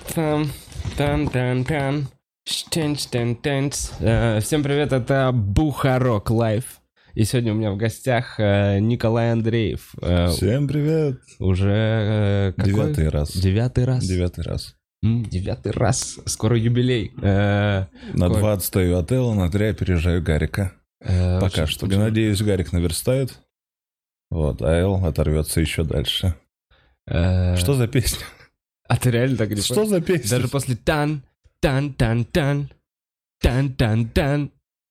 Всем привет, это Бухарок Лайв. И сегодня у меня в гостях Николай Андреев. Всем привет. Уже Девятый раз. Девятый раз. Скоро юбилей. На 2 отстаю от Элла, на 3 опережаю Гарика. Пока что. Надеюсь, Гарик наверстает. Вот, а Эл оторвется еще дальше. Что за песня? А ты реально так не Что за песня? Даже после тан-тан-тан-тан, тан-тан-тан,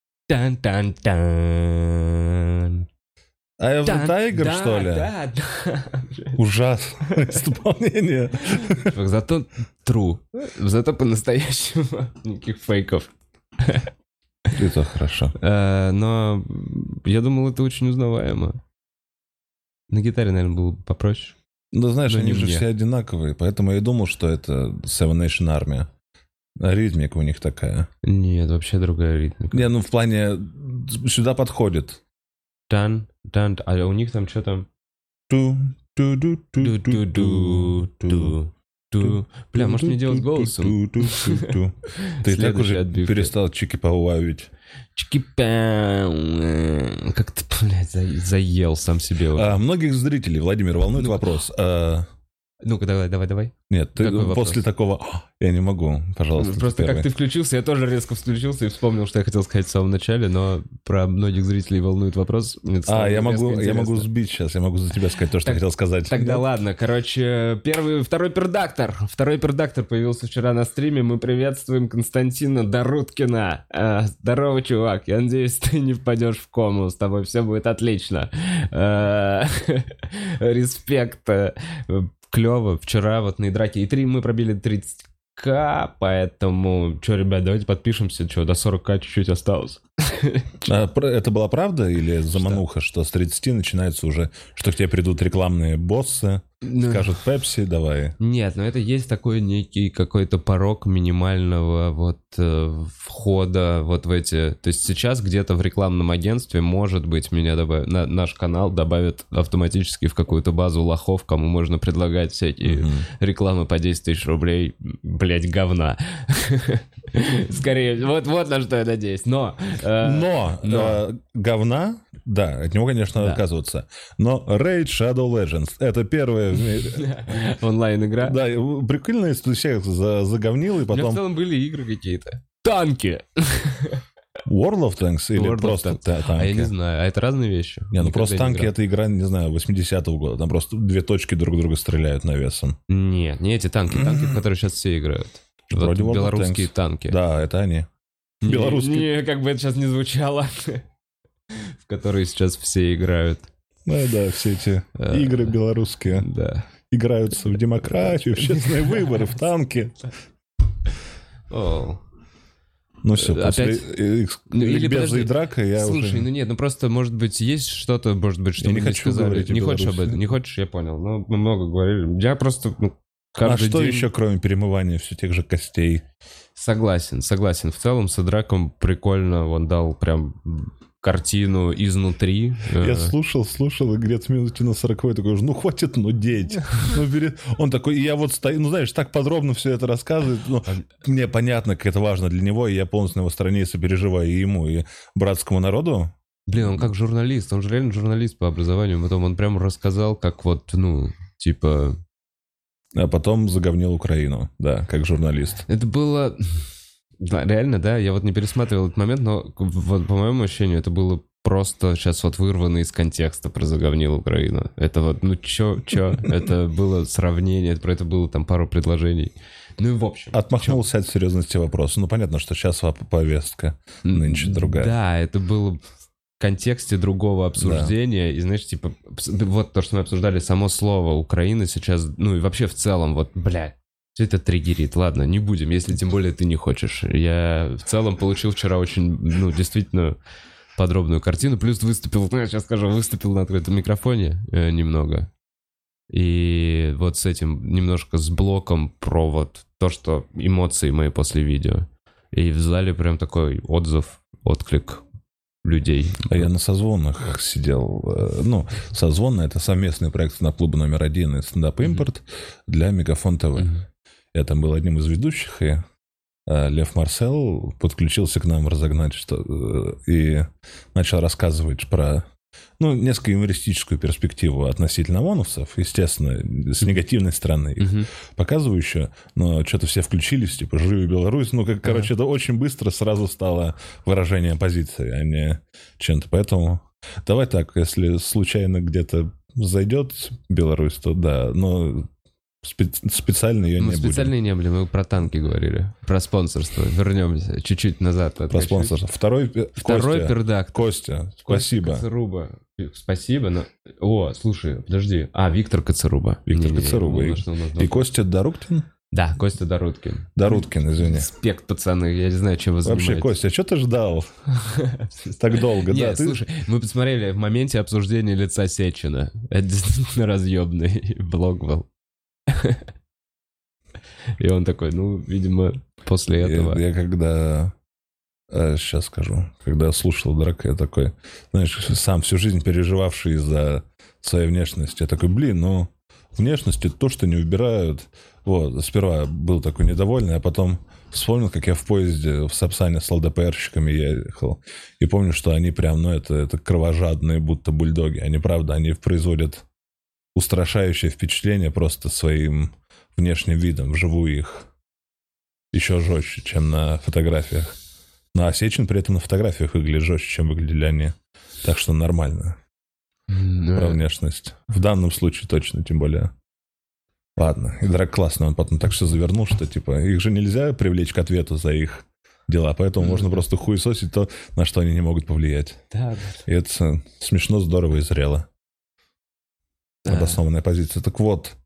тан-тан-тан. А я в Тайгер, что ли? Да. Ужасное исполнение. Зато true. Зато по-настоящему никаких фейков. Это хорошо. Но я думал, это очень узнаваемо. На гитаре, наверное, было попроще. Ну, знаешь, Но они не же мне. все одинаковые, поэтому я думал, что это Seven Nation Army. Ритмика у них такая. Нет, вообще другая ритмика. Не, ну в плане сюда подходит. Тан, а у них там что там? Ту-ду-ду-ду-ду-ду. Бля, может мне делать голосом? Ты и так уже отбивка. перестал чики-пау-авить. Чики-пяу. Как ты, блядь, заел сам себе. уже. Многих зрителей, Владимир, волнует вопрос. Ну-ка, давай. Нет, ты Какой после такого... Я не могу, пожалуйста. Просто первый. как ты включился, я тоже резко включился и вспомнил, что я хотел сказать в самом начале, но про многих зрителей волнует вопрос. Мне стало Я резко могу интересно. сбить сейчас, я могу за тебя сказать то, что хотел сказать. Тогда ладно, короче, второй пердактор. Второй пердактор появился вчера на стриме. Мы приветствуем Константина Доруткина. Здорово, чувак. Я надеюсь, ты не впадешь в кому. С тобой все будет отлично. Респект. Клево. Вчера вот на драке И3 мы пробили 30к, поэтому, что, ребят, давайте подпишемся. Что, до 40к чуть-чуть осталось. Это была правда или замануха, что с 30 начинается уже, что к тебе придут рекламные боссы, скажут Пепси, давай. Нет, но это есть такой некий какой-то порог минимального вот входа вот в эти... То есть сейчас где-то в рекламном агентстве, может быть, меня наш канал добавит автоматически в какую-то базу лохов, кому можно предлагать всякие рекламы по 10 тысяч рублей, блять, говна. Скорее, вот на что я надеюсь. Но говна, да, от него, конечно, надо отказываться. Но Raid Shadow Legends — это первая в мире... Онлайн-игра. Да, прикольно, если ты всех заговнил, и У меня в потом... целом были игры какие-то. Танки! World of Tanks или World of просто Tanks. танки? А я не знаю, а это разные вещи. Не, ну Никогда просто не танки — играл. это игра, не знаю, 80-го года. Там просто 2 точки друг друга стреляют навесом. Нет, не эти танки, в которые сейчас все играют. Вроде Вот World of белорусские Tanks. танки. Да, это они. Белорусские. Не, как бы это сейчас не звучало. В которые сейчас все играют. Да, все эти игры белорусские Да. играются в демократию, в честные выборы, в танки. О. Ну все, Опять? после Или без подожди. и драка я Слушай, уже... ну просто, может быть, есть что-то, может быть, что Я мы не не хочу сказали. говорить о Не хочешь об Беларуси. этом? Не хочешь, я понял. Ну, мы много говорили. Я просто А каждый что день... еще, кроме перемывания все тех же костей? Согласен. В целом с Идраком прикольно. Он дал прям картину изнутри. Я слушал, и где-то минуте на 40-й такой уже, ну хватит нудеть. Он такой, и я вот стою, ну знаешь, так подробно все это рассказывает. Ну, мне понятно, как это важно для него, и я полностью на его стороне и сопереживаю и ему, и братскому народу. Блин, он как журналист. Он же реально журналист по образованию. Потом он прям рассказал, как вот, типа... А потом заговнил Украину, да, как журналист. Это было... Да, реально, да, я вот не пересматривал этот момент, но вот, по моему ощущению, это было просто сейчас вот вырвано из контекста про заговнил Украину. Это вот, чё, это было сравнение, про это было там пару предложений. Ну и в общем. Отмахнулся от серьезности вопроса. Ну, понятно, что сейчас повестка нынче другая. Да, это было в контексте другого обсуждения. И, знаешь, типа, вот то, что мы обсуждали, само слово Украина сейчас, ну и вообще в целом, вот, бля, все это триггерит. Ладно, не будем, если тем более ты не хочешь. Я в целом получил вчера очень, действительно подробную картину. Плюс выступил, я сейчас скажу, выступил на открытом микрофоне немного. И вот с этим немножко с блоком про вот то, что эмоции мои после видео. И в зале прям такой отклик людей. А я на созвонах сидел. Ну, созвоны — это совместный проект на клуба номер 1 и стендап импорт для Мегафон ТВ. Я там был одним из ведущих, и Лев Марсел подключился к нам разогнать и начал рассказывать про, несколько юмористическую перспективу относительно ОМОНовцев, естественно, с негативной стороны их показывающую, но что-то все включились, типа, живи Беларусь, короче, это очень быстро сразу стало выражение позиции, а не чем-то, поэтому давай так, если случайно где-то зайдет Беларусь, то да, но специально ее не будем. Специально не были, мы про танки говорили, про спонсорство. Вернемся чуть-чуть назад. Про спонсорство. Второй пердак. Костя, спасибо. Коцаруба. Спасибо, но... О, слушай, подожди. Виктор Коцаруба. Виктор Коцаруба. И Костя Доруткин? Да, Костя Доруткин. Доруткин, извини. Респект, пацаны, я не знаю, чем вы занимаетесь. Вообще, Костя, что ты ждал так долго? Нет, слушай, мы посмотрели в моменте обсуждения лица Сечина. Это действительно разъебный блог был. И он такой, видимо, после этого... Я когда... Сейчас скажу. Когда слушал Драка, я такой, знаешь, сам всю жизнь переживавший из-за своей внешности. Я такой, внешность — это то, что не убирают. Вот, сперва был такой недовольный, а потом вспомнил, как я в поезде в Сапсане с ЛДПРщиками ехал. И помню, что они прям, это кровожадные, будто бульдоги. Они, правда, они производят устрашающее впечатление просто своим внешним видом. Вживую их еще жестче, чем на фотографиях. А Сечин при этом на фотографиях выглядит жестче, чем выглядели они. Так что нормально. Про внешность. В данном случае точно, тем более. Ладно. И Драк классно, он потом так все завернул, что типа их же нельзя привлечь к ответу за их дела, поэтому можно просто хуесосить то, на что они не могут повлиять. Да. И это смешно, здорово и зрело. Обоснованная позиция. Так вот.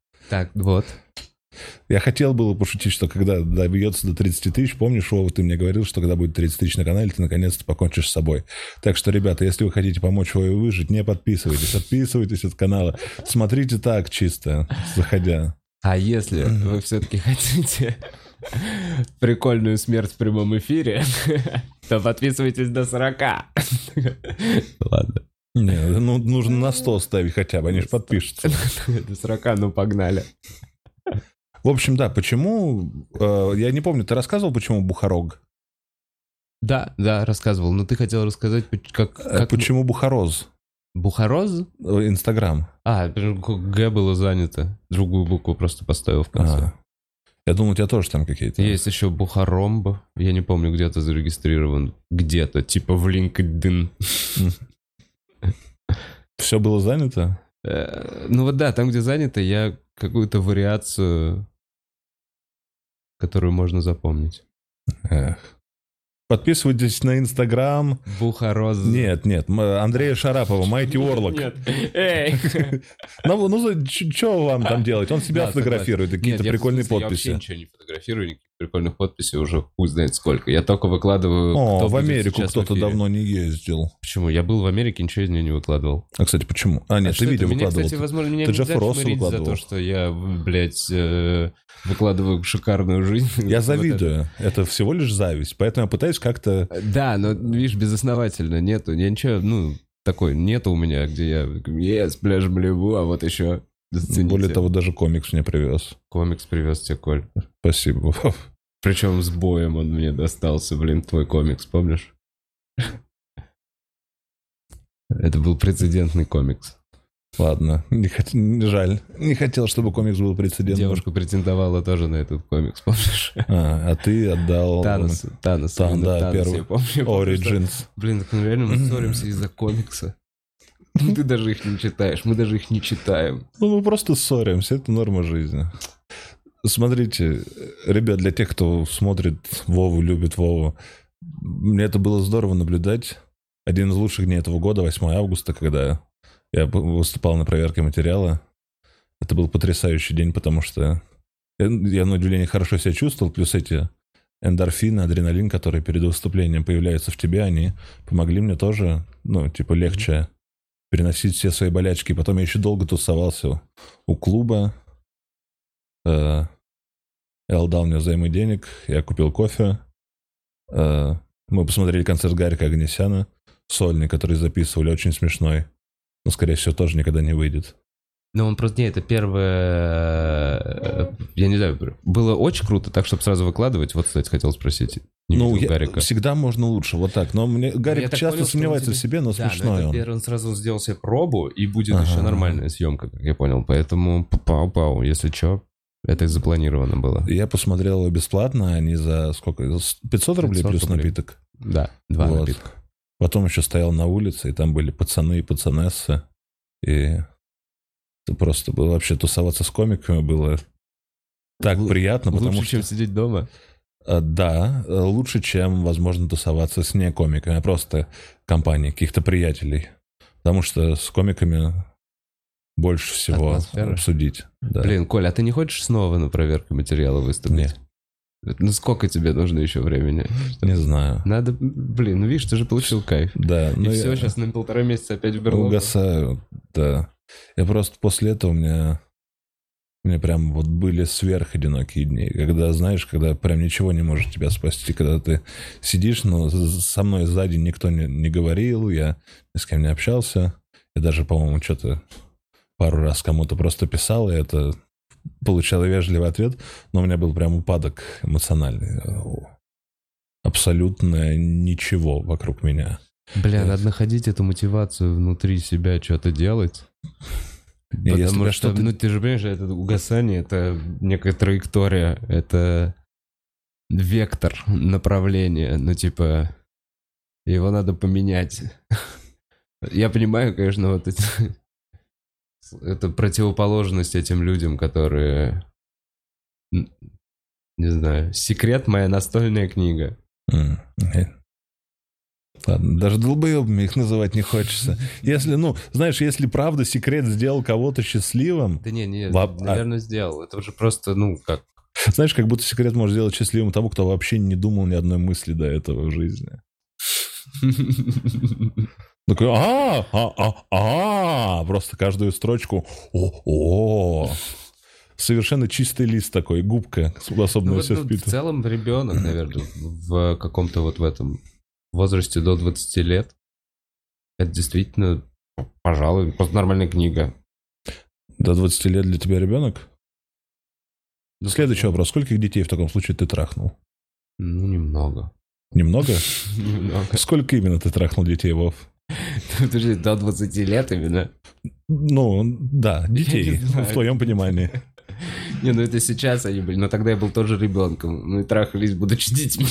Я хотел было пошутить, что когда добьется до 30 тысяч, помнишь, Вова, ты мне говорил, что когда будет 30 тысяч на канале, ты наконец-то покончишь с собой. Так что, ребята, если вы хотите помочь Вове выжить, не подписывайтесь, отписывайтесь от канала. Смотрите так чисто, заходя. А если вы все-таки хотите прикольную смерть в прямом эфире, то подписывайтесь до 40. Ладно. Не, нужно на 100 ставить хотя бы, они же подпишутся. До 40, погнали. В общем, да, почему... Я не помню, ты рассказывал, почему Бухарог? Да, рассказывал. Но ты хотел рассказать, как... Почему Бухароз? Бухароз? Инстаграм. Г было занято. Другую букву просто поставил в конце. Я думал, у тебя тоже там какие-то... Есть еще Бухаромб. Я не помню, где-то зарегистрирован. Где-то, типа в LinkedIn. Все было занято? Там, где занято, я какую-то вариацию, которую можно запомнить. Подписывайтесь на Инстаграм. Бухароз. Нет, Андрея Шарапова, Майти Орлок. Нет, эй! Что вам там делать? Он себя фотографирует, какие-то прикольные подписи. Я вообще ничего не фотографирую, никаких прикольных подписей уже хуй знает сколько. Я только выкладываю... В Америку кто-то давно не ездил. Почему? Я был в Америке, ничего из нее не выкладывал. А, кстати, почему? Нет, ты видео выкладывал. Кстати, возможно, меня ты нельзя Джеффа Росса шмырить за то, что я, выкладываю шикарную жизнь. Я завидую. Это всего лишь зависть. Поэтому я пытаюсь как-то... Да, но, видишь, безосновательно нету. Я ничего, такой нету у меня, где я пляж Малибу, а вот еще... Зацените. Более того, даже комикс мне привез. Комикс привез тебе, Коль. Спасибо. Причем с боем он мне достался, твой комикс, помнишь? Это был прецедентный комикс. Ладно, жаль. Не хотел, чтобы комикс был прецедентным. Девушка претендовала тоже на этот комикс, помнишь? А ты отдал... Танос, да, первый. Origins. Так реально мы ссоримся из-за комикса. Ты даже их не читаешь, мы даже их не читаем. Мы просто ссоримся, это норма жизни. Смотрите, ребят, для тех, кто смотрит Вову, любит Вову, мне это было здорово наблюдать. Один из лучших дней этого года, 8 августа, когда я выступал на проверке материала. Это был потрясающий день, потому что я на удивление хорошо себя чувствовал, плюс эти эндорфины, адреналин, которые перед выступлением появляются в тебе, они помогли мне тоже, легче переносить все свои болячки. Потом я еще долго тусовался у клуба. Эл дал мне взаймы денег, я купил кофе. Мы посмотрели концерт Гарика Оганесяна, сольный, который записывали, очень смешной. Но, скорее всего, тоже никогда не выйдет. Ну, он просто, не, это первое, я не знаю, было очень круто, так, чтобы сразу выкладывать. Вот, кстати, хотел спросить. Ну, всегда можно лучше, вот так. Но Гарик часто сомневается в себе, но смешной он. Он сразу сделал себе пробу, и будет еще нормальная съемка, как я понял. Поэтому, пау-пау, если что, это запланировано было. Я посмотрел его бесплатно, они за сколько? 500 рублей плюс напиток? Да, 2 напитка. Потом еще стоял на улице, и там были пацаны и пацанессы. И это просто было вообще тусоваться с комиками было так приятно, потому лучше, чем сидеть дома? Да, лучше, чем, возможно, тусоваться с не комиками, а просто компанией, каких-то приятелей. Потому что с комиками больше всего обсудить. Да. Блин, Коля, а ты не хочешь снова на проверку материала выступить? Нет. Ну сколько тебе нужно еще времени? Не знаю. Надо, блин, ну видишь, ты же получил кайф. Да. И все, сейчас на 1,5 месяца опять в берлогу. Угасаю, да. Я просто после этого у меня прям вот были сверходинокие дни, когда, знаешь, когда прям ничего не может тебя спасти, когда ты сидишь, но со мной сзади никто не говорил, я ни с кем не общался, я даже, по-моему, что-то пару раз кому-то просто писал, и это получал вежливый ответ, но у меня был прям упадок эмоциональный, абсолютно ничего вокруг меня. Бля, надо находить эту мотивацию внутри себя, что-то делать. Потому что, ну ты же понимаешь, это угасание, это некая траектория, это вектор направления, ну типа, его надо поменять. Я понимаю, конечно, вот эти... Это противоположность этим людям, которые... Не знаю, «Секрет» — моя настольная книга. Ладно, даже долбоебами их называть не хочется. Если, ну, знаешь, если правда «Секрет» сделал кого-то счастливым... Да не, наверное, сделал. Это уже просто, ну, как... Знаешь, как будто «Секрет» может сделать счастливым того, кто вообще не думал ни одной мысли до этого в жизни. Такой, просто каждую строчку, совершенно чистый лист такой, губка, способная все впитывать. В целом ребенок, наверное, в каком-то вот в этом возрасте до 20 лет, это действительно, пожалуй, просто нормальная книга. До 20 лет для тебя ребенок? Следующий вопрос. Скольких детей в таком случае ты трахнул? Ну, немного. Немного? Немного. Сколько именно ты трахнул детей, Вов? Подожди, до 20 лет именно? Ну, да, детей, в твоем понимании. Не, ну это сейчас они были, но тогда я был тоже ребенком. Мы трахались, будучи детьми.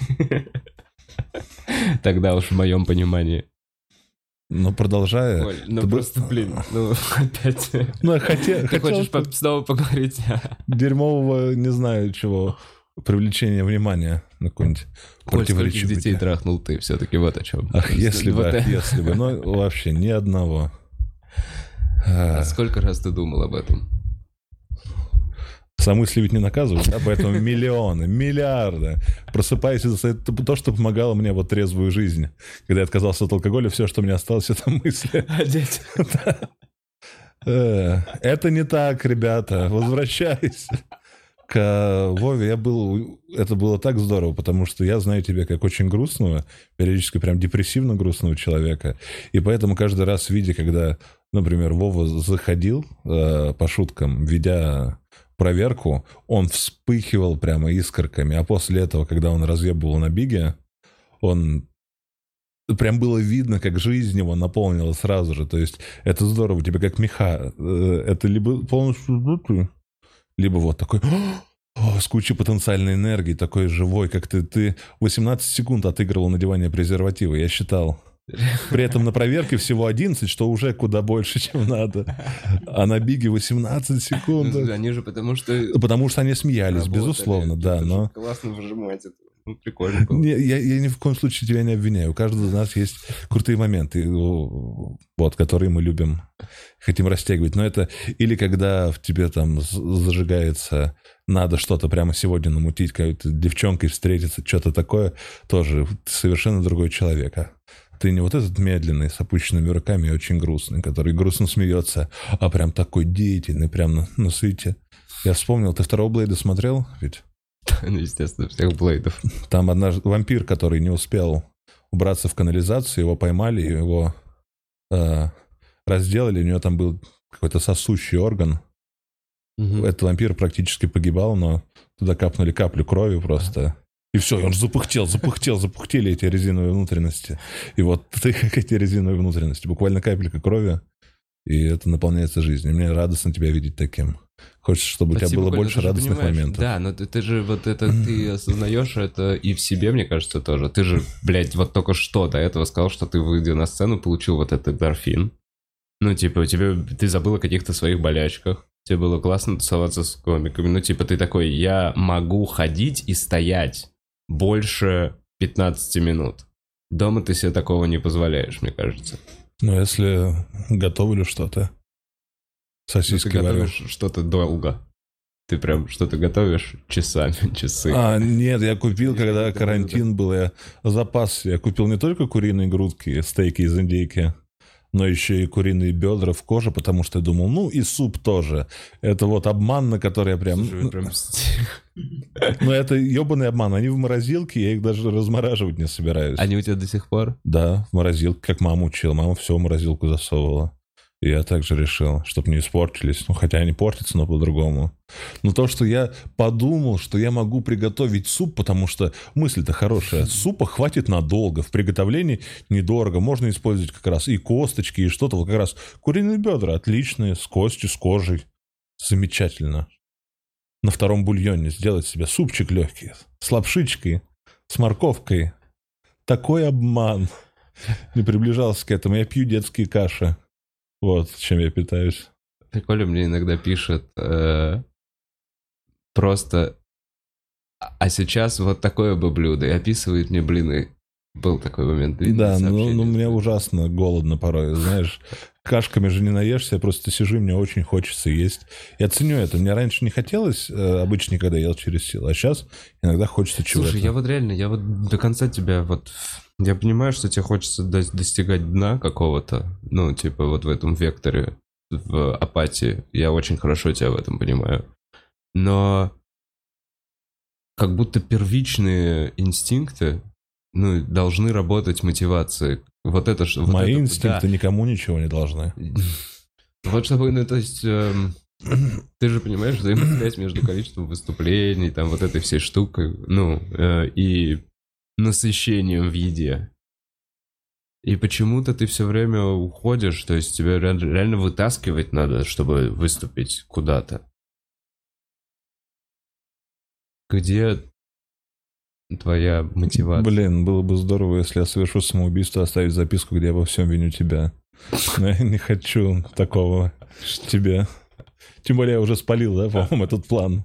Тогда уж в моем понимании. Но продолжая... Оль, ну просто, блин, ну опять... Ну, ты хочешь снова поговорить? Дерьмового, не знаю чего, привлечения внимания на какой-нибудь противоречивый. Скольких детей трахнул ты? Все-таки вот о чем. Ах, если бы, но вообще ни одного. А сколько раз ты думал об этом? Сам мысли ведь не наказывают, да? Поэтому миллионы, миллиарды. Просыпаюсь из-за этого, то, что помогало мне вот трезвую жизнь. Когда я отказался от алкоголя, все, что мне осталось, это мысли. О детях. Это не так, ребята. Возвращайся. К Вове это было так здорово, потому что я знаю тебя как очень грустного, периодически прям депрессивно грустного человека. И поэтому каждый раз, видя, когда, например, Вова заходил по шуткам, ведя проверку, он вспыхивал прямо искорками. А после этого, когда он разъебывал на биге, он... Прям было видно, как жизнь его наполнила сразу же. То есть это здорово, у тебя как меха. Это либо полностью... Либо вот такой... с кучей потенциальной энергии, такой живой, как ты 18 секунд отыгрывал надевание презерватива, я считал. При этом на проверке всего 11, что уже куда больше, чем надо. А на биге 18 секунд. Ну, они же потому что они смеялись, работали, безусловно, да, но... Классно выжимать это. Ну, прикольно было. Я ни в коем случае тебя не обвиняю. У каждого из нас есть крутые моменты, вот, которые мы любим, хотим растягивать. Но это или когда в тебе там зажигается, надо что-то прямо сегодня намутить, какой-то девчонкой встретиться, что-то такое, тоже ты совершенно другой человек. Ты не вот этот медленный, с опущенными руками, очень грустный, который грустно смеется, а прям такой деятельный, прям на свете. Я вспомнил, ты второго Блейда смотрел ведь? Ну, естественно, всех Блейдов. Там однажды вампир, который не успел убраться в канализацию, его поймали, его разделали, у него там был какой-то сосущий орган. Этот вампир практически погибал, но туда капнули каплю крови просто. И все, и он же запыхтели эти резиновые внутренности. И вот ты как эти резиновые внутренности. Буквально капелька крови, и это наполняется жизнью. Мне радостно тебя видеть таким. Хочется, чтобы Спасибо, у тебя было Коля, больше радостных моментов. Да, но ты же вот это, ты осознаешь это и в себе, мне кажется, тоже. Ты же, блядь, вот только что до этого сказал, что ты, выйдя на сцену, получил вот этот эндорфин. Ну, типа, ты забыл о каких-то своих болячках. Тебе было классно тусоваться с комиками. Ну, типа, ты такой, я могу ходить и стоять больше 15 минут. Дома ты себе такого не позволяешь, мне кажется. Ну, если готовлю что-то. Сосиски ты варю. готовишь что-то долго. Ты прям что-то готовишь часами, часы. Нет, я купил, когда карантин был, я запас. Я купил не только куриные грудки, стейки из индейки, но еще и куриные бедра в коже, потому что я думал, ну и суп тоже. Это вот обман, на который я прям... Ну это ебаный обман. Они в морозилке, я их даже размораживать не собираюсь. Они у тебя до сих пор? Да, в морозилке, как мама учила. Мама все в морозилку засовывала. И я также решил, чтобы не испортились. Ну, хотя они портятся, но по-другому. Но то, что я подумал, что я могу приготовить суп, потому что мысль-то хорошая. Супа хватит надолго. В приготовлении недорого. Можно использовать как раз и косточки, и что-то. Вот как раз куриные бедра отличные, с костью, с кожей. Замечательно. На втором бульоне сделать себе супчик легкий. С лапшичкой, с морковкой. Такой обман. Не приближался к этому. Я пью детские каши. Вот чем я питаюсь. Коля мне иногда пишет просто, а сейчас вот такое бы блюдо, и описывает мне блины. Был такой момент. Да, ну мне ужасно голодно порой, знаешь. Кашками же не наешься, я просто сижу, и мне очень хочется есть. Я ценю это. Мне раньше не хотелось обычно, когда ел через силу, а сейчас иногда хочется чего-то. Слушай, я вот до конца тебя вот... Я понимаю, что тебе хочется достигать дна какого-то, ну, типа вот в этом векторе, в апатии. Я очень хорошо тебя в этом понимаю. Но как будто первичные инстинкты, ну, должны работать мотивацией. Вот это что... Мои вот инстинкты никому ничего не должны. Вот чтобы, ну, то есть... Ты же понимаешь взаимосвязь между количеством выступлений, там, вот этой всей штукой, ну, и... насыщением в еде. И почему-то ты все время уходишь, то есть тебе реально вытаскивать надо, чтобы выступить куда-то. Где твоя мотивация? Блин, было бы здорово, если я совершу самоубийство, оставить записку, где я во всем виню тебя. Но я не хочу такого тебе. Тем более я уже спалил, да, по-моему, этот план.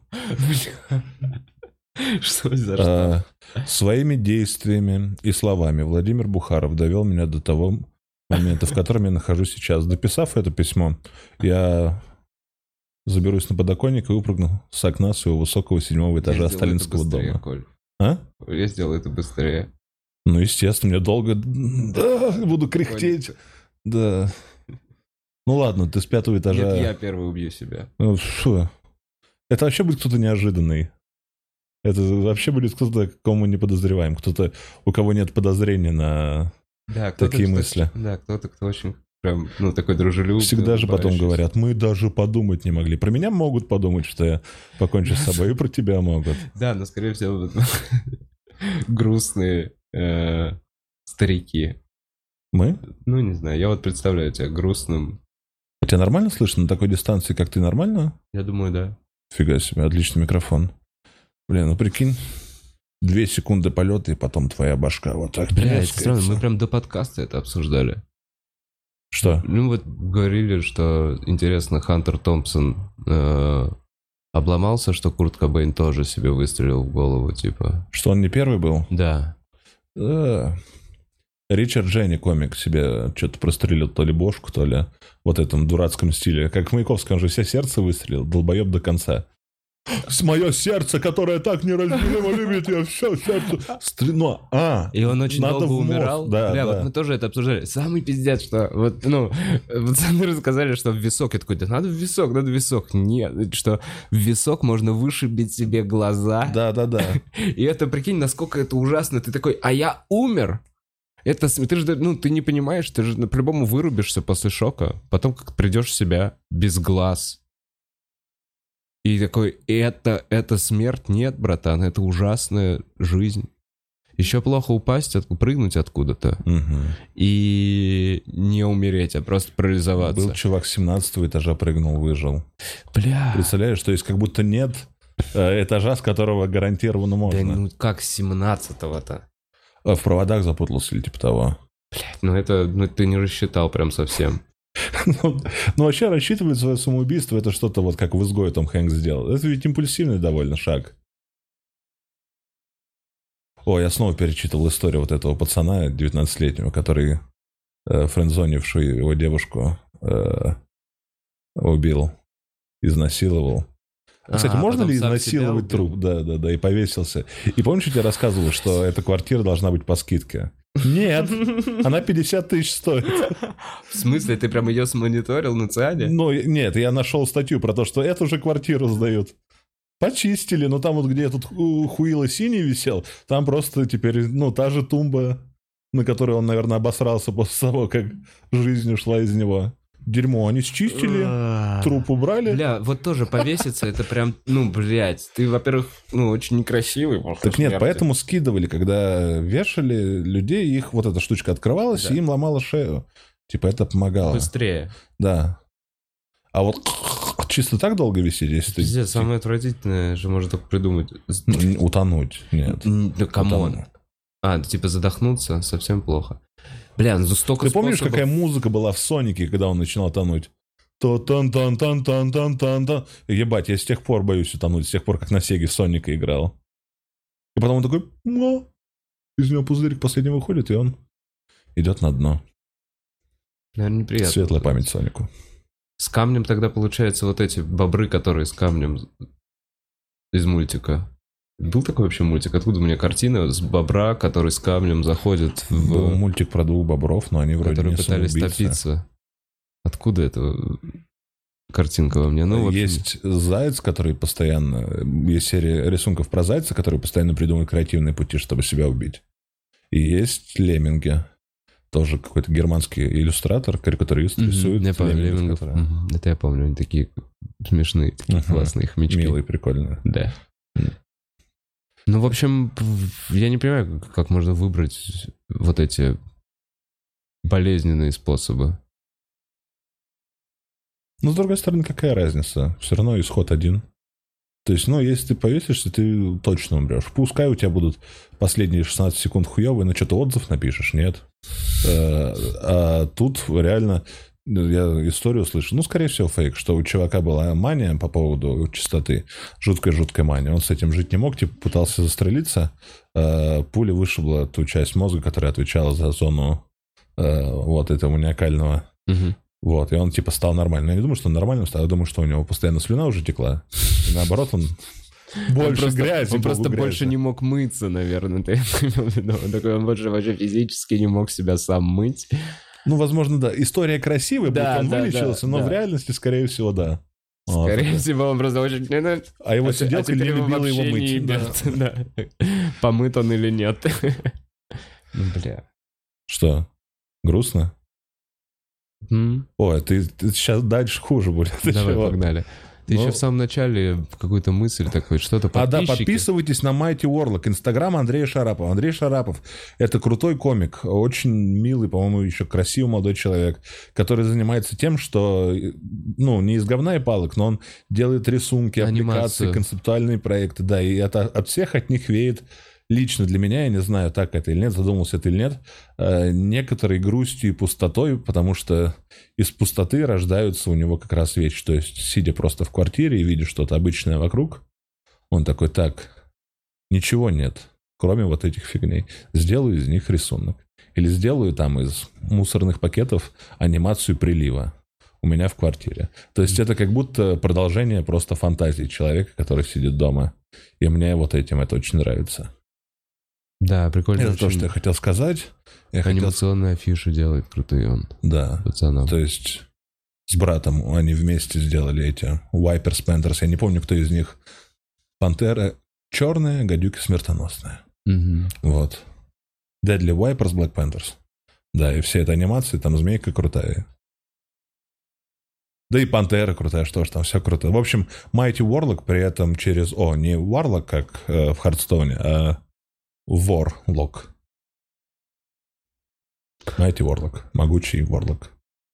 Что за что? Своими действиями и словами Владимир Бухаров довел меня до того момента, в котором я нахожусь сейчас. Дописав это письмо, я заберусь на подоконник и выпрыгну с окна своего высокого 7-го этажа Сталинского дома. Коль. А? Я сделаю это быстрее. Ну, естественно, мне долго... Да, буду кряхтеть. Да. Ну ладно, ты с 5-го этажа... Нет, я первый убью себя. Ну, шо? Это вообще будет кто-то неожиданный. Это вообще будет кто-то, кого мы не подозреваем. Кто-то, у кого нет подозрения на такие мысли. Да, кто-то, кто очень прям, ну, такой дружелюбный. Всегда же потом говорят, мы даже подумать не могли. Про меня могут подумать, что я покончу с собой, и про тебя могут. Да, но, скорее всего, грустные старики. Мы? Ну, не знаю, я вот представляю тебя грустным. А тебя нормально слышно на такой дистанции, как ты, нормально? Я думаю, да. Фига себе, отличный микрофон. Блин, ну прикинь, 2 секунды полета, и потом твоя башка вот так. Бля, это странно, мы прям до подкаста это обсуждали. Что? Ну вот говорили, что интересно, Хантер Томпсон обломался, что Курт Кобейн тоже себе выстрелил в голову, типа. Что он не первый был? Да. Ричард Дженни, комик, себе что-то прострелил, то ли бошку, то ли в вот этом дурацком стиле. Как Маяковский, он же все сердце выстрелил, долбоеб до конца. С мое сердце, которое так неразделимо любит, я все сердце... И он очень долго умирал. Да, бля, да. вот мы тоже это обсуждали. Самый пиздец, что вот, ну, пацаны рассказали, что в висок. Я такой, да надо в висок. Нет, что в висок можно вышибить себе глаза. Да. И это, прикинь, насколько это ужасно. Ты такой, а я умер. Это, ты же, ну, ты не понимаешь, ты же по-любому вырубишься после шока, потом как придешь в себя без глаз. И такой, это смерть? Нет, братан, это ужасная жизнь. Еще плохо упасть, прыгнуть откуда-то. И не умереть, а просто парализоваться. Был чувак с 17-го этажа прыгнул, выжил. Бля. Представляешь, то есть как будто нет этажа, с которого гарантированно можно. Да ну как с 17-го-то? В проводах запутался или типа того. Блядь, ну ты не рассчитал прям совсем. Ну, вообще рассчитывать свое самоубийство — это что-то вот как в «Изгое» Том Хэнкс сделал. Это ведь импульсивный довольно шаг. О, я снова перечитал историю вот этого пацана 19-летнего, который френдзонившую его девушку убил, изнасиловал. Кстати, можно ли изнасиловать труп? Да, и повесился. И помнишь, я тебе рассказывал, что эта квартира должна быть по скидке? Нет, она 50 тысяч стоит. В смысле, ты прям ее смониторил на ЦИАДе? Ну, нет, я нашел статью про то, что эту же квартиру сдают. Почистили, но там вот где этот хуило синий висел, там просто теперь, ну, та же тумба, на которой он, наверное, обосрался после того, как жизнь ушла из него. Дерьмо, они счистили, труп убрали. Бля, вот тоже повеситься, это прям, ну, блядь, ты, во-первых, ну, очень некрасивый. Так нет, поэтому скидывали, когда вешали людей, их вот эта штучка открывалась, и им ломала шею. Типа это помогало. Быстрее. Да. А вот чисто так долго висеть, если ты... Пиздец, самое отвратительное же можно только придумать. Утонуть, нет. Да камон. Типа задохнуться совсем плохо. Бля, ну столько Ты помнишь, способов... какая музыка была в Сонике, когда он начинал тонуть? То-тан-тан-тан-тан-тан-тан. Ебать, я с тех пор боюсь утонуть, с тех пор, как на Сеге Соника играл. И потом он такой, из него пузырик последний выходит, и он идет на дно. Наверное, неприятно. Светлая память Сонику. С камнем тогда получается вот эти бобры, которые с камнем из мультика. Был такой вообще мультик? Откуда у меня картина с бобра, который с камнем заходит в... Был мультик про двух бобров, но они вроде не пытались самоубийцы. топиться. Откуда эта картинка во мне? Ну, общем... Есть заяц, который постоянно... Есть серия рисунков про зайца, который постоянно придумывает креативные пути, чтобы себя убить. И есть лемминги. Тоже какой-то германский иллюстратор, карикатурист рисует. Я помню леммингов. Это я помню, они такие смешные, такие классные хомячки. Милые, прикольные. Да. Ну, в общем, я не понимаю, как можно выбрать вот эти болезненные способы. Но, с другой стороны, какая разница? Все равно исход один. То есть, ну, если ты повесишься, ты точно умрешь. Пускай у тебя будут последние 16 секунд хуёвые, но что-то отзыв напишешь, нет. А тут реально... Я историю слышу, ну, скорее всего, фейк, что у чувака была мания по поводу чистоты, жуткая мания. Он с этим жить не мог, типа пытался застрелиться, пуля вышибла ту часть мозга, которая отвечала за зону вот этого маниакального. Вот, и он типа стал нормальным. Я не думаю, что он нормальным стал, я думаю, что у него постоянно слюна уже текла. И наоборот, он больше грязи. Он просто больше не мог мыться, наверное. Ты имел в виду. Он такой, он больше вообще физически не мог себя сам мыть. Ну, возможно, да. История красивая, будто он вылечился, но в реальности, скорее всего, да. Скорее всего, он просто очень... А его сиделка не любила его мыть. Да. Помыт он или нет. Бля. Что? Грустно? Ой, ты сейчас дальше хуже будет. Давай, погнали. Ты еще в самом начале какую-то мысль такой, что-то подписчики. Да, подписывайтесь на Mighty Warlock, инстаграм Андрея Шарапова. Андрей Шарапов — это крутой комик, очень милый, по-моему, еще красивый молодой человек, который занимается тем, что, ну, не из говна и палок, но он делает рисунки, аппликации, концептуальные проекты, да, и это от всех от них веет. Лично для меня, я не знаю, так это или нет, задумался это или нет, некоторой грустью и пустотой, потому что из пустоты рождаются у него как раз вещи. То есть, сидя просто в квартире и видя что-то обычное вокруг, он такой, так, ничего нет, кроме вот этих фигней. Сделаю из них рисунок. Или сделаю там из мусорных пакетов анимацию прилива у меня в квартире. То есть, это как будто продолжение просто фантазии человека, который сидит дома. И мне вот этим это очень нравится. Да, прикольно. Это то, что я хотел сказать. Анимационные афиши делает крутые он. Да. Пацанам. То есть с братом они вместе сделали эти Вайперс, Пентерс. Я не помню, кто из них. Пантера черная, гадюки смертоносная. Вот. Deadly Vipers, Black Panthers. Да, и все это анимации, там змейка крутая. Да и Пантера крутая, что ж, там все круто. В общем, Mighty Warlock при этом через... не Warlock, как в Хардстоуне, а Warlock. Mighty Warlock. Могучий Warlock.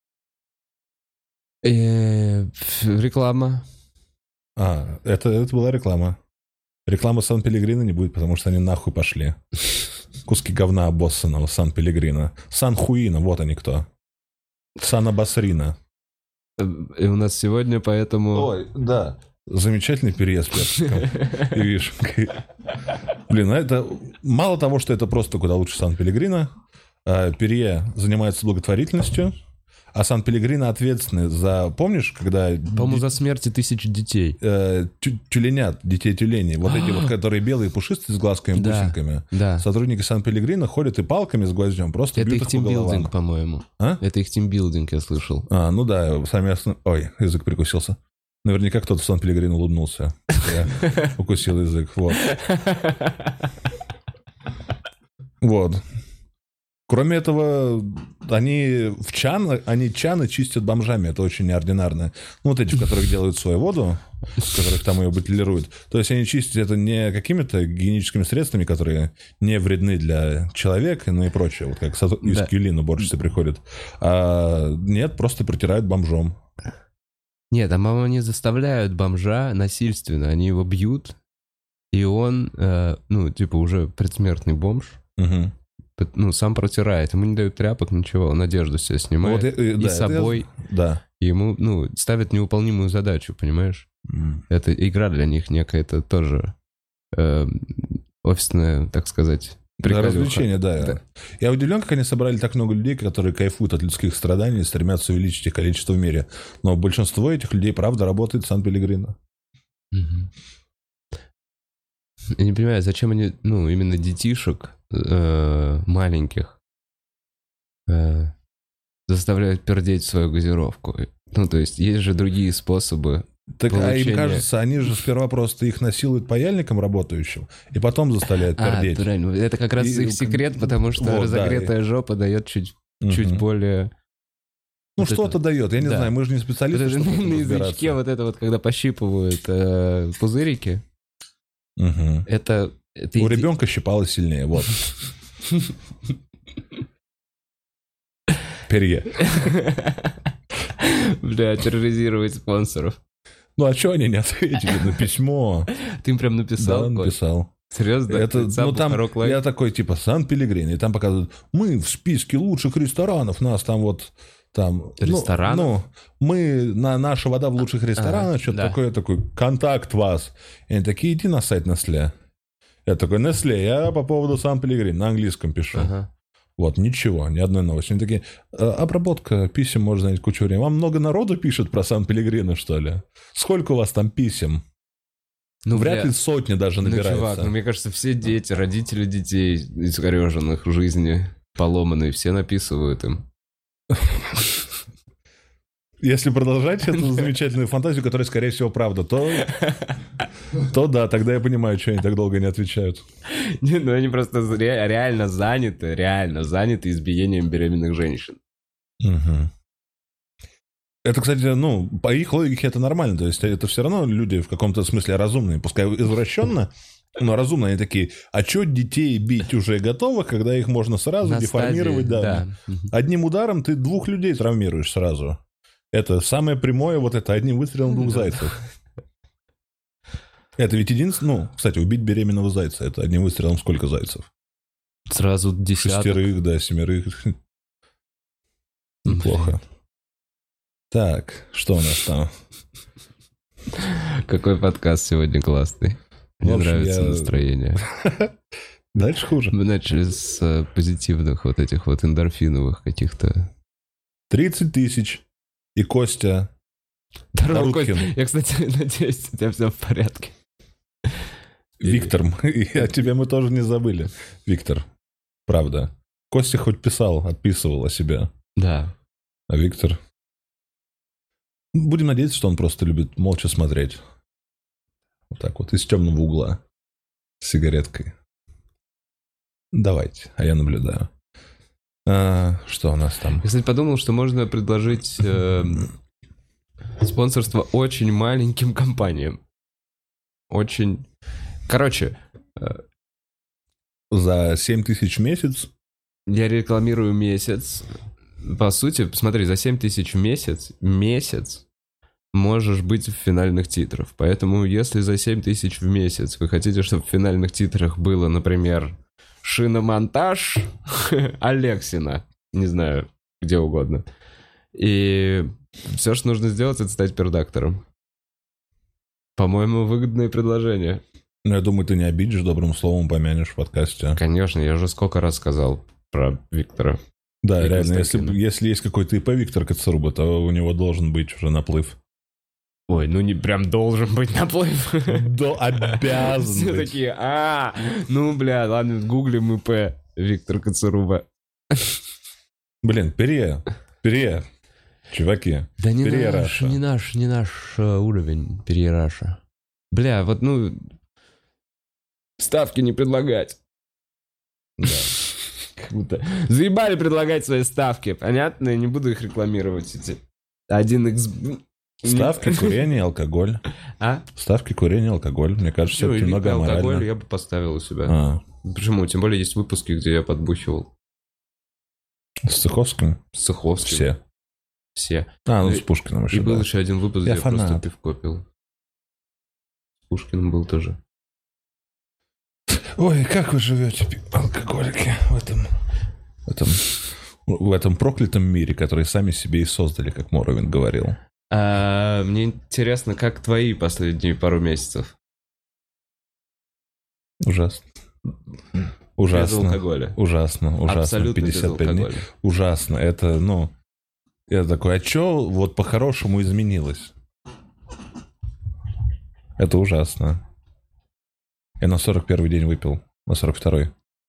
Реклама. Это была реклама. Рекламы Сан-Пелегрино не будет, потому что они нахуй пошли. Куски говна обоссанного Сан-Пелегрино. Сан-Хуина, вот они кто. Сан-Абасрина. И у нас сегодня поэтому... Ой, да. Замечательный переезд персиком и вишенкой. Блин, это... Мало того, что это просто куда лучше Сан-Пелегрино, Перье занимается благотворительностью, а Сан-Пелегрино ответственны за... Помнишь, когда... По-моему, за смерти 1000 детей. Тюленят, детей тюленей. Вот эти вот, которые белые, пушистые, с глазками, бусинками. Да. Сотрудники Сан-Пелегрино ходят и палками с гвоздем просто бьют их по головам. Это их тимбилдинг, по-моему. Это их тимбилдинг, я слышал. Ну да, совместно... Ой, язык прикусился. Наверняка кто-то в Сан-Пелегрино улыбнулся. Я укусил язык. Вот. Вот. Кроме этого, они чаны чистят бомжами. Это очень неординарно. Ну, вот эти, в которых делают свою воду, в которых там ее бутилируют. То есть они чистят это не какими-то гигиеническими средствами, которые не вредны для человека, ну и прочее. Вот как из Кюлин уборщицы приходят. Нет, просто протирают бомжом. Нет, они заставляют бомжа насильственно. Они его бьют, и он, уже предсмертный бомж. Угу. Сам протирает. Ему не дают тряпок, ничего. Он одежду себе снимает. И собой. Ему, ставят невыполнимую задачу, понимаешь? Это игра для них некая, это тоже офисная, так сказать, приколюха. Развлечение, да. Я удивлен, как они собрали так много людей, которые кайфуют от людских страданий и стремятся увеличить их количество в мире. Но большинство этих людей, правда, работает в Сан-Пелегрино. Я не понимаю, зачем они, именно детишек маленьких заставляют пердеть в свою газировку. То есть же другие способы. Так, им кажется, они же сперва просто их насилуют паяльником работающим, и потом заставляют пердеть. Это как раз их секрет, потому что разогретая жопа дает чуть более... что-то дает, я не знаю, мы же не специалисты, чтобы на язычке вот это вот, когда пощипывают пузырики, это у ребенка щипало сильнее, вот. Перье. Бля, терроризировать спонсоров. А что они не ответили на письмо? Ты им прям написал? Да, написал. Серьезно? Там я такой, типа, Сан-Пелегрино, и там показывают, мы в списке лучших ресторанов, нас там вот... Ресторанов? Наша вода в лучших ресторанах, что-то такой, контакт вас. И они такие, иди на сайт Nestlé. Я такой, Nestlé, я по поводу Сан-Пелегрино на английском пишу. Вот, ничего, ни одной новости. Они такие, обработка писем может занять кучу времени. Вам много народу пишет про Сан-Пелегрино, что ли? Сколько у вас там писем? Вряд ли сотни даже набирается. Чувак, мне кажется, все дети, родители детей искореженных в жизни, поломанные, все написывают им. Если продолжать эту замечательную фантазию, которая, скорее всего, правда, то да, тогда я понимаю, что они так долго не отвечают. Они просто реально заняты избиением беременных женщин. Это, кстати, по их логике это нормально. То есть это все равно люди в каком-то смысле разумные. Пускай извращенно, но разумно. Они такие, а что детей бить уже готовы, когда их можно сразу деформировать? Да. Одним ударом ты 2 людей травмируешь сразу. Это самое прямое, вот это одним выстрелом 2 зайцев. Это ведь единственное... кстати, убить беременного зайца, это одним выстрелом сколько зайцев? Сразу 10. 6, 7. Неплохо. Так, что у нас там? Какой подкаст сегодня классный. Мне нравится настроение. Дальше хуже. Мы начали с позитивных вот этих вот эндорфиновых каких-то... 30 000. И Костя. Здорово, Костя. Я, кстати, надеюсь, у тебя все в порядке. Виктор, о тебе мы тоже не забыли. Виктор, правда. Костя хоть писал, отписывал о себе. Да. А Виктор... Будем надеяться, что он просто любит молча смотреть. Вот так вот, из темного угла. С сигареткой. Давайте, а я наблюдаю. Что у нас там? Я, кстати, подумал, что можно предложить спонсорство очень маленьким компаниям. Очень... Короче... За 7 тысяч в месяц? Я рекламирую месяц. По сути, смотри, за 7 тысяч в месяц можешь быть в финальных титрах. Поэтому, если за 7 тысяч в месяц вы хотите, чтобы в финальных титрах было, например, шиномонтаж Алексина, не знаю, где угодно. И все, что нужно сделать, это стать пердактором. По-моему, выгодное предложение. Ну, я думаю, ты не обидишь, добрым словом помянешь в подкасте. Конечно, я уже сколько раз сказал про Виктора. Да, реально, если есть какой-то ИП Виктор Коцуруба, то у него должен быть уже наплыв. Ой, ну не прям должен быть наплыв. Да, обязан Все быть. такие, ну, бля, ладно, гуглим ИП Виктор Коцуруба. Блин, Перье, чуваки. Да не Перье наш, Раша. не наш уровень Перье Раша. Бля, вот, ну, ставки не предлагать. Да. Как будто заебали предлагать свои ставки, понятно? Я не буду их рекламировать, эти 1x... Ставки, курение, алкоголь. Ставки, курение, алкоголь. Мне кажется, все-таки много аморально. Алкоголь я бы поставил у себя. Почему? Тем более есть выпуски, где я подбухивал. С Цеховским? С Цеховским. Все. Ну с Пушкиным еще. И был еще один выпуск, где я фанат. просто пивко пил. С Пушкиным был тоже. Ой, как вы живете, алкоголики, в этом проклятом мире, который сами себе и создали, как Моровин говорил. Мне интересно, как твои последние пару месяцев? Ужасно. Без алкоголя. Ужасно. Абсолютно 55 без дней. алкоголя. Ужасно. Это, я такой, а что вот по-хорошему изменилось? Это ужасно. Я на 41-й день выпил, на 42-й.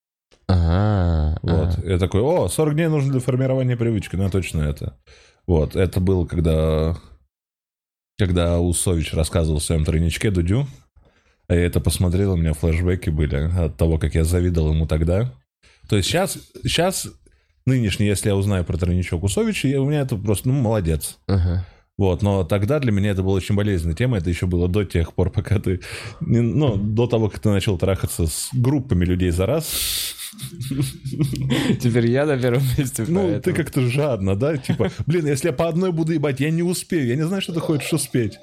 Вот. Я такой, 40 дней нужно для формирования привычки. Ну, точно это. Вот. Это было, когда Усович рассказывал в своем тройничке Дудю. А я это посмотрел, у меня флешбеки были от того, как я завидовал ему тогда. То есть сейчас нынешний, если я узнаю про тройничок Усовича, у меня это просто, молодец. Вот, но тогда для меня это была очень болезненная тема. Это еще было до тех пор, пока ты... до того, как ты начал трахаться с группами людей за раз. Теперь я на первом месте. Ты как-то жадно, да? Типа, блин, если я по одной буду ебать, я не успею. Я не знаю, что ты хочешь успеть.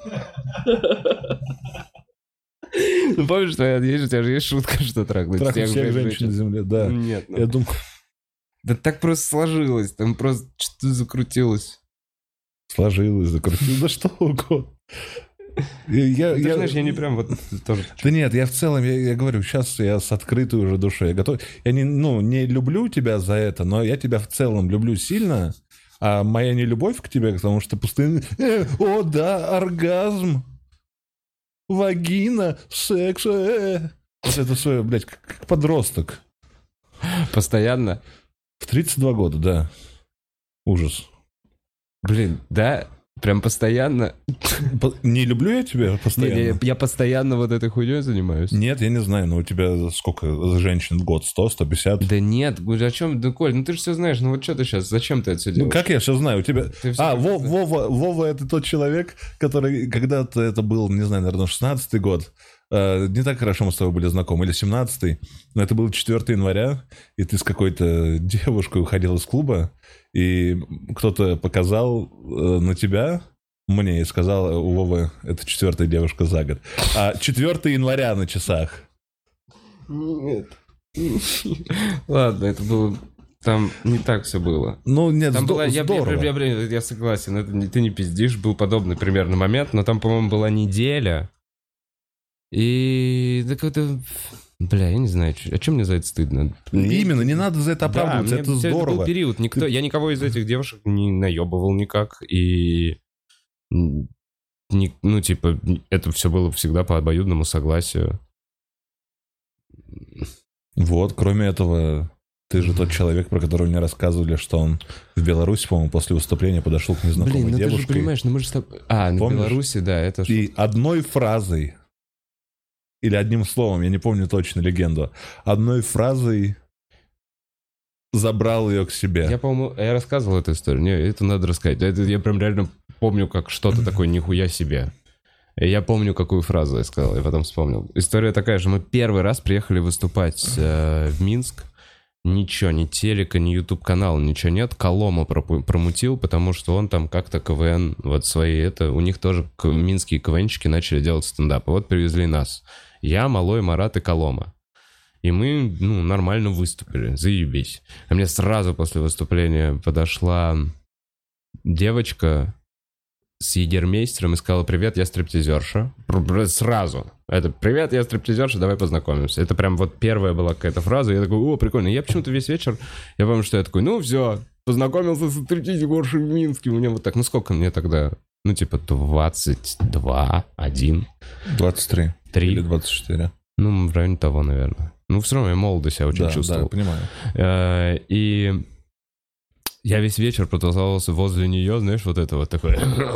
Ну, помнишь, что у тебя же есть шутка, что трахнуть всех женщин на земле, да. Нет, я думаю... Да так просто сложилось, там просто что-то закрутилось. Сложилось, закрутилось, да что угодно. Ты знаешь, я не прям вот тоже... Да нет, я в целом, я говорю, сейчас я с открытой уже душой. Я готов... Я не люблю тебя за это, но я тебя в целом люблю сильно, а моя нелюбовь к тебе, потому что постоянно... О, да, оргазм, вагина, секс, Это свое, блядь, как подросток. Постоянно? В 32 года, да. Ужас. Блин, да? Прям постоянно? Не люблю я тебя постоянно? Нет, я постоянно вот этой хуйней занимаюсь. Нет, я не знаю, но у тебя сколько женщин в год? 100, 150? Да нет, о чем? Да, Коль, ты же все знаешь, вот что ты сейчас, зачем ты это все делаешь? Как я все знаю? У тебя... Вова это тот человек, который когда-то это был, не знаю, наверное, 16-й год. Не так хорошо мы с тобой были знакомы, или 17-й, но это было 4 января, и ты с какой-то девушкой уходил из клуба, и кто-то показал на тебя, мне, и сказал, у Вовы это 4-я девушка за год. А 4 января на часах. Нет. Ладно, это было... Там не так все было. Нет, там здорово. Я согласен, ты не пиздишь, был подобный примерно момент, но там, по-моему, была неделя. И так это... Бля, я не знаю, о чем мне за это стыдно. Именно, не надо за это оправдываться, это здорово. Это был период, я никого из этих девушек не наебывал никак, и... это все было всегда по обоюдному согласию. Вот, кроме этого, ты же тот человек, про которого мне рассказывали, что он в Беларуси, по-моему, после выступления подошел к незнакомой девушке. Ты же понимаешь, мы же с тобой... в Беларуси, да, это... И одной фразой... Или одним словом, я не помню точно легенду. Одной фразой забрал ее к себе. Я, по-моему, я рассказывал эту историю. Не, это надо рассказать. Это я прям реально помню, как что-то такое нихуя себе. Я помню, какую фразу я сказал, я потом вспомнил. История такая же. Мы первый раз приехали выступать в Минск. Ничего, ни телека, ни YouTube-канала, ничего нет. Колома промутил, потому что он там как-то КВН, вот свои это... У них тоже минские КВНщики начали делать стендап. И вот привезли нас. Я, Малой, Марат и Колома. И мы, нормально выступили, заебись. А мне сразу после выступления подошла девочка с егермейстером и сказала: «Привет, я стриптизерша». Сразу. Это: «Привет, я стриптизерша, давай познакомимся». Это прям вот первая была какая-то фраза. Я такой: «О, прикольно». Я почему-то весь вечер, я помню, что я такой: все, познакомился с стриптизершей в Минске. У меня вот так, сколько мне тогда? 22, 1. 23. 3. Или 24. В районе того, наверное. все равно я молодо себя очень чувствовал. Да, понимаю. И я весь вечер протусовался возле нее, знаешь, вот это вот такое.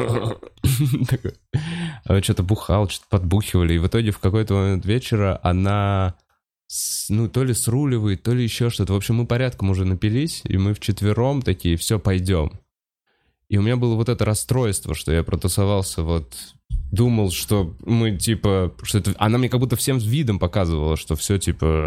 Что-то бухал, что-то подбухивали. И в итоге в какой-то момент вечера она, то ли сруливает, то ли еще что-то. В общем, мы порядком уже напились, и мы вчетвером такие: все, пойдем. И у меня было вот это расстройство, что я протусовался, думал, что мы, что это... Она мне как будто всем видом показывала, что все,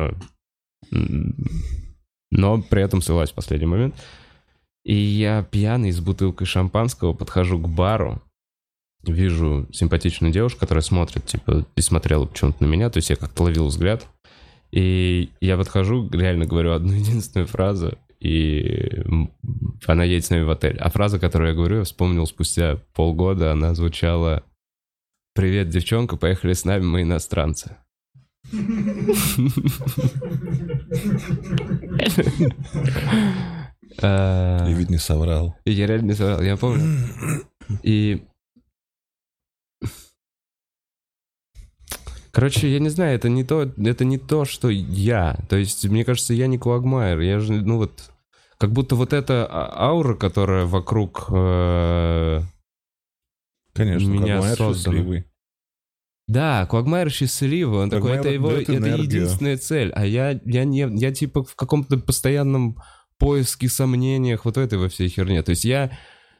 но при этом слилась в последний момент. И я пьяный с бутылкой шампанского подхожу к бару, вижу симпатичную девушку, которая смотрит, и смотрела почему-то на меня, то есть я как-то ловил взгляд. И я подхожу, реально говорю одну единственную фразу, и она едет с нами в отель. А фраза, которую я говорю, я вспомнил спустя полгода, она звучала: «Привет, девчонка, поехали с нами, мы иностранцы». И ведь не соврал. Я реально не соврал, я помню. И... Короче, я не знаю, это не то, что я. То есть, мне кажется, я не Куагмайер. Я же, как будто вот эта аура, которая вокруг конечно, меня Куагмайер создана. счастливый. Да, Куагмайер счастливый. Он такой: это его, это энергию. единственная цель. А я в каком-то постоянном поиске, сомнениях, вот этой во всей херне. То есть я...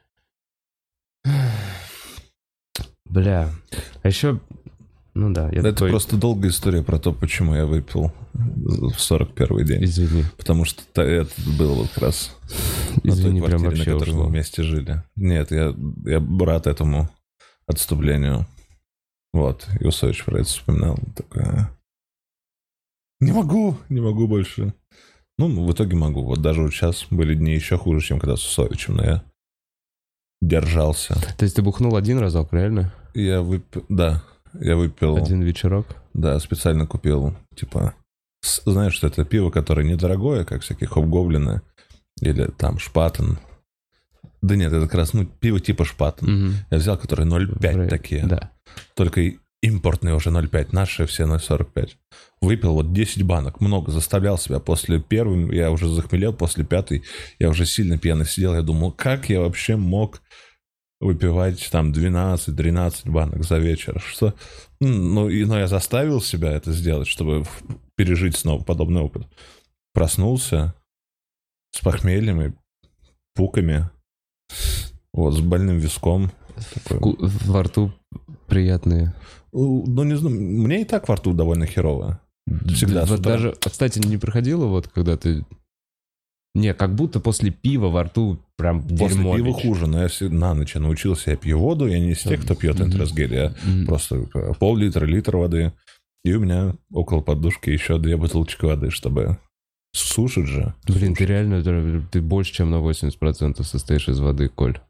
Бля. А еще... я это такой... просто долгая история про то, почему я выпил в 41-й день. Извини. Потому что это было вот как раз Извини, на той прям квартире, вообще на которой ушло. мы вместе жили. Нет, я брат этому отступлению. Вот, Иосович про это вспоминал. Такое... Не могу больше. В итоге могу. Вот даже вот сейчас были дни еще хуже, чем когда с Усовичем, но я держался. То есть ты бухнул один разок, реально? Я выпил... Один вечерок? Да, специально купил, знаешь, что это пиво, которое недорогое, как всякие хоб-гоблины, или там Шпатен. Да нет, это как раз, пиво типа Шпатен. Угу. Я взял, которые 0,5 такие. Да. Только импортные уже 0,5, наши все 0,45. Выпил 10 банок, много, заставлял себя. После первой я уже захмелел, после пятой я уже сильно пьяно сидел. Я думал, как я вообще мог выпивать там 12-13 банок за вечер? Что? Но я заставил себя это сделать, чтобы пережить снова подобный опыт. Проснулся с похмельем и пуками, с больным виском. Во рту приятные. Не знаю, мне и так во рту довольно херово. Всегда. Даже, кстати, не проходило, когда ты... Не, как будто после пива во рту прям дерьмо. После пива хуже, но я на ночь научился, я пью воду, я не из тех, кто пьет энтеросгель, я просто пол-литра, литр воды, и у меня около подушки еще 2 бутылочки воды, чтобы сушить же. Блин, ты реально, ты больше, чем на 80% состоишь из воды, Коль.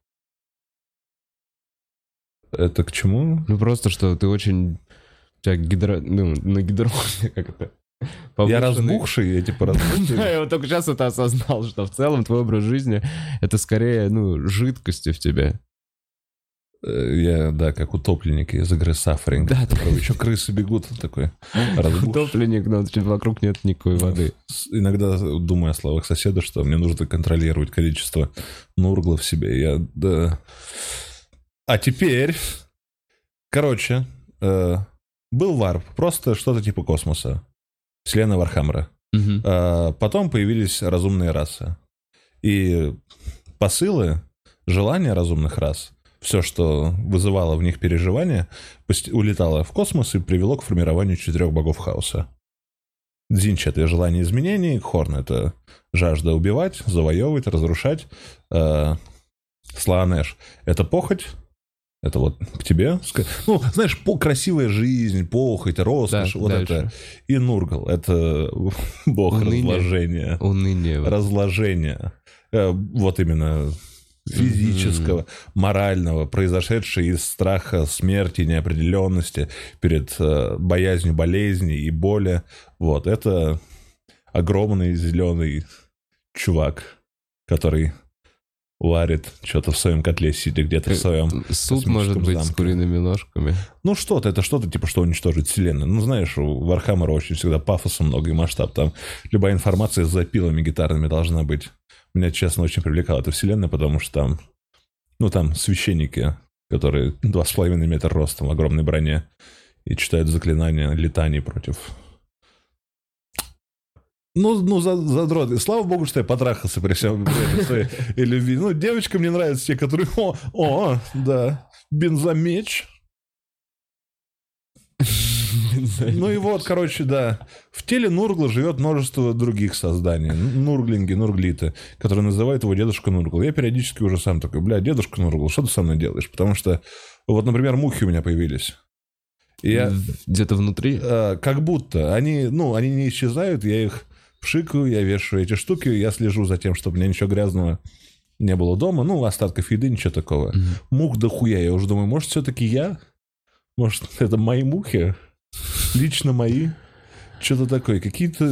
Это к чему? Просто, что ты очень... У тебя на гидрозе, как это... Я разбухший, я разбухший. Я вот только сейчас это осознал, что в целом твой образ жизни это скорее, жидкости в тебе. Я, как утопленник из игры Suffering. Да, такой, еще крысы бегут, такой разбухший. Утопленник, но вокруг нет никакой воды. Иногда думаю о словах соседа, что мне нужно контролировать количество нургла в себе. А теперь, был варп, просто что-то типа космоса. Вселенная Вархаммера. Потом появились разумные расы. И посылы, желания разумных рас, все, что вызывало в них переживания, улетало в космос и привело к формированию 4 богов хаоса. Дзинч — это желание изменений, Хорн — это жажда убивать, завоевывать, разрушать, Слаанеш — это похоть, это вот к тебе. Ну, знаешь, красивая жизнь, похоть, роскошь, да, вот дальше. Это. И Нургл — это бог разложения. Уныние. Разложения. Вот именно физического, морального, произошедшее из страха смерти, неопределенности, перед боязнью болезни и боли. Вот, это огромный зеленый чувак, который варит что-то в своем котле, сидя где-то в своем суп, может быть, замке. С куриными ножками. Ну, что-то, это что-то типа, что уничтожит вселенную. Ну, знаешь, у Вархаммера очень всегда пафоса много и масштаб. Там любая информация с запилами гитарными должна быть. Меня, честно, очень привлекала эта вселенная, потому что там, ну, там священники, которые 2,5 метра ростом в огромной броне и читают заклинания летаний против... Ну, задроты. Слава богу, что я потрахался при всем своей любви. Ну, девочкам мне нравятся те, которые... Да, бензомеч. Ну и вот, короче, да. В теле Нургла живет множество других созданий. Нурглинги, нурглиты, которые называют его дедушка Нургл. Я периодически уже сам такой, дедушка Нургл, что ты со мной делаешь? Потому что, вот, например, мухи у меня появились. И я... Где-то внутри? Как будто. Они не исчезают, я их пшикаю, я вешаю эти штуки, я слежу за тем, чтобы у меня ничего грязного не было дома. Ну, остатков еды, ничего такого. Мух дохуя. Я уже думаю, может, все-таки я? Может, это мои мухи? Лично мои? Что-то такое. Какие-то...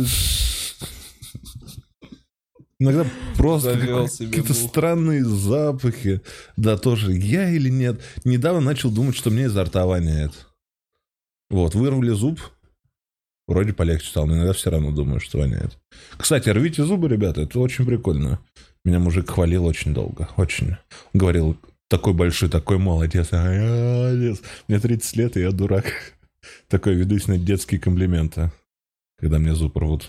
Иногда просто какие-то странные запахи. Да, тоже. Я или нет? Недавно начал думать, что мне изо рта воняет. Вот, вырвали зуб. Вроде полегче стало, но иногда все равно думаю, что воняет. Кстати, рвите зубы, ребята, это очень прикольно. Меня мужик хвалил очень долго. Очень. Он говорил, такой большой, такой молодец. Молодец. Мне 30 лет, и я дурак. Такой ведусь на детские комплименты, когда мне зуб рвут.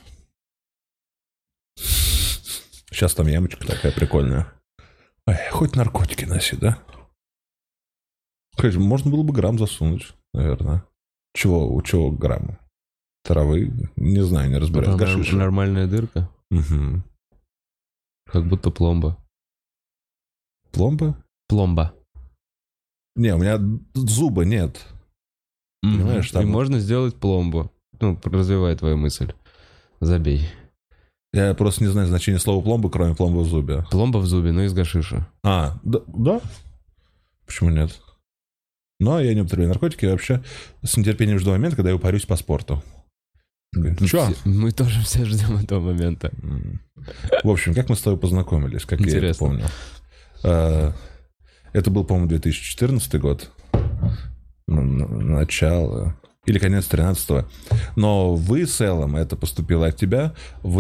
Сейчас там ямочка такая прикольная. Ой, хоть наркотики носи, да? Хоть можно было бы грамм засунуть, наверное. У чего грамм? Травы? Не знаю, не разбираюсь. Гашиша. Нормальная дырка? Угу. Как будто пломба. Пломба? Пломба. Не, у меня зуба нет. Понимаешь, там... И можно сделать пломбу. Ну, развивай твою мысль. Забей. Я просто не знаю значения слова пломба, кроме пломбы в зубе. Пломба в зубе, но из гашиша. Да? Почему нет? Но я не употребляю наркотики, я вообще с нетерпением жду момента, когда я упарюсь по спорту. Чё? Мы тоже все ждем этого момента. В общем, как мы с тобой познакомились, как интересно. Я это помню. Это был, по-моему, 2014 год. Начало. Или конец 13-го. Но вы с Эллом, это поступило от тебя,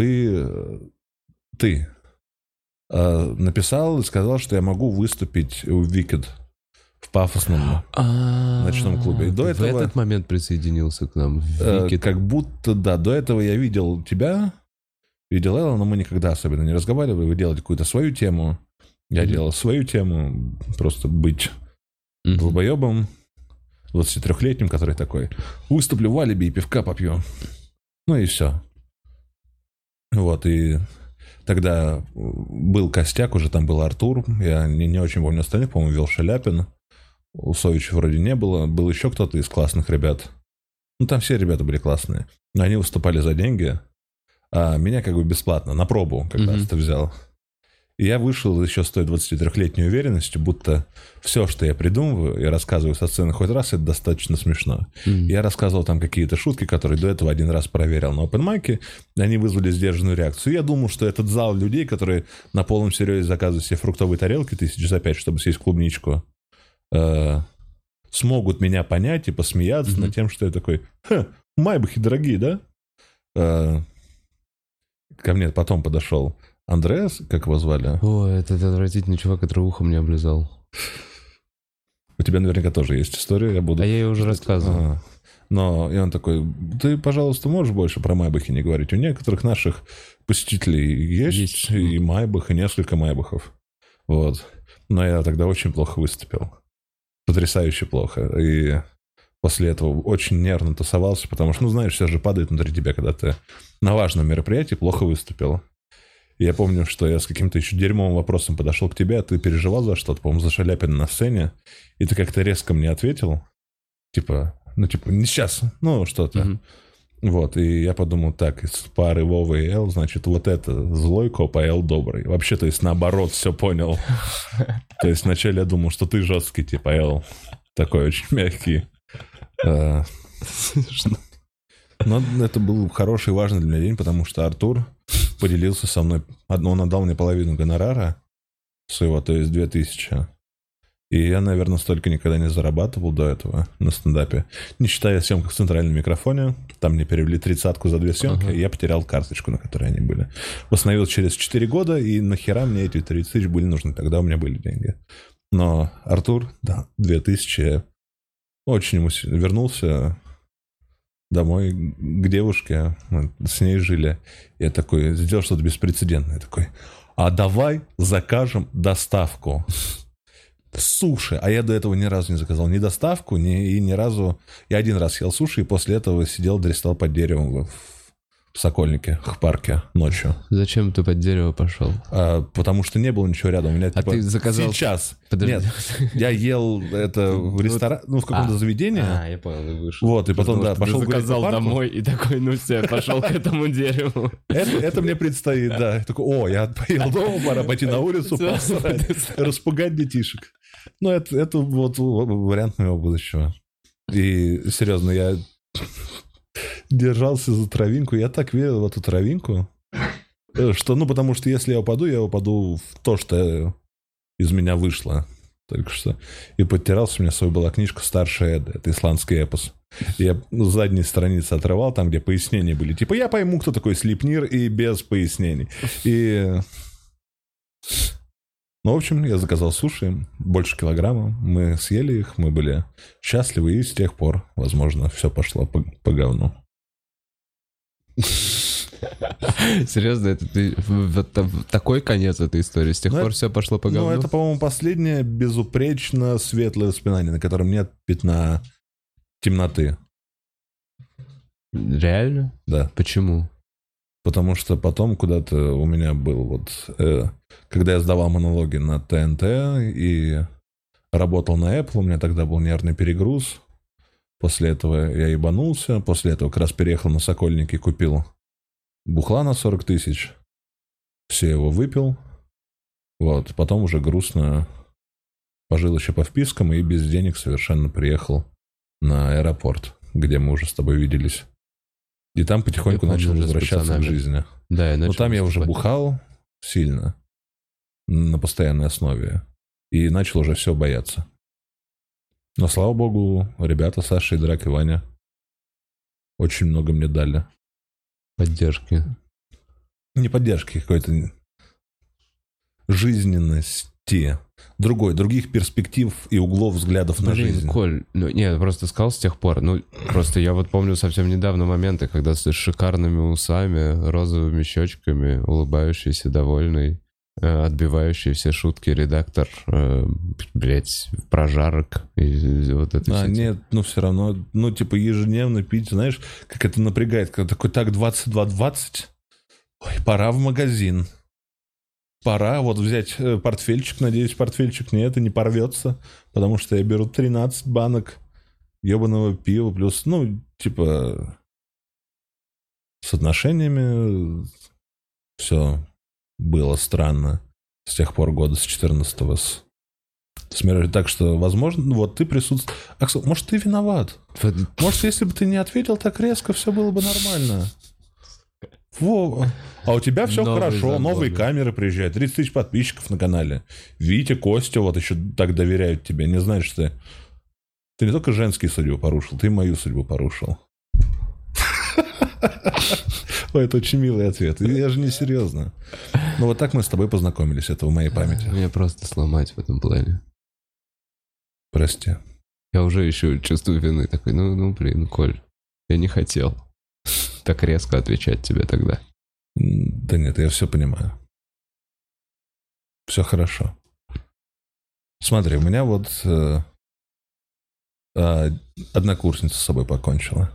ты написал и сказал, что я могу выступить у Wicked в пафосном ночном клубе. И до этого, в этот момент присоединился к нам. Как будто, да. До этого я видел тебя, видел Элла, но мы никогда особенно не разговаривали. Вы делали какую-то свою тему. Я делал свою тему. Просто быть долбоебом 23-летним, который такой: выступлю в алиби и пивка попью. Ну и все. Вот, и тогда был костяк, уже там был Артур. Я не очень помню остальных, по-моему, вел Шаляпин. Усовича вроде не было. Был еще кто-то из классных ребят. Ну, там все ребята были классные. Но они выступали за деньги, а меня как бы бесплатно, на пробу как раз ты взял. И я вышел еще с той 23-летней уверенностью, будто все, что я придумываю и рассказываю со сцены хоть раз, это достаточно смешно. Я рассказывал там какие-то шутки, которые до этого один раз проверил на опенмайке, и они вызвали сдержанную реакцию. Я думал, что этот зал людей, которые на полном серьезе заказывают себе фруктовые тарелки 1000 за 5, чтобы съесть клубничку, смогут меня понять и посмеяться над тем, что я такой: майбахи дорогие, да? Ко мне потом подошел Андреас, как его звали? О, этот отвратительный чувак, который ухо мне облизал. У тебя наверняка тоже есть история, я буду... А я ее уже рассказывал. Но и он такой, ты, пожалуйста, можешь больше про Майбахи не говорить? У некоторых наших посетителей есть и Майбах, и несколько Майбахов. Вот. Но я тогда очень плохо выступил. Потрясающе плохо. И после этого очень нервно тусовался, потому что, ну, знаешь, все же падает внутри тебя, когда ты на важном мероприятии плохо выступил. И я помню, что я с каким-то еще дерьмовым вопросом подошел к тебе, а ты переживал за что-то, по-моему, за Шаляпина на сцене, и ты как-то резко мне ответил, типа, не сейчас, что-то. Mm-hmm. Вот, и я подумал, так, из пары Вова и Эл, значит, вот это злой коп, а Эл добрый. Вообще, то есть, наоборот, все понял. То есть, вначале я думал, что ты жесткий, типа, Эл такой очень мягкий. Но это был хороший и важный для меня день, потому что Артур поделился со мной, он отдал мне половину гонорара своего, то есть 2000. И я, наверное, столько никогда не зарабатывал до этого на стендапе. Не считая съемок в центральном микрофоне. Там мне перевели 30-ку за 2 съемки, и я потерял карточку, на которой они были. Восстановил через 4 года, и нахера мне эти 30 тысяч были нужны? Тогда у меня были деньги. Но Артур, да, 2000, очень ему вернулся домой к девушке, мы с ней жили. Я такой, сделал что-то беспрецедентное. Я такой, а давай закажем доставку. Суши. А я до этого ни разу не заказал ни доставку, ни разу... Я один раз ел суши, и после этого сидел, дристал под деревом в Сокольнике, в парке ночью. Зачем ты под дерево пошел? Потому что не было ничего рядом. У меня, ты заказал... Сейчас. Подожди. Нет, я ел это в ресторане, в каком-то заведении. Я понял, и вышел. Вот, и потом, пошел гулять по парку. Заказал домой, и такой, все, пошел к этому дереву. Это мне предстоит, да. Я такой, я поел дома, пора пойти на улицу, распугать детишек. Ну, это вот вариант моего будущего. И, серьезно, я держался за травинку. Я так верил в эту травинку, что, потому что если я упаду в то, что из меня вышло только что. И подтирался, у меня с собой была книжка «Старшая Эда». Это исландский эпос. Я с задней страницы отрывал, там, где пояснения были. Типа, я пойму, кто такой Слипнир, и без пояснений. Ну, в общем, я заказал суши, больше килограмма. Мы съели их, мы были счастливы, и с тех пор, возможно, все пошло по говну. Серьезно, это ты такой конец этой истории? С тех пор все пошло по говну? Ну, это, по-моему, последнее безупречно светлое воспоминание, на котором нет пятна темноты. Реально? Да. Почему? Потому что потом куда-то у меня был когда я сдавал монологи на ТНТ и работал на Apple, у меня тогда был нервный перегруз. После этого я ебанулся, после этого как раз переехал на Сокольники, купил бухла на 40 тысяч, все его выпил, вот, потом уже грустно пожил еще по впискам и без денег совершенно приехал на аэропорт, где мы уже с тобой виделись. И там потихоньку начал возвращаться к жизни. Да, но там я уже бухал сильно, на постоянной основе, и начал уже все бояться. Но, слава богу, ребята Саша и Драк и Ваня очень много мне дали. Поддержки. Не поддержки, какой-то жизненности. Других перспектив и углов взглядов на жизнь. Коль, я просто сказал с тех пор. Просто я вот помню совсем недавно моменты, когда с шикарными усами, розовыми щечками, улыбающийся, довольный, отбивающий все шутки редактор, прожарок и вот это все. Нет, все равно, ежедневно пить, знаешь, как это напрягает, когда такой, 22:20, ой, пора в магазин. Пора взять портфельчик, надеюсь, портфельчик не порвется, потому что я беру 13 банок ебаного пива, плюс, с отношениями все было странно с тех пор года, с 14-го, так что, возможно, ты присутствуешь. Аксел, может, ты виноват? Может, если бы ты не ответил так резко, все было бы нормально. А у тебя все хорошо, новые камеры приезжают, 30 тысяч подписчиков на канале. Витя, Костя еще так доверяют тебе. Не знаешь, что ты не только женские судьбу порушил, ты и мою судьбу порушил. Ой, это очень милый ответ. Я же не серьезно. Но вот так мы с тобой познакомились, это в моей памяти. Меня просто сломать в этом плане. Прости. Я уже еще чувствую вины. Такой, блин, Коль, я не хотел так резко отвечать тебе тогда. Да нет, я все понимаю. Все хорошо. Смотри, у меня вот однокурсница с собой покончила.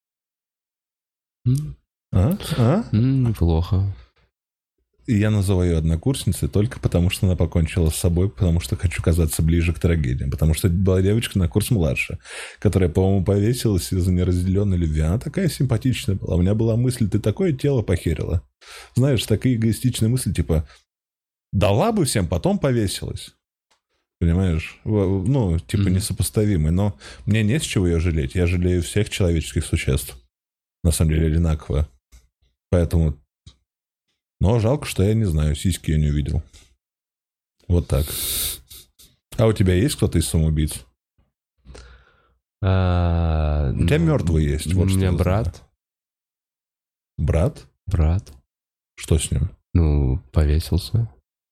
Неплохо. И я называю ее однокурсницей только потому, что она покончила с собой, потому что хочу казаться ближе к трагедиям. Потому что была девочка на курс младше, которая, по-моему, повесилась из-за неразделенной любви. Она такая симпатичная была. У меня была мысль, ты такое тело похерила. Знаешь, такая эгоистичная мысль, типа, дала бы всем, потом повесилась. Понимаешь? Ну, типа, несопоставимый. Но мне нет с чего ее жалеть. Я жалею всех человеческих существ. На самом деле, одинаково. Поэтому... Но жалко, что я не знаю, сиськи я не увидел. Вот так. А у тебя есть кто-то из самоубийц? У тебя мертвый есть. Вот у меня брат. Брат? Брат. Что с ним? Повесился.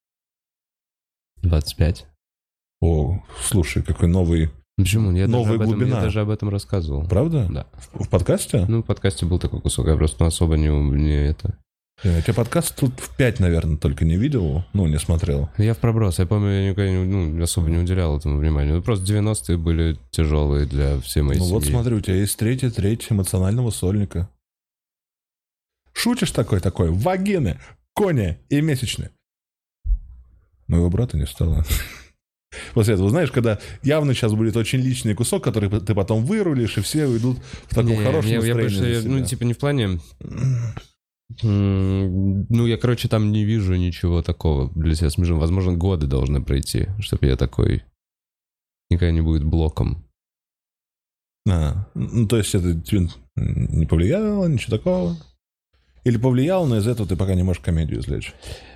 25. О, слушай, какой новый... Почему? Я глубина. Я даже об этом рассказывал. Правда? Да. В подкасте? В подкасте был такой кусок, я просто особо не это... Я тебя подкаст тут в 5, наверное, только не видел, не смотрел. Я в проброс. Я помню, я никогда особо не уделял этому внимания. Просто 90-е были тяжелые для всей моей семьи. Вот смотри, у тебя есть третья треть эмоционального сольника. Шутишь такой, вагины, кони и месячные. Моего брата не стало. После этого, знаешь, когда явно сейчас будет очень личный кусок, который ты потом вырулишь, и все уйдут в таком хорошем настроении. Я не в плане... я, там не вижу ничего такого для себя смешного. Возможно, годы должны пройти, чтобы я такой никогда не будет блоком. То есть это тебе не повлияло, ничего такого? Или повлияло, но из этого ты пока не можешь комедию извлечь?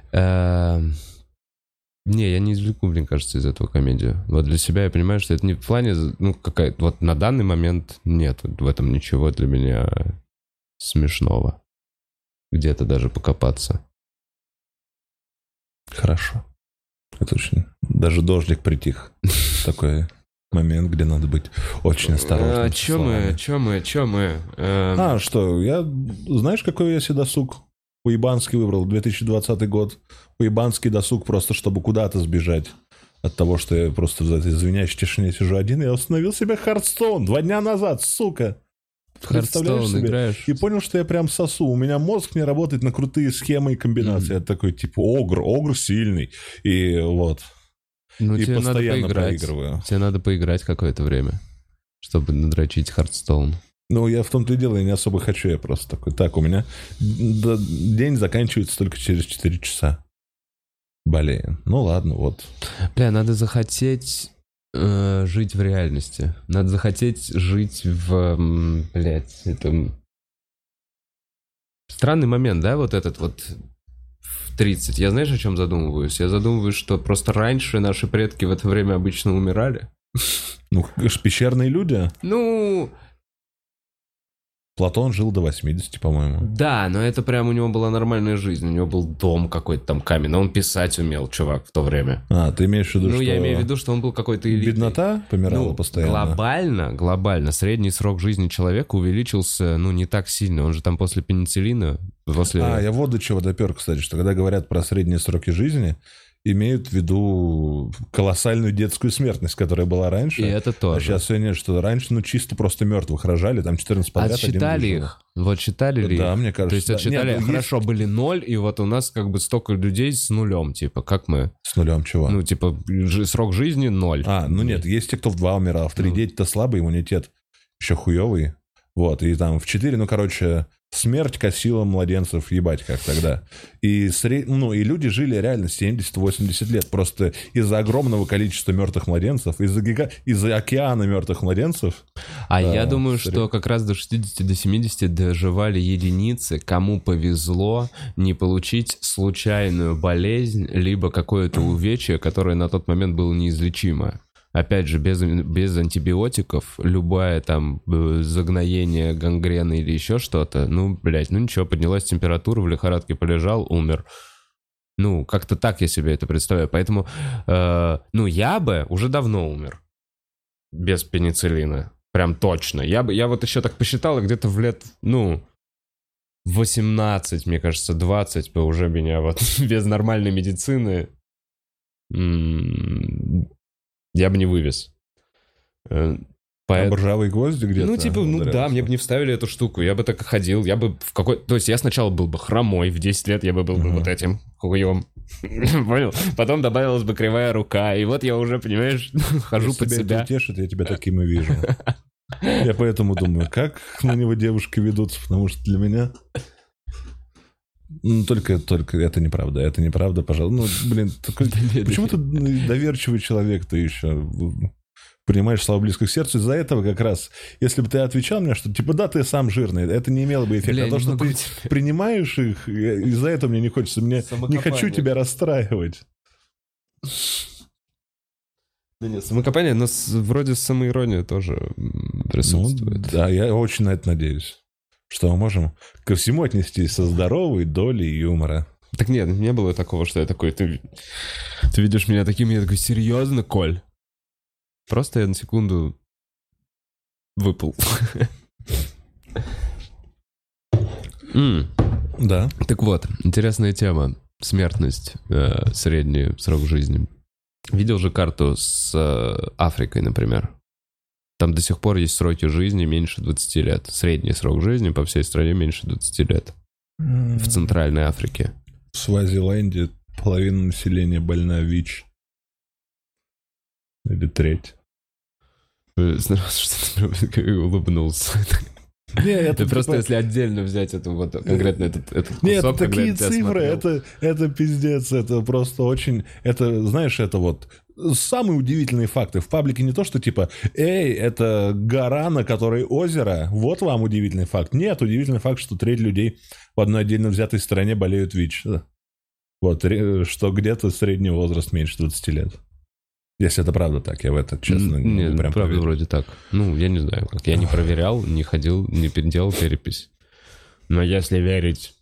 Не, я не извлеку, мне кажется, из этого комедию. Вот для себя я понимаю, что это не в плане, вот на данный момент нет в этом ничего для меня смешного. Где-то даже покопаться. Хорошо. Это очень... Даже дождик притих. Такой момент, где надо быть очень осторожным. Чё мы? Знаешь, какой я себе досуг уебанский выбрал? 2020 год. Уебанский досуг просто, чтобы куда-то сбежать. От того, что я просто в этой звенящей тишине сижу один. Я установил себе Hearthstone 2 дня назад, сука. Представляешь себе? Играешь. И понял, что я прям сосу. У меня мозг не работает на крутые схемы и комбинации. Я такой, типа, огр сильный. И вот. И тебе постоянно надо проигрываю. Тебе надо поиграть какое-то время, чтобы надрочить Hearthstone. Я в том-то и дело, я не особо хочу. Я просто такой, у меня день заканчивается только через 4 часа. Блин, ладно, вот. Надо захотеть... жить в реальности. Надо захотеть жить в... это... Странный момент, да, вот этот вот в 30. Я знаешь, о чем задумываюсь? Я задумываюсь, что просто раньше наши предки в это время обычно умирали. Пещерные люди? Платон жил до 80, по-моему. Да, но это прям у него была нормальная жизнь. У него был дом какой-то там каменный. Он писать умел, чувак, в то время. Ты имеешь в виду, что... я имею в виду, что он был какой-то элитный. Беднота помирала постоянно? Глобально. Средний срок жизни человека увеличился, не так сильно. Он же там после пенициллина... Я вот до чего допер, кстати, что когда говорят про средние сроки жизни, имеют в виду колоссальную детскую смертность, которая была раньше. И это тоже. А сейчас все нет, что раньше, чисто просто мертвых рожали, там 14 подряд. Отсчитали их? Вот считали ли? Да, мне кажется. То есть отсчитали, хорошо, были 0, и вот у нас столько людей с нулем, как мы. С нулем чего? Срок жизни 0. Нет, есть те, кто в 2 умирал, в 3 дети-то слабый иммунитет, еще хуевый. Вот, и там в 4, смерть косила младенцев, ебать как тогда. И люди жили реально 70-80 лет. Просто из-за огромного количества мертвых младенцев, из-за океана мертвых младенцев. Я думаю, что как раз до 60, до 70 доживали единицы, кому повезло не получить случайную болезнь, либо какое-то увечье, которое на тот момент было неизлечимо. Опять же, без антибиотиков, любое там загноение, гангрена или еще что-то, ничего, поднялась температура, в лихорадке полежал, умер. Как-то так я себе это представляю. Поэтому, я бы уже давно умер. без пенициллина. Прям точно. Я вот еще так посчитал, и где-то в лет, 18, мне кажется, 20 бы уже меня вот без нормальной медицины я бы не вывез. Ржавые гвозди где-то? Да, мне бы не вставили эту штуку. Я бы так и ходил, я бы в какой... То есть я сначала был бы хромой, в 10 лет я бы был бы вот этим хуем. Понял? Потом добавилась бы кривая рука, и вот я уже, понимаешь, хожу под себя. Это утешит, я тебя таким и вижу. Я поэтому думаю, как на него девушки ведутся, потому что для меня... Только это неправда, пожалуй. Почему ты доверчивый человек, ты еще принимаешь слова близко к сердцу? Из-за этого как раз, если бы ты отвечал мне, что типа да, ты сам жирный, это не имело бы эффекта. А то, что ты принимаешь их, из-за этого мне не хочется, не хочу тебя расстраивать. Да нет, самокопание, но вроде самоирония тоже присутствует. Да, я очень на это надеюсь. Что мы можем ко всему отнестись со здоровой долей юмора. Так нет, не было такого, что я такой, ты видишь меня таким, я такой, серьезно, Коль? Просто я на секунду выпал. Да. Так вот, интересная тема. Смертность, средний срок жизни. Видел же карту с Африкой, например? Там до сих пор есть сроки жизни меньше 20 лет. Средний срок жизни по всей стране меньше 20 лет. В Центральной Африке. В Свазиленде половина населения больна ВИЧ. Или треть. Что ты улыбнулся. Не, это просто если отдельно взять это вот конкретно этот кусок. Нет, это такие цифры, это пиздец, это просто очень, это, знаешь, это вот самые удивительные факты. В паблике не то, что типа, это гора, на которой озеро, вот вам удивительный факт. Нет, удивительный факт, что треть людей в одной отдельно взятой стране болеют ВИЧ. Вот, что где-то средний возраст меньше 20 лет. Если это правда так, я в это, честно, не прям правда поверить. Вроде так. Я не знаю, как. Я не проверял, не ходил, не делал перепись. Но если верить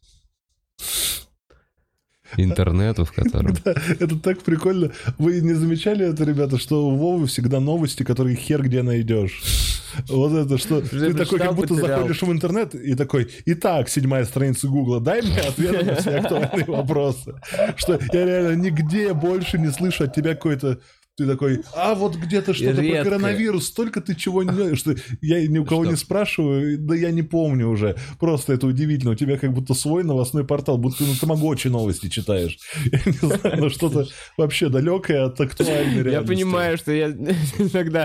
интернету, в котором... Это так прикольно. Вы не замечали это, ребята, что у Вовы всегда новости, которые хер где найдешь? Вот это, что ты такой, как будто заходишь в интернет и такой, итак, 7-я страница Гугла, дай мне ответ на все актуальные вопросы. Что я реально нигде больше не слышу от тебя какой-то... Ты такой, вот где-то что-то про коронавирус, столько ты чего не знаешь, что я ни у кого не спрашиваю, да я не помню уже. Просто это удивительно. У тебя как будто свой новостной портал, будто ты на Тамагочи новости читаешь. Я не знаю, что-то вообще далекое от актуальной реальности. Я понимаю, что я иногда,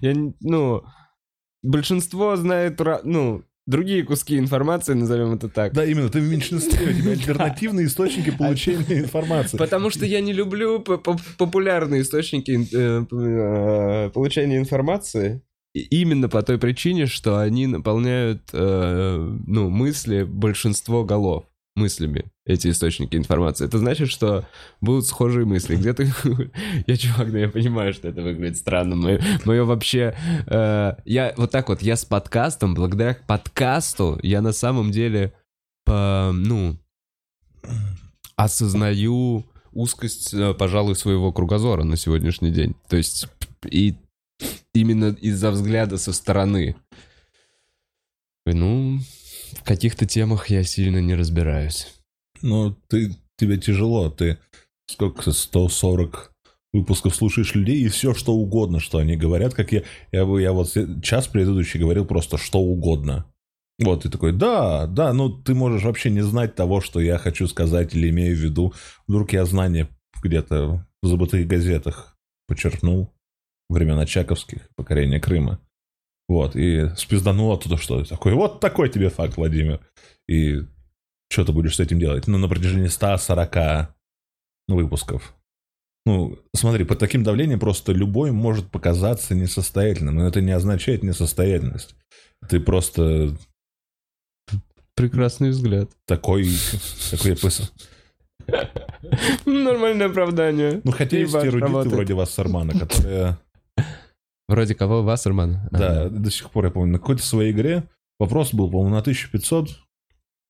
большинство знает, другие куски информации, назовем это так. Да, именно, ты в меньшинстве, у тебя альтернативные источники получения информации. Потому что я не люблю популярные источники получения информации. Именно по той причине, что они наполняют мысли большинство голов мыслями, эти источники информации. Это значит, что будут схожие мысли. Где-то... Я чувак, я понимаю, что это выглядит странно. Мое вообще... Я вот так вот, я с подкастом, благодаря подкасту, я на самом деле осознаю узкость, пожалуй, своего кругозора на сегодняшний день. То есть и именно из-за взгляда со стороны. В каких-то темах я сильно не разбираюсь. Тебе тяжело. Ты сколько, 140 выпусков слушаешь людей, и все что угодно, что они говорят, как я вот час предыдущий говорил просто что угодно. Вот, ты такой, да, ты можешь вообще не знать того, что я хочу сказать или имею в виду. Вдруг я знания где-то в забытых газетах подчеркнул времен Очаковских, покорения Крыма. Вот, и спизданул оттуда что-то такое. Вот такой тебе факт, Владимир. И что ты будешь с этим делать? На протяжении 140 выпусков. Смотри, под таким давлением просто любой может показаться несостоятельным. Но это не означает несостоятельность. Ты просто... Прекрасный взгляд. Такой Нормальное оправдание. Хотя есть эрудиты вроде Вассермана, которые... Вроде кого? Вассерман? Да, до сих пор я помню. На какой-то своей игре вопрос был, по-моему, на 1500.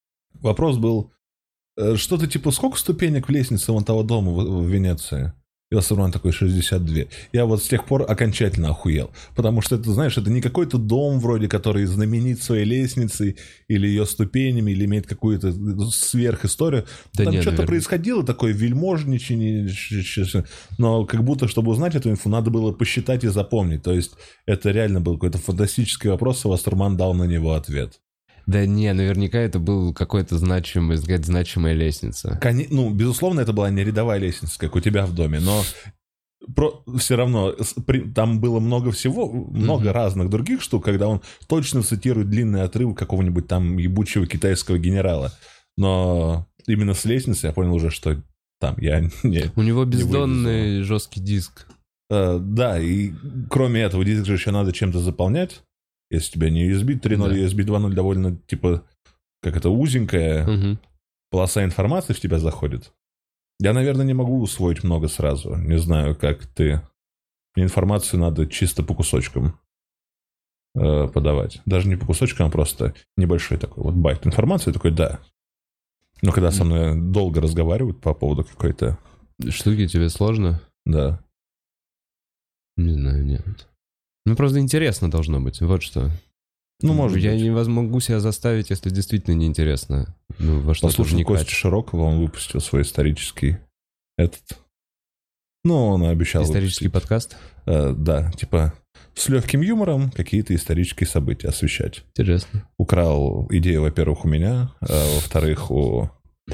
Вопрос был что-то типа, сколько ступенек в лестнице вон того дома в Венеции? И Вассерман такой 62. Я вот с тех пор окончательно охуел. Потому что это, знаешь, это не какой-то дом вроде, который знаменит своей лестницей или ее ступенями, или имеет какую-то сверхисторию. Да там нет, что-то наверное. происходило, такое вельможничание. Но как будто, чтобы узнать эту инфу, надо было посчитать и запомнить. То есть это реально был какой-то фантастический вопрос, и Вассерман дал на него ответ. Да не, наверняка это был какая-то значимая лестница. Ну, безусловно, это была не рядовая лестница, как у тебя в доме, но все равно там было много всего, много разных других штук, когда он точно цитирует длинный отрывок какого-нибудь там ебучего китайского генерала. Но именно с лестницы я понял уже, что там я не... У него бездонный жесткий диск. Да, и кроме этого, диск же еще надо чем-то заполнять. Если у тебя не USB 3.0, Да. USB 2.0 довольно, типа, как это, узенькая полоса информации в тебя заходит. Я, наверное, не могу усвоить много сразу. Не знаю, как ты. Мне информацию надо чисто по кусочкам подавать. Даже не по кусочкам, а просто небольшой такой вот байт информации. Такой, да. Но когда со мной долго разговаривают по поводу какой-то... Штуки тебе сложно? Да. Не знаю, нет. Ну, просто интересно должно быть, вот что. Ну, может Я быть. не могу себя заставить, если действительно неинтересно. Ну, во что-то Послушал вникать. Костю Широкого, он выпустил свой исторический этот... Ну, он обещал Исторический выпустить. подкаст? Да, типа с легким юмором какие-то исторические события освещать. Интересно. Украл идею, во-первых, у меня, а во-вторых, у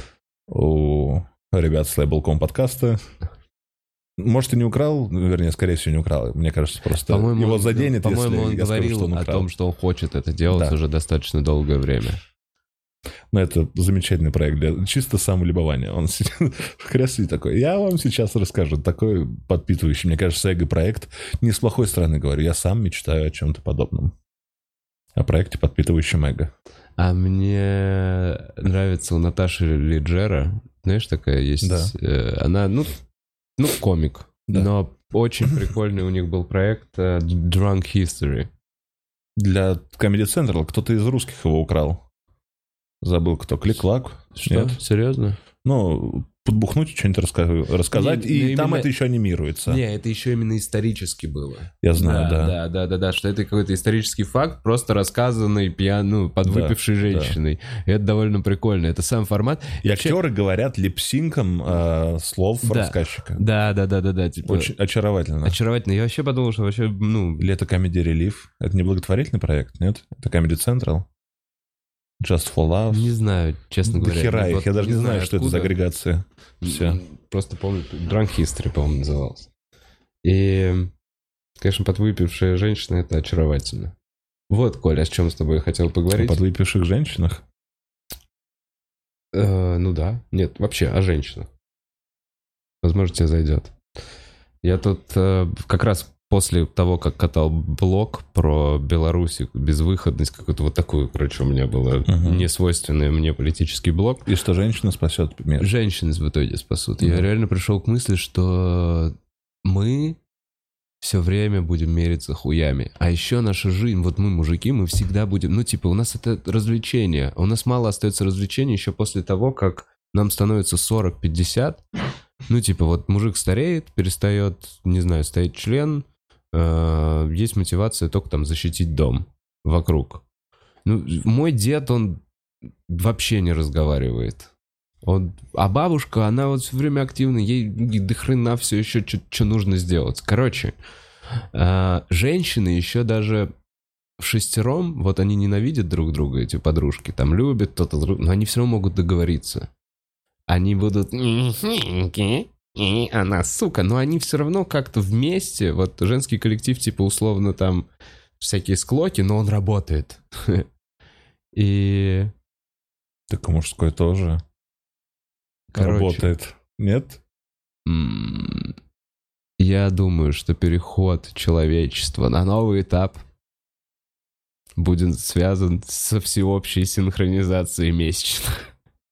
ребят с Label.com подкаста. Может, и не украл, вернее, скорее всего, не украл. Мне кажется, просто По-моему, его заденет, по-моему, если он я скажу, говорил что он о украл. том, что он хочет это делать Да. уже достаточно долгое время. Но это замечательный проект для чисто самолюбования. Он красивый такой. Я вам сейчас расскажу. Такой подпитывающий, мне кажется, эго-проект. Не с плохой стороны говорю. Я сам мечтаю о чем-то подобном. О проекте, подпитывающем эго. А мне нравится у Наташи Лиджера, знаешь, такая есть. Да. Она, ну, комик. Да. Но очень прикольный у них был проект Drunk History. Для Comedy Central кто-то из русских его украл. Забыл, кто. Клик-клак. Что? Нет? Серьезно? Ну, подбухнуть, что-нибудь рассказать, Не, и ну, там именно- это еще анимируется. Не, это еще именно исторически было. Я знаю, да. Да, что это какой-то исторический факт, просто рассказанный подвыпившей Да, женщиной. И это довольно прикольно. Это сам формат. И актеры говорят липсинком слов Да. рассказчика. Да, типа... Очень очаровательно. Очаровательно. Я вообще подумал, что вообще, Или это Comedy Relief? Это не благотворительный проект, нет? Это Comedy Central? Just for Love? не знаю, честно Да говоря. хера их, Вот я даже не знаю, знаю, что это за откуда. агрегация. Все. Просто помню, Drunk History, по-моему, назывался. И, конечно, подвыпившая женщина — это очаровательно. Вот, Коля, о чем с тобой хотел О поговорить. подвыпивших женщинах? Ну да. Нет, вообще о женщинах. Возможно, тебе зайдет. Я тут как раз после того, как катал блог про Беларусь, безвыходность, какую-то вот такую, короче, у меня было несвойственный мне политический блог. И что женщина спасет мир? Женщин в итоге спасут. Я реально пришел к мысли, что мы все время будем мериться хуями. А еще наша жизнь, вот мы, мужики, мы всегда будем... Ну, типа, у нас это развлечение. У нас мало остается развлечений еще после того, как нам становится 40-50. Ну, типа, вот мужик стареет, перестает, не знаю, стоять член. Есть мотивация только там защитить дом вокруг. Ну, мой дед, он вообще не разговаривает. А бабушка, она вот все время активна, ей до хрена все еще что нужно сделать. Короче, женщины еще даже вшестером, вот они ненавидят друг друга, эти подружки, там любят кто-то, но они все равно могут договориться. Они будут... Она, сука, но они все равно как-то вместе, вот женский коллектив, типа, условно, там всякие склоки, но он работает. И... Так мужской тоже работает. Нет? Я думаю, что переход человечества на новый этап будет связан со всеобщей синхронизацией месячных.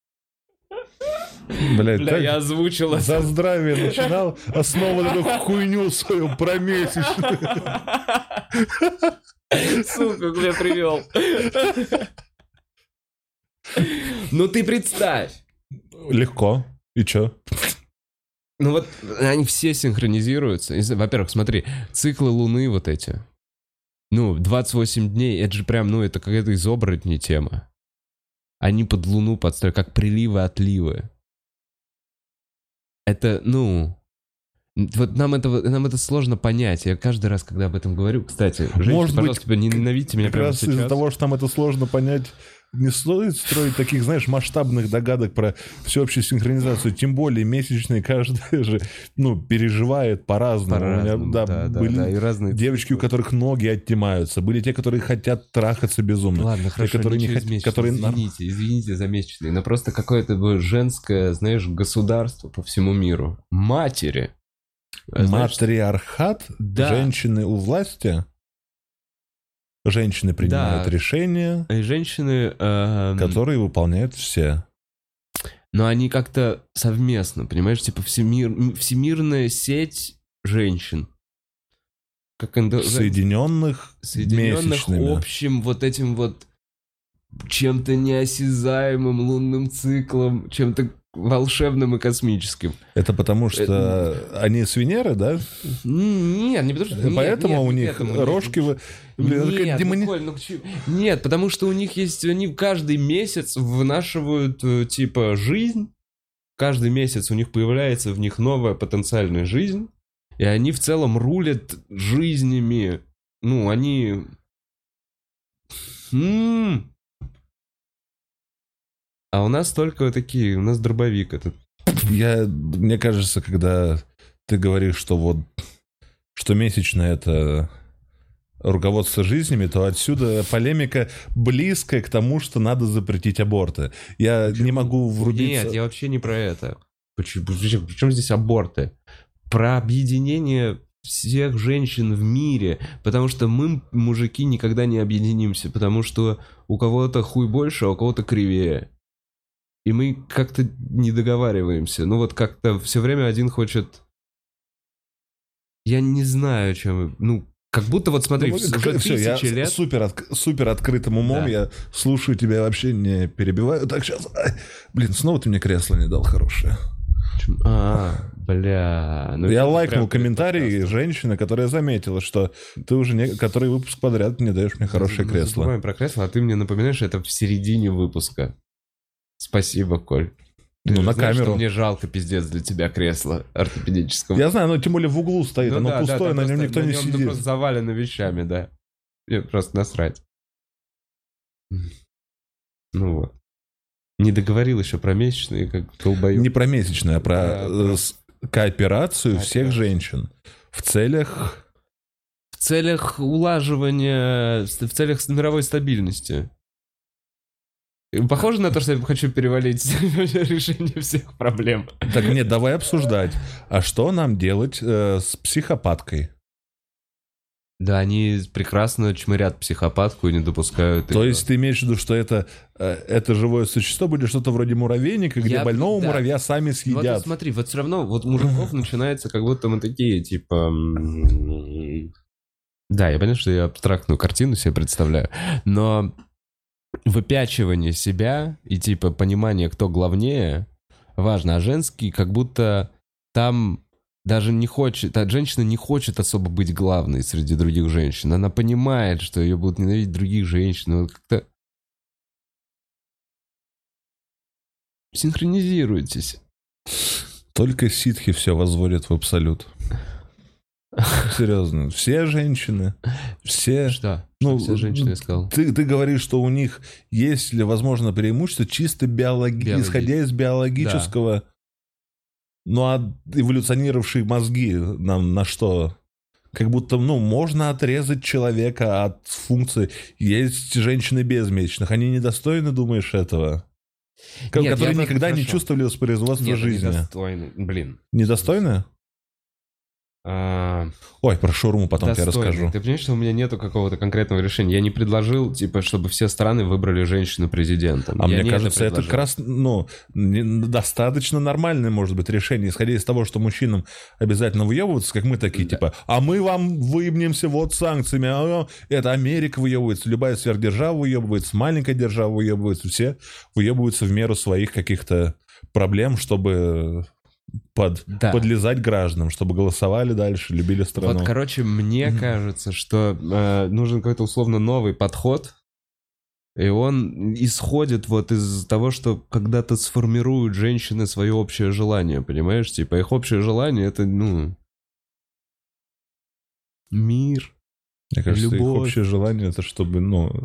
Блядь, Бля, так я озвучил это. за здравие начинал, а снова эту хуйню свою про месячную. Сука, меня привел. Ну ты представь. Легко. И чё? Ну вот они все синхронизируются. Во-первых, смотри, циклы Луны вот эти. 28 дней, это же прям, это какая-то из оборотней тема. Они под Луну подстроены, как приливы-отливы. Это, вот нам это сложно понять. Я каждый раз, когда об этом говорю, кстати, женщины, пожалуйста, не ненавидьте меня прямо сейчас. Как раз из-за того, что нам это сложно понять, не стоит строить таких, знаешь, масштабных догадок про всеобщую синхронизацию. Тем более месячные каждая же, переживает по-разному. По-разному, да, были и разные девочки, у которых ноги оттимаются. Были те, которые хотят трахаться безумно. Ладно, хорошо, которые не хотят, которые... Извините за месячные. Но просто какое-то женское, знаешь, государство по всему миру. Матери. Матриархат? Да. Женщины у власти? Женщины принимают решения, и женщины, которые выполняют все. Но они как-то совместно, понимаешь, типа всемирная сеть женщин. Как Соединенных месячными. Общим вот этим вот чем-то неосязаемым лунным циклом, чем-то волшебным и космическим. Это потому что они с Венеры, да? Нет, не потому что... Поэтому у них рожки... Нет, потому что у них есть... Они каждый месяц вынашивают, жизнь. Каждый месяц у них появляется в них новая потенциальная жизнь. И они в целом рулят жизнями. Они... А у нас только такие, у нас дробовик этот. Мне кажется, когда ты говоришь, что месячное это руководство жизнями, то отсюда полемика близкая к тому, что надо запретить аборты. Я не могу врубиться... Нет, я вообще не про это. Причем здесь аборты? Про объединение всех женщин в мире, потому что мы, мужики, никогда не объединимся, потому что у кого-то хуй больше, а у кого-то кривее. И мы как-то не договариваемся. Как-то все время один хочет... Я не знаю, чем... как будто смотри, уже тысячи лет... Супер открытым умом, да. Я слушаю тебя, вообще не перебиваю. Так, сейчас... снова ты мне кресло не дал хорошее. Бля... я лайкнул комментарий женщины, которая заметила, что ты уже который выпуск подряд не даешь мне хорошее кресло. Мы забываем про кресло, а ты мне напоминаешь, это в середине выпуска. Спасибо, Коль. Ты на знаешь, камеру. Что мне жалко, пиздец, для тебя кресло ортопедического. Я знаю, но тем более в углу стоит, оно пустое, на нем никто не сидит. Оно просто завалено вещами, да. Мне просто насрать. Не договорил еще про месячные, как долбоёб. Не про месячные, а про кооперацию всех женщин в целях... В целях улаживания, в целях мировой стабильности. Похоже на то, что я хочу перевалить решение всех проблем. Так нет, давай обсуждать. А что нам делать с психопаткой? Да, они прекрасно чмырят психопатку и не допускают... То есть ты имеешь в виду, что это живое существо будет что-то вроде муравейника, где больного муравья сами съедят? Смотри, все равно у мужиков начинается, как будто мы такие, Да, я понимаю, что я абстрактную картину себе представляю, но... Выпячивание себя и понимание, кто главнее, важно. А женский, как будто там даже не хочет, женщина не хочет особо быть главной среди других женщин. Она понимает, что ее будут ненавидеть других женщин. Как-то синхронизируйтесь. Только ситхи все возводят в абсолют. Серьезно, все женщины, все... Что? Все женщины, я сказал. Ты говоришь, что у них есть ли, возможно, преимущество чисто исходя из биологического... Да. Эволюционировавшие мозги нам на что? Как будто, можно отрезать человека от функции. Есть женщины без месячных, они недостойны, думаешь, этого? Которые никогда не чувствовали воспроизводства жизни. Недостойны, блин. Недостойны? Ой, про шаурму потом тебе расскажу. Ты понимаешь, что у меня нету какого-то конкретного решения? Я не предложил, чтобы все страны выбрали женщину президентом. Мне кажется, это как раз, достаточно нормальное, может быть, решение, исходя из того, что мужчинам обязательно выебываться, как мы такие, а мы вам выебнемся санкциями. Это Америка выебывается, любая сверхдержава выебывается, маленькая держава выебывается, все выебываются в меру своих каких-то проблем, чтобы подлезать гражданам, чтобы голосовали дальше, любили страну. Вот, короче, мне кажется, что нужен какой-то условно новый подход, и он исходит вот из того, что когда-то сформируют женщины свое общее желание, понимаешь? Типа их общее желание — это, мир, мне кажется, любовь. Их общее желание — это чтобы,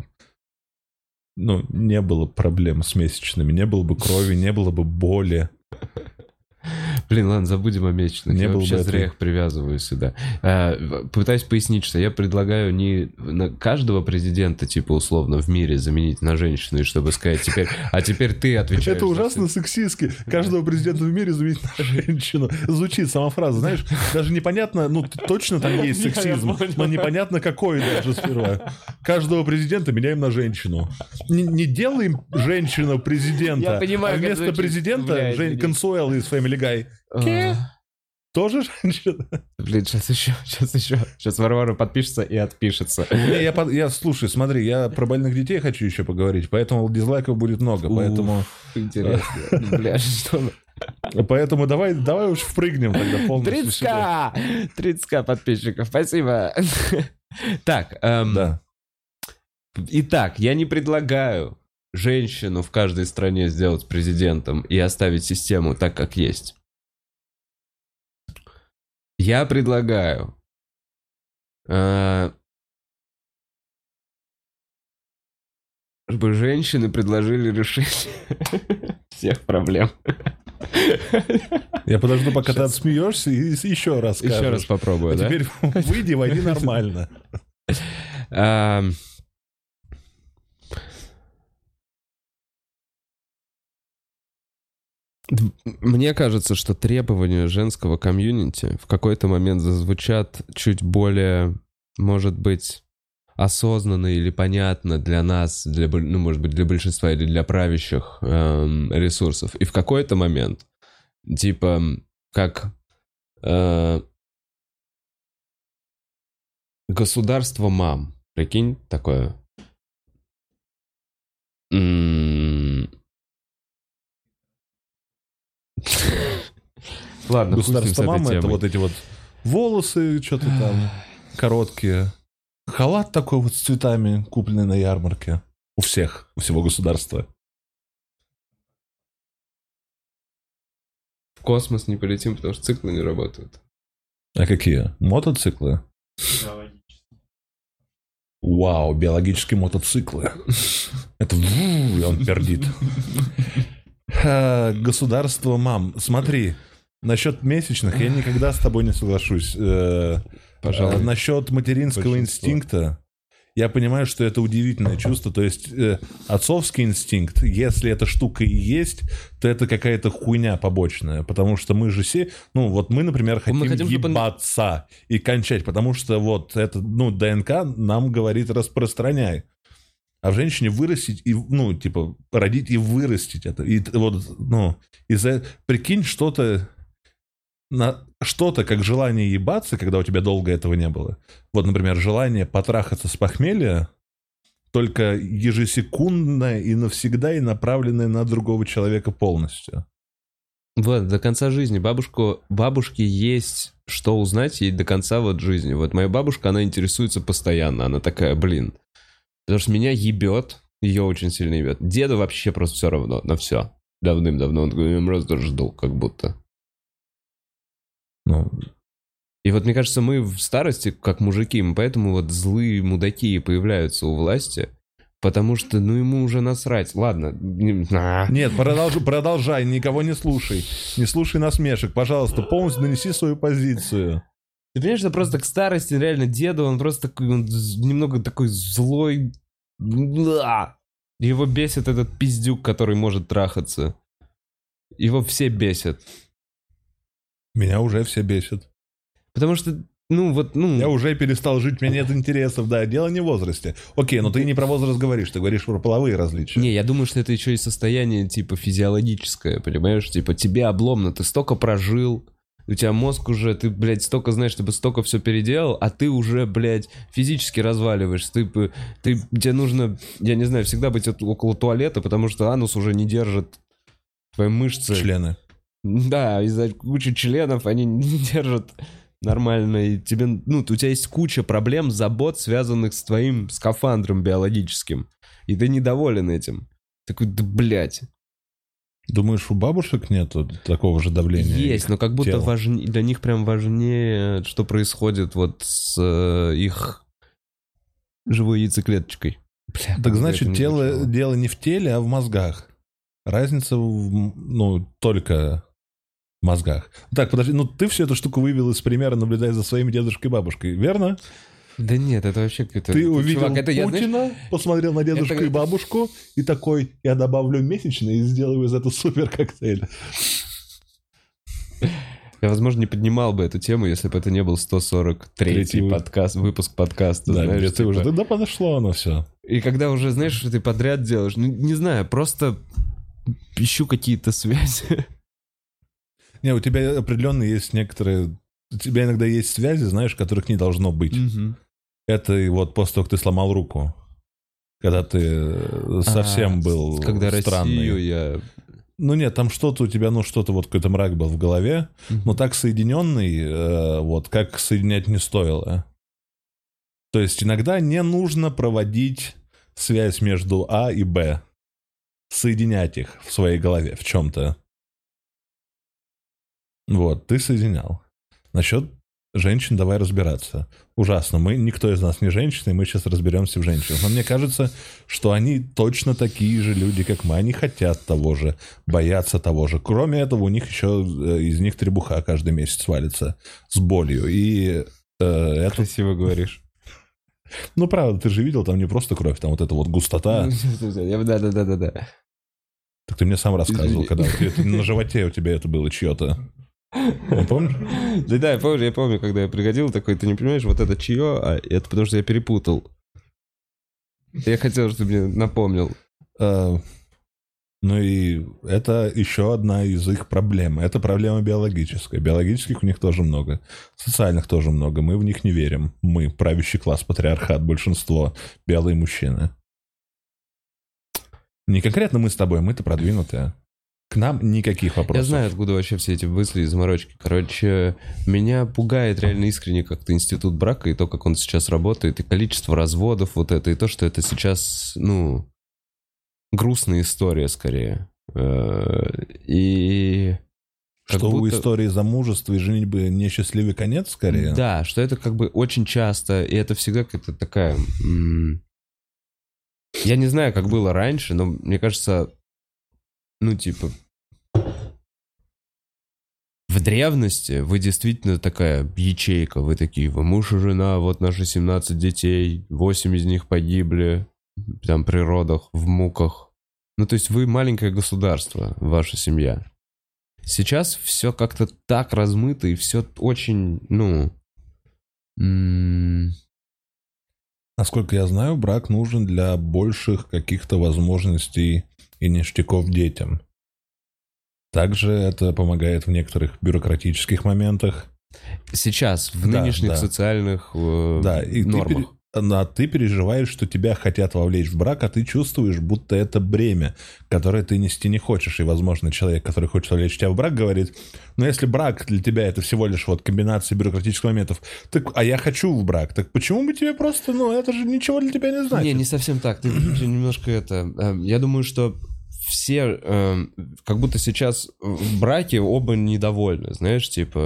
не было проблем с месячными, не было бы крови, не было бы боли. Блин, ладно, забудем о месячных. Не Я было вообще бы зря этого. их привязываю сюда. Пытаюсь пояснить, что я предлагаю не на каждого президента, типа, условно, в мире заменить на женщину, и чтобы сказать, теперь ты отвечаешь. Это ужасно сексистски. Каждого президента в мире заменить на женщину. Звучит сама фраза, знаешь, даже непонятно, точно там есть сексизм, но непонятно какой даже сперва. Каждого президента меняем на женщину. Не делаем женщину президента, Я понимаю, а вместо как звучит. президента Консуэлла из Family Guy. Тоже женщина? Блин, сейчас еще. Сейчас Варвара подпишется и отпишется. Слушай, смотри, я про больных детей хочу еще поговорить, поэтому дизлайков будет много, поэтому... Интересно. Бля, что... Поэтому давай уж впрыгнем тогда полностью. 30к подписчиков, спасибо. Так, Да. Итак, я не предлагаю женщину в каждой стране сделать президентом и оставить систему так, как есть. Я предлагаю чтобы женщины предложили решение всех проблем. Я подожду, пока ты отсмеешься, и еще раз скажешь. Еще раз попробую, да? Теперь выйди, войди нормально. Мне кажется, что требования женского комьюнити в какой-то момент зазвучат чуть более, может быть, осознанно или понятно для нас, может быть, для большинства или для правящих ресурсов. И в какой-то момент, типа, как государство мам, прикинь, такое. Ладно, государство мамы — это вот эти вот волосы, что-то там короткие. Халат такой вот с цветами, купленный на ярмарке. У всего государства. В космос не полетим, потому что циклы не работают. А какие? Мотоциклы? Вау, биологические мотоциклы. Это и он пердит. Государство мам. Смотри, насчет месячных я никогда с тобой не соглашусь. Пожалуй. Насчет материнского инстинкта, я понимаю, что это удивительное чувство. То есть отцовский инстинкт, если эта штука и есть, то это какая-то хуйня побочная. Потому что мы же все... мы, например, хотим ебаться и кончать. Потому что вот это, ДНК нам говорит распространяй. А в женщине вырастить и, родить и вырастить это. И вот, прикинь, что-то как желание ебаться, когда у тебя долго этого не было. Вот, например, желание потрахаться с похмелья, только ежесекундное и навсегда, и направленное на другого человека полностью. Вот, до конца жизни. Бабушке есть что узнать ей до конца вот жизни. Вот моя бабушка, она интересуется постоянно. Она такая, блин, потому что меня ебет, ее очень сильно ебет. Деду вообще просто все равно на все. Давным-давно. Он такой, я просто жду, как будто. И вот мне кажется, мы в старости, как мужики, мы поэтому вот злые мудаки появляются у власти, потому что, ему уже насрать. Ладно. Нет, продолжай, никого не слушай. Не слушай насмешек. Пожалуйста, полностью донеси свою позицию. Ты понимаешь, что просто к старости реально деду, он просто такой, он немного такой злой. Его бесит этот пиздюк, который может трахаться. Его все бесят. Меня уже все бесят. Потому что, Я уже перестал жить, у меня нет интересов, да, дело не в возрасте. Окей, но ты не про возраст говоришь, ты говоришь про половые различия. Не, я думаю, что это еще и состояние, типа, физиологическое, понимаешь? Типа, тебе обломно, ты столько прожил, у тебя мозг уже, ты, блядь, столько знаешь, ты бы столько все переделал, а ты уже, блядь, физически разваливаешься. Тебе нужно, я не знаю, всегда быть около туалета, потому что анус уже не держит твои мышцы. Члены. Да, из-за кучи членов они не держат нормально. И тебе, ну, у тебя есть куча проблем, забот, связанных с твоим скафандром биологическим. И ты недоволен этим. Такой, да блядь. Думаешь, у бабушек нету такого же давления? Есть, но как будто тела? для них прям важнее, что происходит вот с их живой яйцеклеточкой. Бля, Так значит, дело не в теле, а в мозгах. Разница, только в мозгах. Так, подожди, ты всю эту штуку вывел из примера, наблюдая за своими дедушкой и бабушкой, верно? Да нет, это вообще какой-то... Ты увидел чувак, это Путина, посмотрел на дедушку и бабушку, и такой, я добавлю месячный и сделаю из этого супер коктейль. Я, возможно, не поднимал бы эту тему, если бы это не был 143-й выпуск подкаста. Да, знаешь, где ты уже, да подошло оно все. И когда уже, знаешь, что ты подряд делаешь, не знаю, просто ищу какие-то связи. Не, у тебя определенно есть некоторые... У тебя иногда есть связи, знаешь, которых не должно быть. Угу. Это и вот после того, как ты сломал руку. Когда ты совсем был когда странный. Россию я... Ну нет, там что-то у тебя, что-то вот какой-то мрак был в голове. Но так соединенный, вот как соединять не стоило. То есть иногда не нужно проводить связь между А и Б. Соединять их в своей голове в чем-то. Вот, ты соединял. Насчет женщин давай разбираться. Ужасно. Никто из нас не женщина, и мы сейчас разберемся в женщинах. Но мне кажется, что они точно такие же люди, как мы. Они хотят того же, боятся того же. Кроме этого, у них еще из них требуха каждый месяц валится с болью. И это... Красиво говоришь. Ну, правда, ты же видел, там не просто кровь, там вот эта вот густота. Да. Так ты мне сам рассказывал, когда на животе у тебя это было чье-то. Не помнишь? Да, я помню, когда я приходил, такой, ты не понимаешь, вот это чье, а это потому что я перепутал. Я хотел, чтобы мне напомнил. Ну и это еще одна из их проблем. Это проблема биологическая. Биологических у них тоже много. Социальных тоже много. Мы в них не верим. Мы, правящий класс, патриархат, большинство, белые мужчины. Не конкретно мы с тобой, мы-то продвинутые. К нам никаких вопросов. Я знаю, откуда вообще все эти мысли и заморочки. Короче, меня пугает реально искренне как-то институт брака и то, как он сейчас работает, и количество разводов вот это, и то, что это сейчас, грустная история скорее. И... Что у истории замужества и женитьбы несчастливый конец скорее? Да, что это как бы очень часто, и это всегда какая-то такая... Я не знаю, как было раньше, но мне кажется... в древности вы действительно такая ячейка, вы такие, вы муж и жена, вот наши 17 детей, 8 из них погибли, там, при родах, в муках. То есть вы маленькое государство, ваша семья. Сейчас все как-то так размыто, и все очень, Насколько я знаю, брак нужен для больших каких-то возможностей и ништяков детям. Также это помогает в некоторых бюрократических моментах. Сейчас, в нынешних социальных нормах. Ты переживаешь, что тебя хотят вовлечь в брак, а ты чувствуешь, будто это бремя, которое ты нести не хочешь. И, возможно, человек, который хочет вовлечь тебя в брак, говорит, если брак для тебя это всего лишь вот комбинация бюрократических моментов, а я хочу в брак, так почему бы тебе просто, это же ничего для тебя не значит. Не совсем так. Ты немножко я думаю, что все как будто сейчас в браке оба недовольны, знаешь,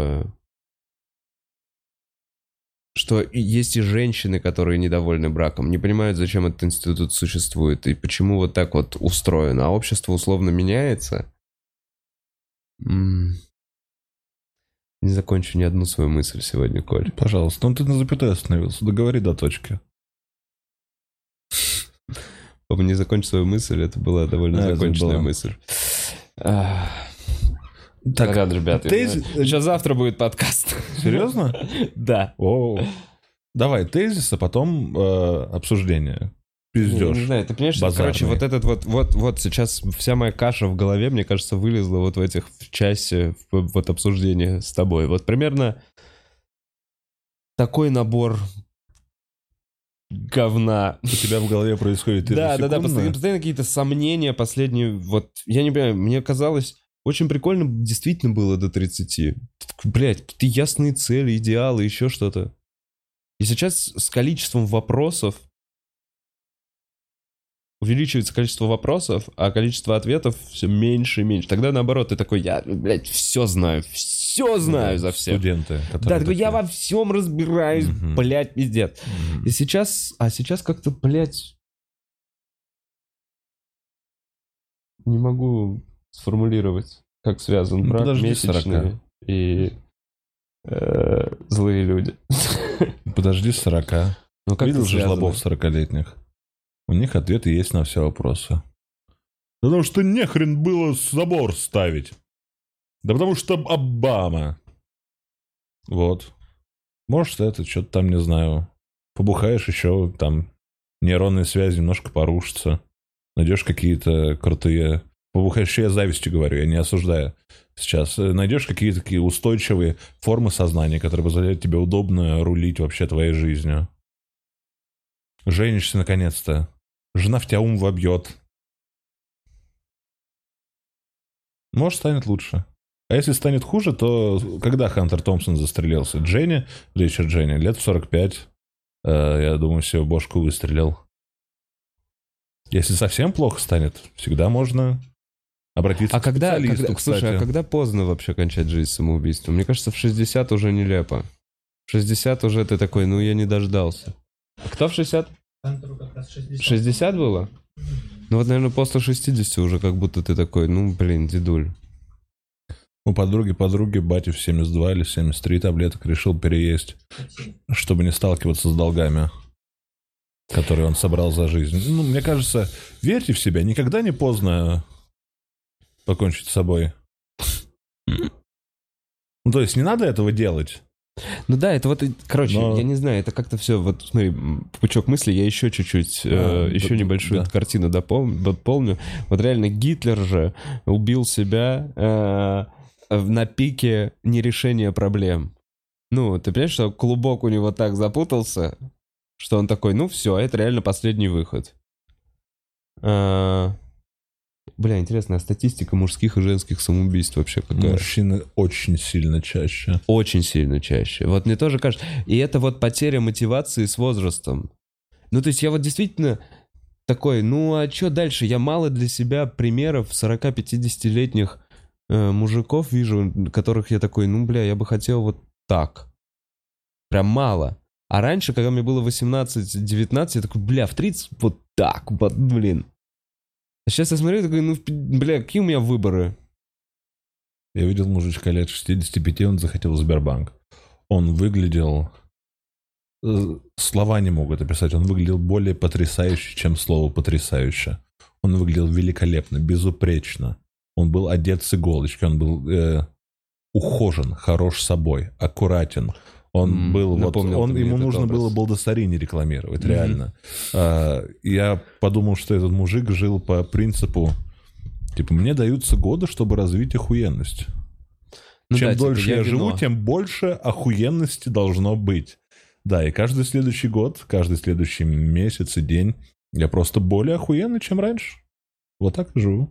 что есть и женщины, которые недовольны браком, не понимают, зачем этот институт существует и почему вот так вот устроено, а общество условно меняется. Не закончу ни одну свою мысль сегодня, Коль. Пожалуйста, ты на запятой остановился, договори до точки. Не закончу свою мысль, это была довольно законченная мысль. Так, ребята, сейчас завтра будет подкаст. Серьезно? Да. Давай тезис, а потом обсуждение. Пиздешь. Не знаю, ты понимаешь, что, короче, вот этот вот сейчас вся моя каша в голове, мне кажется, вылезла вот в часе вот обсуждения с тобой. Вот примерно такой набор говна. У тебя в голове происходит Да, постоянно какие-то сомнения последние. Вот, я не понимаю, мне казалось... очень прикольно действительно было до 30. Блядь, какие-то ясные цели, идеалы, еще что-то. И сейчас с количеством вопросов увеличивается количество вопросов, а количество ответов все меньше и меньше. Тогда наоборот, ты такой, я, блядь, все знаю за всех. Студенты, Да, такой, я во всем разбираюсь, блядь, пиздец. И сейчас как-то, блядь, не могу сформулировать, как связан брак, месячные и злые люди. Подожди 40. Ну, как видел же жлобов 40-летних? У них ответы есть на все вопросы. Да потому что нехрен было забор ставить. Да потому что Обама. Вот. Может, это что-то там, не знаю. Побухаешь еще, там нейронные связи немножко порушатся. Найдешь какие-то крутые... Побухаешь, еще я завистью говорю, я не осуждаю сейчас. Найдешь какие-то такие устойчивые формы сознания, которые позволяют тебе удобно рулить вообще твоей жизнью. Женишься наконец-то. Жена в тебя ум вобьет. Может, станет лучше. А если станет хуже, то когда Хантер Томпсон застрелился? Ричард Дженни, лет в 45. Я думаю, все, в бошку выстрелил. Если совсем плохо станет, всегда можно обратиться к специалисту, слушай, а когда поздно вообще кончать жизнь самоубийством? Мне кажется, в 60 уже нелепо. В 60 уже ты такой, ну я не дождался. А кто в 60? Хантеру как раз 60. 60 было? Ну вот, наверное, после 60 уже как будто ты такой, ну, блин, дедуль. У подруги, бате в 72 или 73 таблеток решил переесть, чтобы не сталкиваться с долгами, которые он собрал за жизнь. Ну, мне кажется, верьте в себя, никогда не поздно покончить с собой. Ну, то есть не надо этого делать. Ну да, это вот, короче, я не знаю, это как-то все, вот смотри, пучок мыслей, я еще чуть-чуть, еще небольшую картину дополню. Вот реально Гитлер же убил себя на пике нерешения проблем. Ну, ты понимаешь, что клубок у него так запутался, что он такой, ну все, это реально последний выход. Бля, интересная статистика мужских и женских самоубийств вообще какая? Мужчины очень сильно чаще. Очень сильно чаще. Вот мне тоже кажется. И это вот потеря мотивации с возрастом. Ну, то есть я вот действительно такой, ну, а что дальше? Я мало для себя примеров 40-50-летних мужиков вижу, которых я такой, ну, бля, я бы хотел вот так. Прям мало. А раньше, когда мне было 18-19, я такой, бля, в 30 вот так, вот, блин. А сейчас я смотрю, такой, ну, бля, какие у меня выборы? Я видел мужичка лет 65, он захотел в Сбербанк. Он выглядел... Слова не могут описать. Он выглядел более потрясающе, чем слово «потрясающе». Он выглядел великолепно, безупречно. Он был одет с иголочки, он был ухожен, хорош собой, аккуратен. Он был, ему нужно было Балдасарини рекламировать, реально. Я подумал, что этот мужик жил по принципу, типа, мне даются годы, чтобы развить охуенность. Ну, чем дольше я живу, тем больше охуенности должно быть. Да, и каждый следующий год, каждый следующий месяц и день я просто более охуенный, чем раньше. Вот так и живу.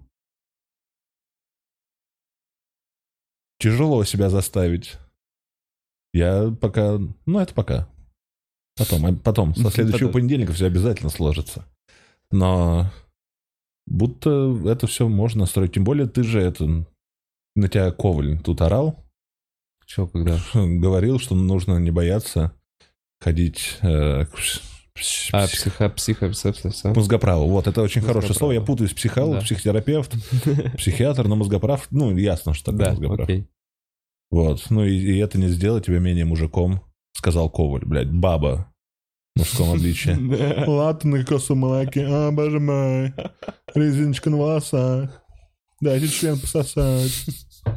Тяжело себя заставить. Я пока... Ну, это пока. Потом. Со следующего понедельника все обязательно сложится. Но будто это все можно строить. Тем более ты же это... На тебя Коваль тут орал. Че, когда? Говорил, что нужно не бояться ходить... Мозгоправу. Вот, это очень хорошее слово. Я путаюсь. Психолог, психотерапевт, психиатр, но мозгоправ... Ну, ясно, что такое мозгоправ. Окей. Вот. Ну и это не сделает тебя менее мужиком, сказал Коваль, блядь. Баба. В мужском обличии. Латные косумаки, а, боже мой. Резиночка на волосах. Дайте член пососать.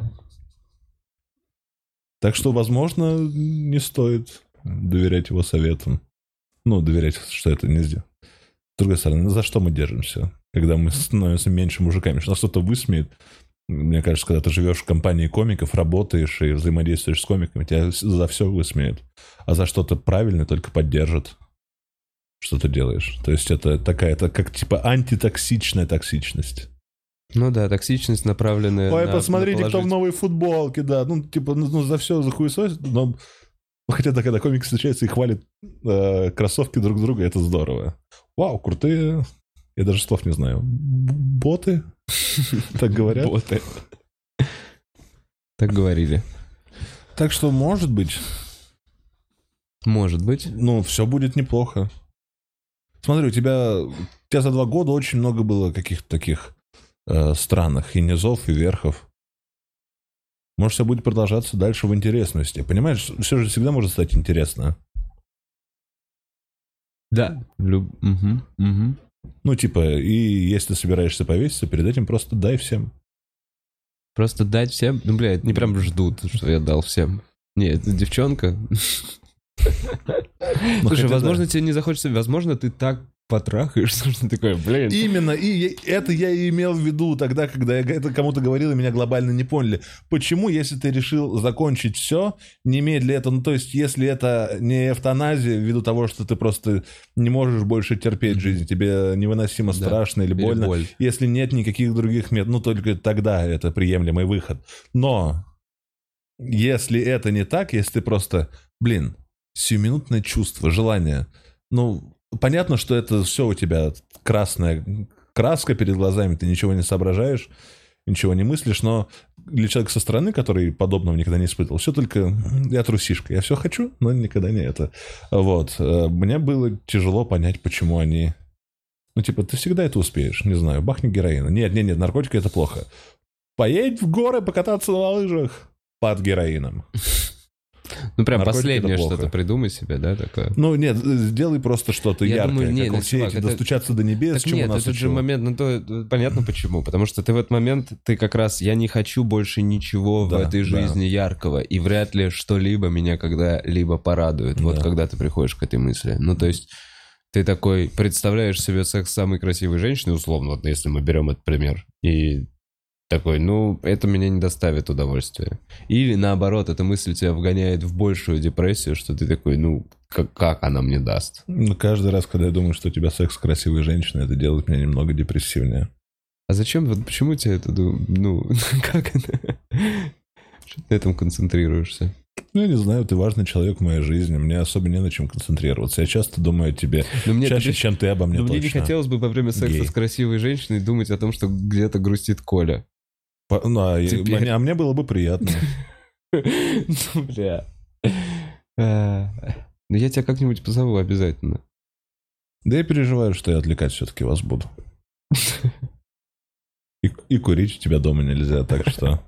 Так что, возможно, не стоит доверять его советам. Ну, доверять, что это не сделать. С другой стороны, за что мы держимся? Когда мы становимся меньше мужиками, что нас кто-то высмеет. Мне кажется, когда ты живешь в компании комиков, работаешь и взаимодействуешь с комиками, тебя за все высмеют. А за что-то правильное только поддержат, что ты делаешь. То есть это такая, это как типа антитоксичная токсичность. Ну да, токсичность, направленная Ой, на посмотрите, кто в положительность. новой футболке, да. Ну, типа, ну за все захуесосит, но... Хотя, да, когда комики встречаются и хвалят кроссовки друг друга, это здорово. Вау, крутые... Я даже слов не знаю. Боты? Так говорят? Боты. Так говорили. Так что, может быть... Может быть. Ну, все будет неплохо. Смотри, у тебя за 2 года очень много было каких-то таких странных и низов, и верхов. Может, все будет продолжаться дальше в интересности. Понимаешь, все же всегда может стать интересно. Да. Ну, типа, и если собираешься повеситься, перед этим просто дай всем. Просто дать всем. Ну, блядь, не прям ждут, что я дал всем. Нет, это девчонка. Слушай, возможно, тебе не захочется, возможно, ты так потрахаешься, что ты такой, блин. Именно, и это я и имел в виду тогда, когда я это кому-то говорил, и меня глобально не поняли. Почему, если ты решил закончить все, немедля это, ну, то есть, если это не эвтаназия, ввиду того, что ты просто не можешь больше терпеть жизнь, тебе невыносимо страшно или больно, боль. если нет никаких других методов, ну, только тогда это приемлемый выход. Но, если это не так, если ты просто, блин, сиюминутное чувство, желание, ну... Понятно, что это все у тебя красная краска перед глазами, ты ничего не соображаешь, ничего не мыслишь, но для человека со стороны, который подобного никогда не испытывал, все только я трусишка, я все хочу, но никогда не это. Вот. Мне было тяжело понять, почему они... Ну, типа, ты всегда это успеешь, не знаю, бахни героина. Нет, наркотики это плохо. Поедь в горы покататься на лыжах под героином. Ну, прям Наркотики последнее это что-то плохо. придумай себе, да, такое? Ну, нет, сделай просто что-то Я яркое, думаю, не, как ну, вот все чувак, эти это- достучаться до небес, Так чему нет, нас этот же учил. момент, ну то понятно почему. Потому что ты в этот момент, ты как раз, я не хочу больше ничего в Да, этой да. жизни яркого. И вряд ли что-либо меня когда-либо порадует. Вот Да. когда ты приходишь к этой мысли. Ну то есть ты такой представляешь себе секс с самой красивой женщиной, условно, вот если мы берем этот пример. И такой, ну, это меня не доставит удовольствия. Или наоборот, эта мысль тебя вгоняет в большую депрессию, что ты такой, ну, как она мне даст? Ну, каждый раз, когда я думаю, что у тебя секс с красивой женщиной, это делает меня немного депрессивнее. А зачем, вот почему тебе это, ну, как это? Что ты на этом концентрируешься? Ну, я не знаю, ты важный человек в моей жизни, мне особо не на чем концентрироваться. Я часто думаю о тебе, Но мне чаще, это- чем ты обо мне Но мне не точно. хотелось бы во время секса Гей. с красивой женщиной думать о том, что где-то грустит Коля. Ну, Теперь. а мне было бы приятно. Ну, бля. Ну, я тебя как-нибудь позову обязательно. Да я переживаю, что я отвлекать все-таки вас буду. И курить у тебя дома нельзя, так что...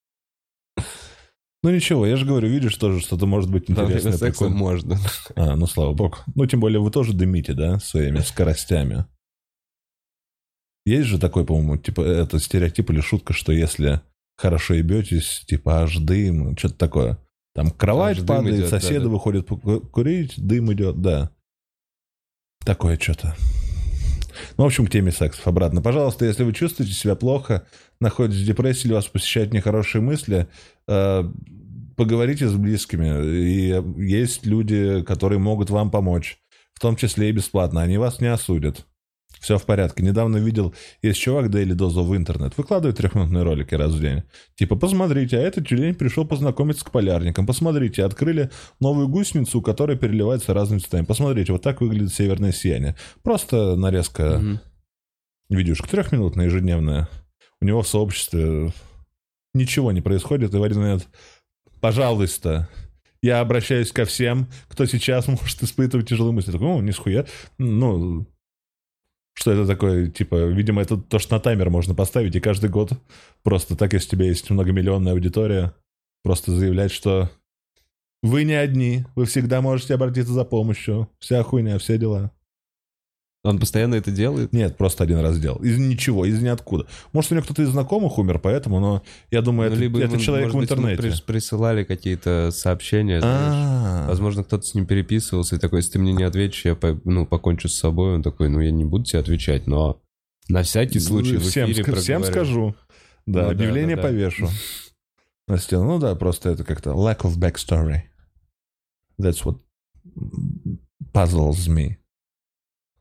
Ну ничего, я же говорю, видишь тоже, что-то может быть Во время интересное. секса прикольное. можно. Ну слава богу. Ну тем более вы тоже дымите, да, своими скоростями. Есть же такой, по-моему, типа, это стереотип или шутка, что если хорошо ебетесь, типа аж дым, что-то такое. Там кровать Аж дым падает, идет, соседы да-да. выходят курить, дым идет, да. Такое что-то. Ну, в общем, к теме сексов обратно. Пожалуйста, если вы чувствуете себя плохо, находитесь в депрессии или вас посещают нехорошие мысли, поговорите с близкими. И есть люди, которые могут вам помочь, в том числе и бесплатно. Они вас не осудят. Все в порядке. Недавно видел, есть чувак Daily Dozo в интернет. Выкладывает 3-минутные ролики раз в день. Типа, посмотрите, а этот тюлень пришел познакомиться с полярником. Посмотрите, открыли новую гусеницу, которая переливается разными цветами. Посмотрите, вот так выглядит северное сияние. Просто нарезка Мгм. видюшка 3-минутная, ежедневная. У него в сообществе ничего не происходит. И в один момент, пожалуйста, я обращаюсь ко всем, кто сейчас может испытывать тяжелые мысли. Такой, ну, нихуя. Ну, что это такое? Типа, видимо, это то, что на таймер можно поставить, и каждый год просто так, если у тебя есть многомиллионная аудитория, просто заявлять, что вы не одни, вы всегда можете обратиться за помощью. Вся хуйня, все дела. Он постоянно это делает? Нет, просто один раз сделал. Из ничего, из ниоткуда. Может, у него кто-то из знакомых умер, поэтому, но я думаю, Ну, это, либо это ему, человек может в быть, ему интернете. присылали какие-то сообщения, знаешь. А, Возможно, кто-то с ним переписывался и такой, если ты мне не ответишь, я покончу с собой. Он такой, ну я не буду тебе отвечать, но на всякий случай в всем, эфире всем проговорю. скажу. Да, Ну, объявление да. повешу на стену. Ну да, просто это как-то lack of backstory. That's what puzzles me.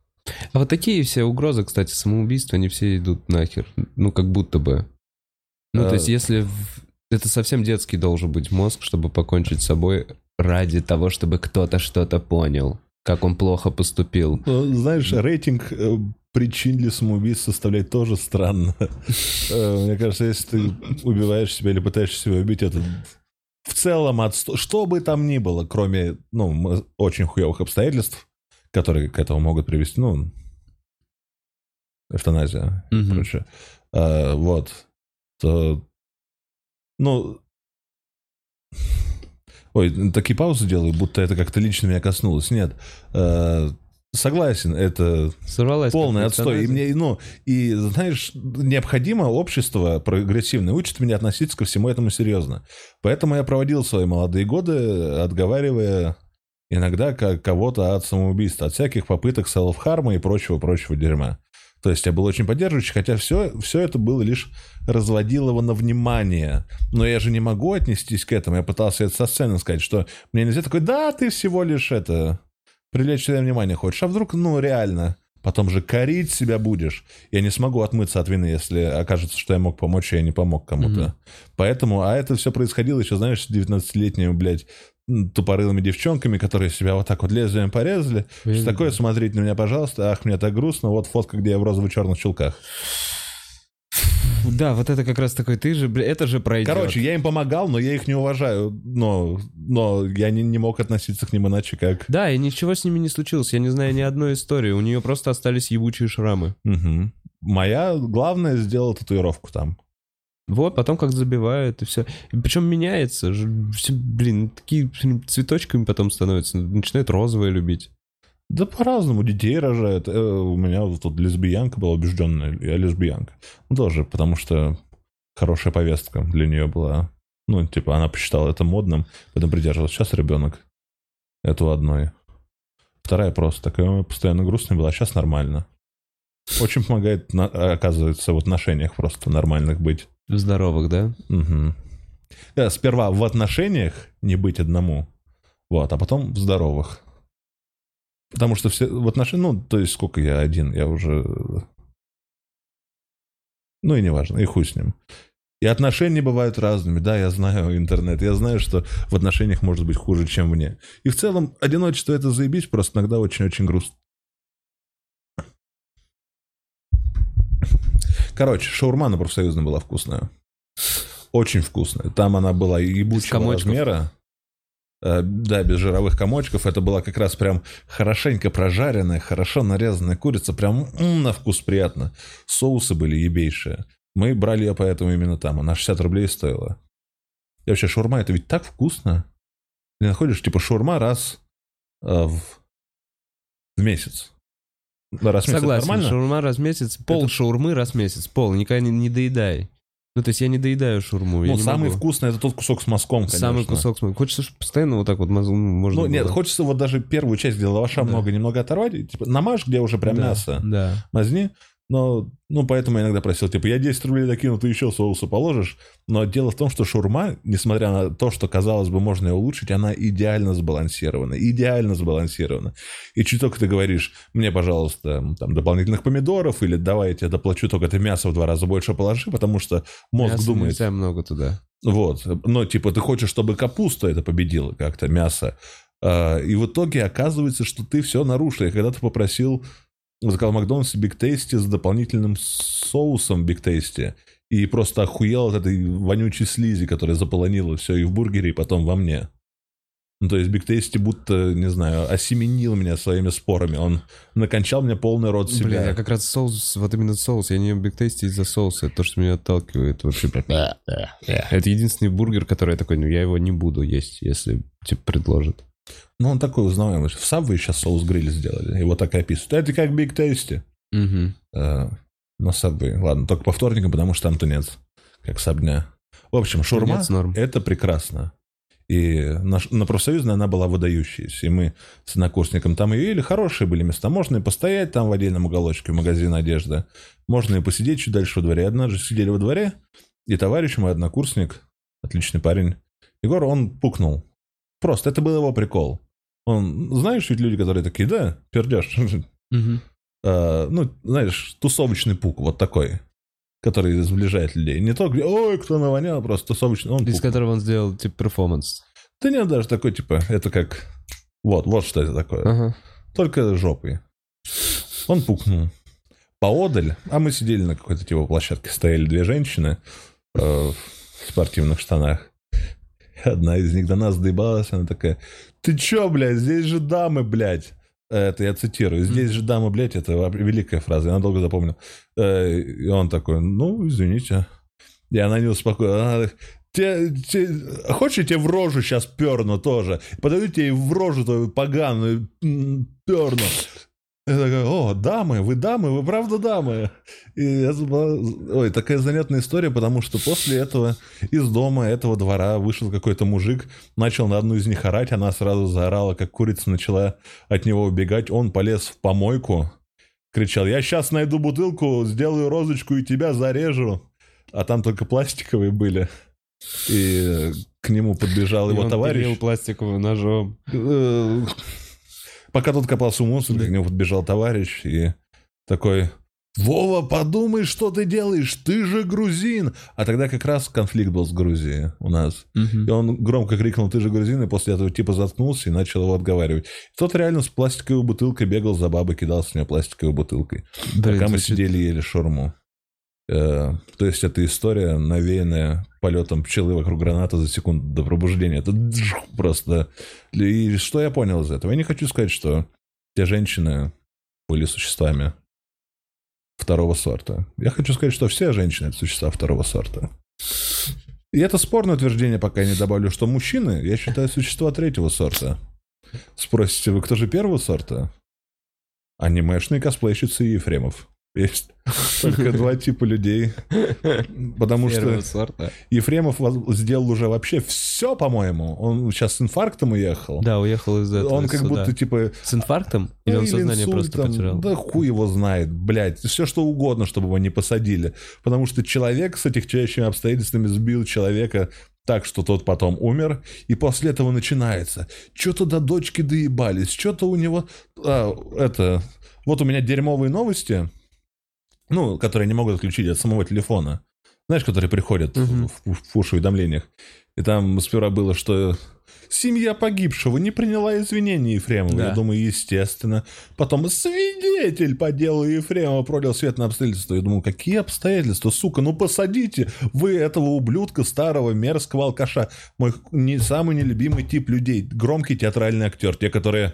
А вот такие все угрозы, кстати, самоубийства, они все идут нахер. Ну, как будто бы. Ну, то есть, если... Это совсем детский должен быть мозг, чтобы покончить с собой ради того, чтобы кто-то что-то понял, как он плохо поступил. Знаешь, рейтинг причин для самоубийств составлять тоже странно. Мне кажется, если ты убиваешь себя или пытаешься себя убить, это в целом что бы там ни было, кроме очень хуевых обстоятельств, которые к этому могут привести, эвтаназия и прочее, вот, то, ой, такие паузы делаю, будто это как-то лично меня коснулось. Нет, согласен, это полный отстой. И мне, и знаешь, необходимо общество прогрессивное учит меня относиться ко всему этому серьезно. Поэтому я проводил свои молодые годы, отговаривая иногда кого-то от самоубийства, от всяких попыток селф-харма и прочего дерьма. То есть я был очень поддерживающий, хотя все это было лишь разводило его на внимание. Но я же не могу отнестись к этому. Я пытался это со сцены сказать, что мне нельзя такой, да, ты всего лишь привлечь себе внимание хочешь. А вдруг, реально, потом же корить себя будешь. Я не смогу отмыться от вины, если окажется, что я мог помочь, и я не помог кому-то. Поэтому, а это все происходило еще, знаешь, с 19-летними, тупорылыми девчонками, которые себя вот так вот лезвием порезали. Что такое, смотрите на меня, пожалуйста. Ах, мне так грустно. Вот фотка, где я в розово-черных чулках. Да, вот это как раз такой, это же пройдет. Короче, я им помогал, но я их не уважаю. Но я не мог относиться к ним иначе, как... Да, и ничего с ними не случилось. Я не знаю ни одной истории. У нее просто остались ебучие шрамы. Угу. Моя главная сделала татуировку там. Вот, потом как забивают, и все. И причем меняется. Все, такие цветочками потом становятся. Начинают розовые любить. Да по-разному. Детей рожают. У меня вот тут лесбиянка была убежденная. Я лесбиянка. Тоже, потому что хорошая повестка для нее была. Она посчитала это модным, поэтому придерживалась. Сейчас ребенок. Это у одной. Вторая просто такая постоянно грустная была, а сейчас нормально. Очень помогает, оказывается, в отношениях просто нормальных быть. Здоровых, да? Угу. Да, сперва в отношениях не быть одному, а потом в здоровых. Потому что все в отношениях, то есть сколько я один, я уже... и неважно, и хуй с ним. И отношения бывают разными, да, я знаю интернет, я знаю, что в отношениях может быть хуже, чем вне. И в целом одиночество это заебись, просто иногда очень-очень грустно. Короче, шаурма на профсоюзной была вкусная. Очень вкусная. Там она была ебучего размера. Да, без жировых комочков. Это была как раз прям хорошенько прожаренная, хорошо нарезанная курица. Прям на вкус приятно. Соусы были ебейшие. Мы брали ее поэтому именно там. Она 60 рублей стоила. И вообще, шаурма это ведь так вкусно. Ты находишь, шаурма раз в месяц. Раз в месяц. Согласен, нормально? Шаурма раз в месяц, шаурмы раз в месяц, никогда не доедай. То есть я не доедаю шаурму. Самый вкусный это тот кусок с мазком, конечно. Самый кусок с мазком. Хочется постоянно вот так вот можно было. Нет, хочется вот даже первую часть, где лаваша немного оторвать, намажь, где уже прям мясо. Да. Мазни. Но, поэтому я иногда просил, я 10 рублей докину, ты еще соуса положишь. Но дело в том, что шаурма, несмотря на то, что, казалось бы, можно ее улучшить, она идеально сбалансирована. И чуть только ты говоришь, мне, пожалуйста, дополнительных помидоров, или давай я тебе доплачу, только ты мясо в 2 раза больше положи, потому что мозг мясо думает... нельзя много туда. Вот. Но, ты хочешь, чтобы капуста это победила как-то, мясо. И в итоге оказывается, что ты все нарушил. Я когда-то заказал в Макдональдсе Биг Тейсти с дополнительным соусом Биг Тейсти. И просто охуел от этой вонючей слизи, которая заполонила все и в бургере, и потом во мне. То есть Биг Тейсти будто, не знаю, осеменил меня своими спорами. Он накончал мне полный рот себя. Я как раз соус, вот именно соус. Я не ем Биг Тейсти из-за соуса. Это то, что меня отталкивает вообще. Это единственный бургер, который я такой, я его не буду есть, если предложат. Он такой узнаваемый. В Subway сейчас соус-гриль сделали. Его так и описывают. Это как Big Tasty. Но Subway. Ладно, только по вторникам, потому что там тунец. Как сабдня. В общем, шаурма — это прекрасно. И на профсоюзной она была выдающаяся. И мы с однокурсником там ее ели. Хорошие были места. Можно и постоять там в отдельном уголочке, в магазине одежды. Можно и посидеть чуть дальше во дворе. Однажды сидели во дворе, и товарищ мой, однокурсник, отличный парень, Егор, он пукнул. Просто это был его прикол. Он, знаешь, ведь люди, которые такие, да, пердешь. ну, знаешь, тусовочный пук вот такой, который сближает людей. Не только, ой, кто навонял, просто тусовочный. Он Из пук. которого он сделал, типа, перформанс. Да нет, даже такой, типа, это как... Вот что это такое. Ага. Только жопой. Он пукнул. Поодаль, а мы сидели на какой-то типа площадке, стояли две женщины в спортивных штанах. Одна из них до нас доебалась, она такая: ты чё, блядь, здесь же дамы, блядь. Это я цитирую. Здесь же дамы, блядь, это великая фраза, я долго запомнил. И он такой: ну, извините. И она не успокоила. Хочешь, я тебе в рожу сейчас перну тоже? Подаю тебе в рожу твою поганую перну. Я такой: о, дамы, вы правда дамы. И ой, такая занятная история, потому что после этого из дома этого двора вышел какой-то мужик, начал на одну из них орать, она сразу заорала, как курица, начала от него убегать. Он полез в помойку, кричал: я сейчас найду бутылку, сделаю розочку и тебя зарежу. А там только пластиковые были. И к нему подбежал его товарищ. Он пластиковым ножом. Пока тот копался в мусоре, к нему подбежал товарищ и такой: Вова, подумай, что ты делаешь, ты же грузин. А тогда как раз конфликт был с Грузией у нас. И он громко крикнул: ты же грузин, и после этого типа заткнулся и начал его отговаривать. Тот реально с пластиковой бутылкой бегал за бабой, кидался в нее пластиковой бутылкой. Пока мы сидели и ели шаурму. То есть это история, навеянная полетом пчелы вокруг граната за секунду до пробуждения. Это просто... И что я понял из этого? Я не хочу сказать, что те женщины были существами второго сорта. Я хочу сказать, что все женщины — это существа второго сорта. И это спорное утверждение, пока я не добавлю, что мужчины, я считаю, существа третьего сорта. Спросите вы, кто же первого сорта? Анимешные косплейщицы и Ефремов. Есть только два типа людей. Потому что Ефремов сделал уже вообще все, по-моему. Он сейчас с инфарктом уехал. Да, уехал из этого. Он как будто типа... С инфарктом? Или он сознание просто потерял? Да хуй его знает, блядь. Все что угодно, чтобы его не посадили. Потому что человек с отягчающими обстоятельствами сбил человека так, что тот потом умер. И после этого начинается: что-то до дочки доебались, что-то у него... Вот у меня дерьмовые новости... Ну, которые не могут отключить от самого телефона. Знаешь, которые приходят в пуш-уведомлениях. И там сперва было, что семья погибшего не приняла извинений Ефремова. Да. Я думаю, естественно. Потом свидетель по делу Ефремова пролил свет на обстоятельства. Я думаю, какие обстоятельства, сука, ну посадите вы этого ублюдка, старого, мерзкого алкаша. Мой самый нелюбимый тип людей. Громкий театральный актер. Те, которые...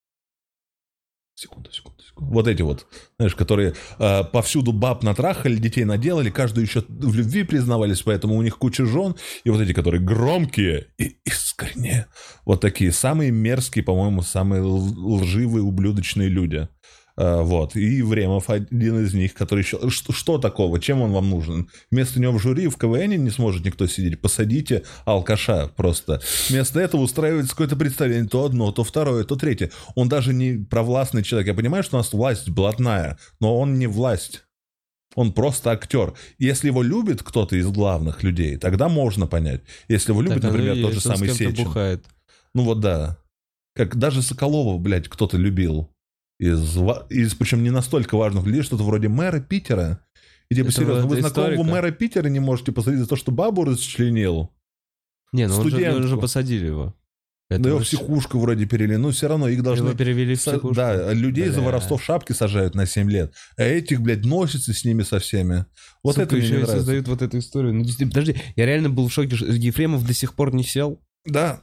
Секунду. Вот эти вот, знаешь, которые повсюду баб натрахали, детей наделали, каждую еще в любви признавались, поэтому у них куча жен. И вот эти, которые громкие и искренние. Вот такие самые мерзкие, по-моему, самые лживые, ублюдочные люди. Вот. И Ефремов один из них, который еще... Что такого? Чем он вам нужен? Вместо него в жюри в КВН не сможет никто сидеть. Посадите алкаша просто. Вместо этого устраивается какое-то представление. То одно, то второе, то третье. Он даже не провластный человек. Я понимаю, что у нас власть блатная, но он не власть. Он просто актер. Если его любит кто-то из главных людей, тогда можно понять. Если его любит, например, тот же самый Сечин. Бухает. Ну вот да. Как даже Соколова, блядь, кто-то любил. Причем не настолько важных людей, что-то вроде мэра Питера. И типа, серьезно, вы знакомого мэра Питера не можете посадить за то, что бабу расчленил? Не, ну он же посадили его. Да его в психушку вроде перевели. Но все равно их должны... Его перевели в психушку. Да, людей за воровство в шапке сажают на 7 лет. А этих, блядь, носятся с ними со всеми. Вот сука, это мне не нравится. Создают вот эту историю. Ну, подожди, я реально был в шоке, что Ефремов до сих пор не сел. Да.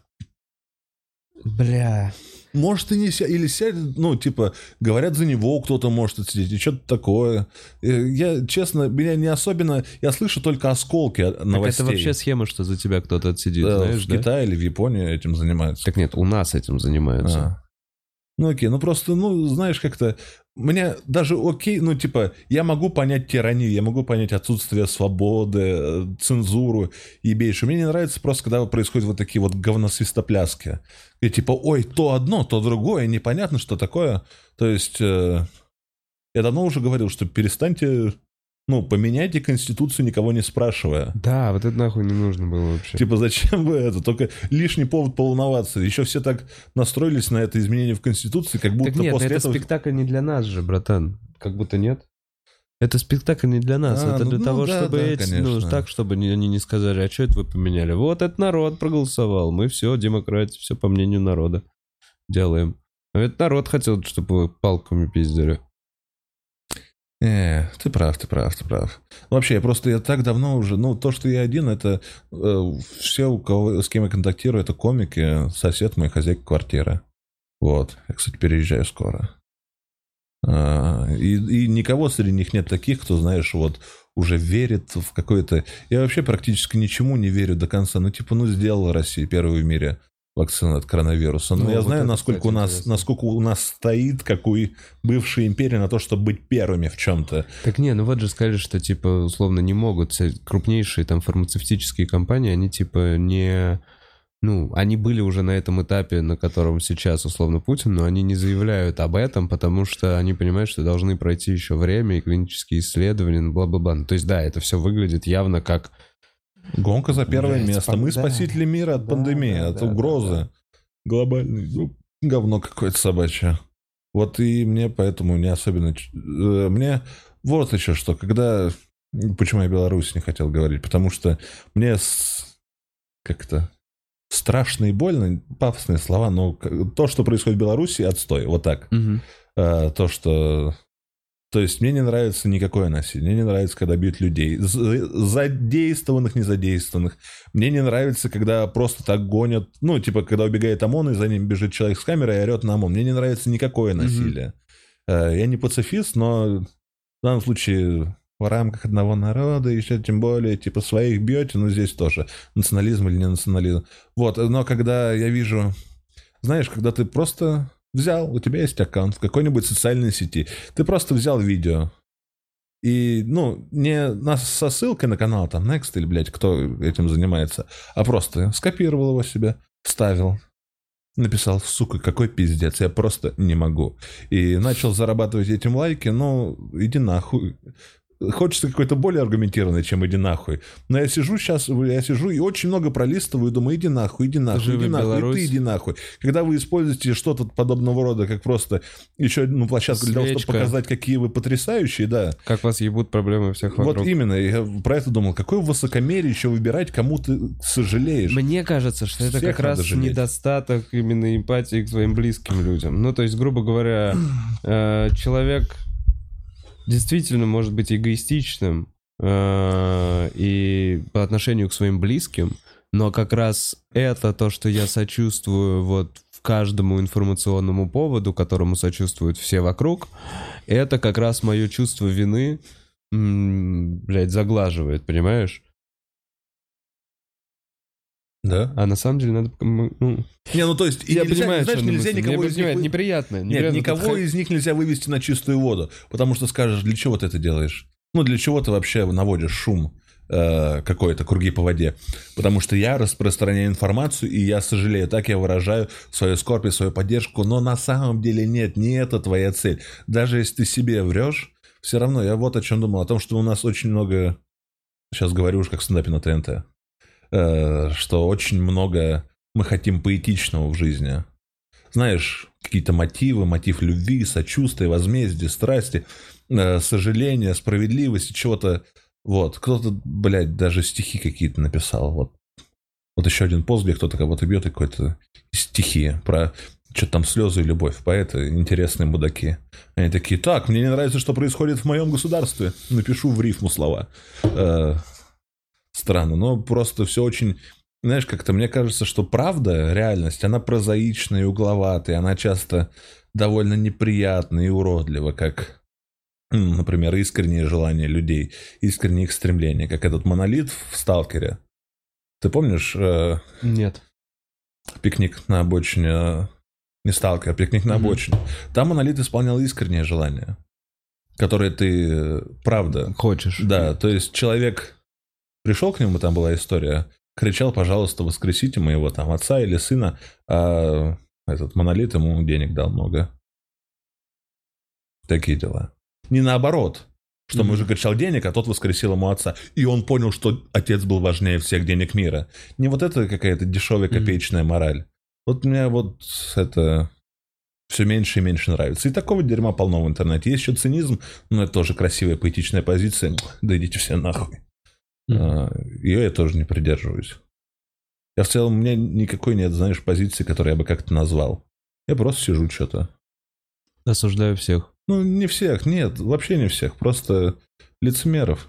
Бля... Может, и не сядет, или сядет, ну, типа, говорят, за него кто-то может отсидеть, и что-то такое. Я, честно, меня не особенно... Я слышу только осколки новостей. Так это вообще схема, что за тебя кто-то отсидит, знаешь, в Китае или в Японии этим занимаются. Так нет, у нас этим занимаются. Ну, окей, ну просто, ну, знаешь, как-то... Мне даже окей, ну, типа, я могу понять тиранию, я могу понять отсутствие свободы, цензуру ебейшую. Мне не нравится просто, когда происходят вот такие вот говносвистопляски. И типа, ой, то одно, то другое, непонятно, что такое. То есть, я давно уже говорил, что перестаньте Ну, поменяйте конституцию, никого не спрашивая. Да, вот это нахуй не нужно было вообще. Типа, зачем вы это? Только лишний повод поволноваться. Еще все так настроились на это изменение в конституции, как будто Так нет, после это этого... спектакль не для нас же, братан. Как будто нет. Это спектакль не для нас. Это для того, чтобы так, чтобы они не сказали, а что это вы поменяли? Вот это народ проголосовал. Мы все, демократия, все по мнению народа делаем. А это народ хотел, чтобы вы палками пиздили. Ты прав. Вообще, я так давно уже... Ну, то, что я один, это все, с кем я контактирую, это комики, сосед мой, хозяйка квартиры. Вот. Я, кстати, переезжаю скоро. И никого среди них нет таких, кто, знаешь, вот уже верит в какое-то... Я вообще практически ничему не верю до конца. Сделала Россия первую в мире вакцину от коронавируса. Но я знаю, насколько у нас стоит, как у бывшей империи, на то, чтобы быть первыми в чем-то. Так не, вот же сказали, что, условно, не могут. Крупнейшие там фармацевтические компании, они, не... Ну, они были уже на этом этапе, на котором сейчас, условно, Путин, но они не заявляют об этом, потому что они понимают, что должны пройти еще время и клинические исследования, бла-бла-бла. То есть, да, это все выглядит явно как... Гонка за первое место. Мы спасители мира от пандемии, от угрозы глобальной. Говно какое-то собачье. Вот и мне поэтому не особенно... Мне вот еще что, когда... Почему я Беларусь не хотел говорить? Потому что мне как-то... Страшно и больно, пафосные слова, но то, что происходит в Беларуси, отстой, вот так. Угу. То есть мне не нравится никакое насилие, мне не нравится, когда бьют людей, задействованных, незадействованных. Мне не нравится, когда просто так гонят, когда убегает ОМОН, и за ним бежит человек с камерой и орет на ОМОН. Мне не нравится никакое насилие. Я не пацифист, но в данном случае... В рамках одного народа, еще тем более, своих бьете, но здесь тоже национализм или не национализм. Вот, но когда я вижу, знаешь, когда ты просто взял, у тебя есть аккаунт в какой-нибудь социальной сети, ты просто взял видео, и, не со ссылкой на канал, там, Next или, блядь, кто этим занимается, а просто скопировал его себе, вставил, написал, сука, какой пиздец, я просто не могу. И начал зарабатывать этим лайки, иди нахуй. Хочется какой-то более аргументированный, чем иди нахуй. Но я сижу и очень много пролистываю, думаю, иди нахуй, и ты иди нахуй. Когда вы используете что-то подобного рода, как просто еще одну площадку для того, чтобы показать, какие вы потрясающие, да. Как вас ебут проблемы всех вокруг. Вот именно, я про это думал. Какое высокомерие еще выбирать, кому ты сожалеешь. Мне кажется, что это как раз недостаток именно эмпатии к своим близким людям. То есть, грубо говоря, человек... действительно может быть эгоистичным и по отношению к своим близким, но как раз это то, что я сочувствую вот в каждому информационному поводу, которому сочувствуют все вокруг, это как раз мое чувство вины, заглаживает, понимаешь? Да. А на самом деле надо... то есть... Я понимаю, знаешь, нельзя никого из них... неприятно. Нет, никого из них нельзя вывести на чистую воду, потому что скажешь, для чего ты это делаешь? Для чего ты вообще наводишь шум какой-то, круги по воде? Потому что я распространяю информацию, и я сожалею, так я выражаю свою скорбь и свою поддержку, но на самом деле нет, не это твоя цель. Даже если ты себе врешь, все равно я вот о чем думал, о том, что у нас очень много... Сейчас говорю уж как в стендапе на ТНТ. Что очень много мы хотим поэтичного в жизни. Знаешь, какие-то мотив любви, сочувствия, возмездия, страсти, сожаления, справедливости, чего-то. Вот. Кто-то, даже стихи какие-то написал. Вот еще один пост, где кто-то кого-то бьет, и какой-то стихи про что-то там слезы и любовь. Поэты, интересные мудаки. Они такие, так, мне не нравится, что происходит в моем государстве. Напишу в рифму слова. Странно, но просто все очень... Знаешь, как-то мне кажется, что правда, реальность, она прозаичная и угловатая, она часто довольно неприятная и уродлива, как, например, искреннее желание людей, искренние их стремления, как этот монолит в «Сталкере». Ты помнишь? Нет. Пикник на обочине... Не «Сталкер», а «Пикник на обочине». Там монолит исполнял искреннее желание, которое ты, правда... Хочешь. Да, то есть человек... Пришел к нему, там была история, кричал, пожалуйста, воскресите моего там отца или сына, а этот монолит ему денег дал много. Такие дела. Не наоборот. Что мужик отчал денег, а тот воскресил ему отца. И он понял, что отец был важнее всех денег мира. Не вот это какая-то дешевая копеечная мораль. Вот мне вот это все меньше и меньше нравится. И такого дерьма полно в интернете. Есть еще цинизм, но это тоже красивая поэтичная позиция. Да идите все нахуй. Ее я тоже не придерживаюсь. Я в целом, у меня никакой нет, знаешь, позиции, которую я бы как-то назвал. Я просто сижу что-то. Осуждаю всех. Ну, не всех, нет, вообще не всех. Просто лицемеров.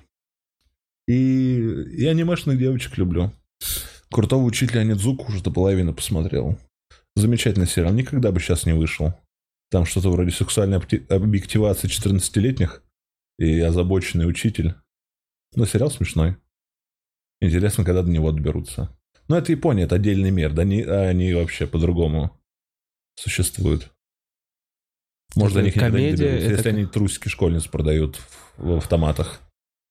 И анимешных девочек люблю. Крутого учителя Онидзуку уже до половины посмотрел. Замечательный сериал. Никогда бы сейчас не вышел. Там что-то вроде сексуальной объективации 14-летних и озабоченный учитель. Но сериал смешной. Интересно, когда до него доберутся. Но это Япония, это отдельный мир. Да они вообще по-другому существуют. Может, до них никогда не доберутся, если они трусики школьниц продают в автоматах.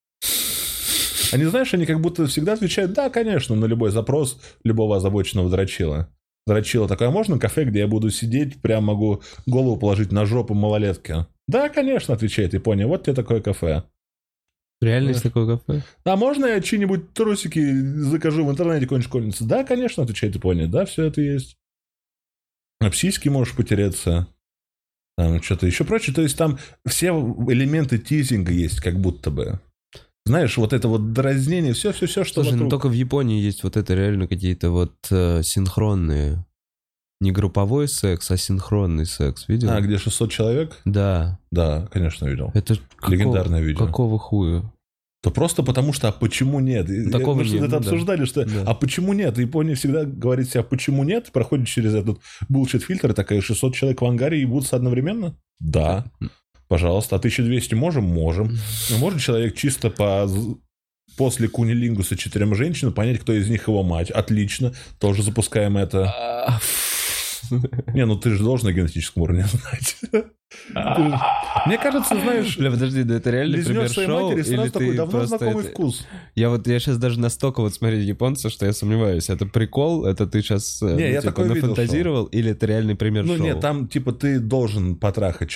Они, знаешь, они как будто всегда отвечают: да, конечно, на любой запрос любого озабоченного дрочила. Дрочила такое: а можно кафе, где я буду сидеть, прям могу голову положить на жопу малолетки? Да, конечно, отвечает Япония, вот тебе такое кафе. Реально есть такое кафе? А можно я чьи-нибудь трусики закажу в интернете какой-нибудь школьнице? Да, конечно, отвечает Япония, да, все это есть. Об сиськи можешь потереться. Там что-то еще прочее. То есть там все элементы тизинга есть, как будто бы. Знаешь, вот это вот дразнение, все, что Слушай, вокруг. ну только в Японии есть вот это реально какие-то вот синхронные. Не групповой секс, а синхронный секс. Видел? А, где 600 человек? Да. Да, конечно, видел. Это легендарное видео. Какого хуя? То просто потому что, а почему нет? Такого Мы же это обсуждали, что а почему нет? Япония всегда говорит себе, а почему нет? Проходит через этот булшит-фильтр, и такая: 600 человек в ангаре ебутся одновременно? Да. Пожалуйста. А 1200 можем? Можем. Может человек чисто после кунилингуса 4 женщин понять, кто из них его мать? Отлично. Тоже запускаем это. Не, ну ты же должен на генетическом уровне знать. Мне кажется, знаешь... Бля, подожди, да это реально пример шоу? Матери, сразу такой давно знакомый вкус. Я сейчас даже настолько вот смотрю японца, что я сомневаюсь. Это прикол? Это ты сейчас нафантазировал? Или это реальный пример шоу? Ну нет, там типа ты должен потрахать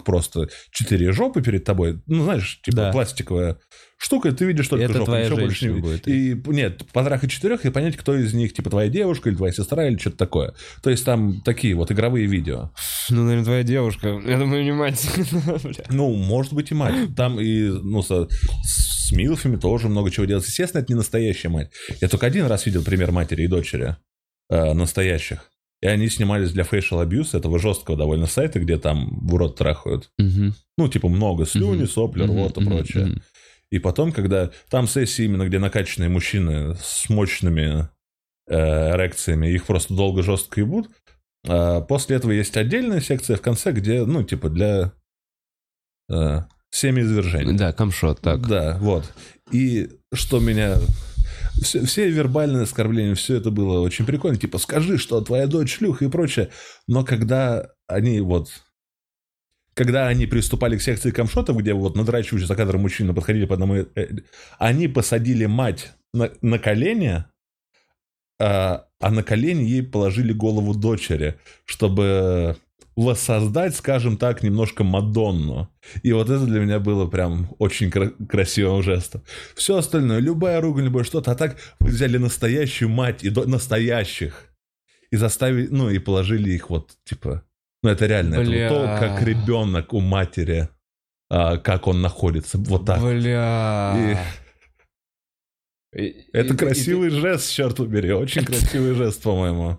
4 жопы перед тобой. Ну знаешь, типа пластиковая штука, и ты видишь только это жопу, твоя ничего больше не будет. И нет, потрахать 4 и понять, кто из них, типа твоя девушка или твоя сестра или что-то такое. То есть там такие вот игровые видео. Ну, наверное, твоя девушка. Я думаю, не мать. Ну, может быть и мать. Там и, ну, с милфами тоже много чего делать. Естественно, это не настоящая мать. Я только один раз видел пример матери и дочери настоящих. И они снимались для facial abuse, этого жесткого довольно сайта, где там в рот трахают. Ну, типа много слюни, сопли, рвота и прочее. И потом, когда там сессии именно, где накачанные мужчины с мощными эрекциями, их просто долго жестко ебут. После этого есть отдельная секция в конце, где, ну, типа для семяизвержения. Да, камшот, так. Да, вот. И что меня... Все вербальные оскорбления, все это было очень прикольно. Типа, скажи, что твоя дочь шлюха и прочее. Но когда они приступали к секции камшотов, где вот надрачивающие за кадром мужчины подходили по одному... Они посадили мать на колени, а на колени ей положили голову дочери, чтобы воссоздать, скажем так, немножко Мадонну. И вот это для меня было прям очень красивым жестом. Все остальное, любая ругань, любое что-то, а так взяли настоящую мать и настоящих и заставили, ну и положили их вот, типа... Ну, это реально, это вот то, как ребенок у матери, как он находится, вот так. Это красивый жест, черт побери, очень красивый жест, по-моему.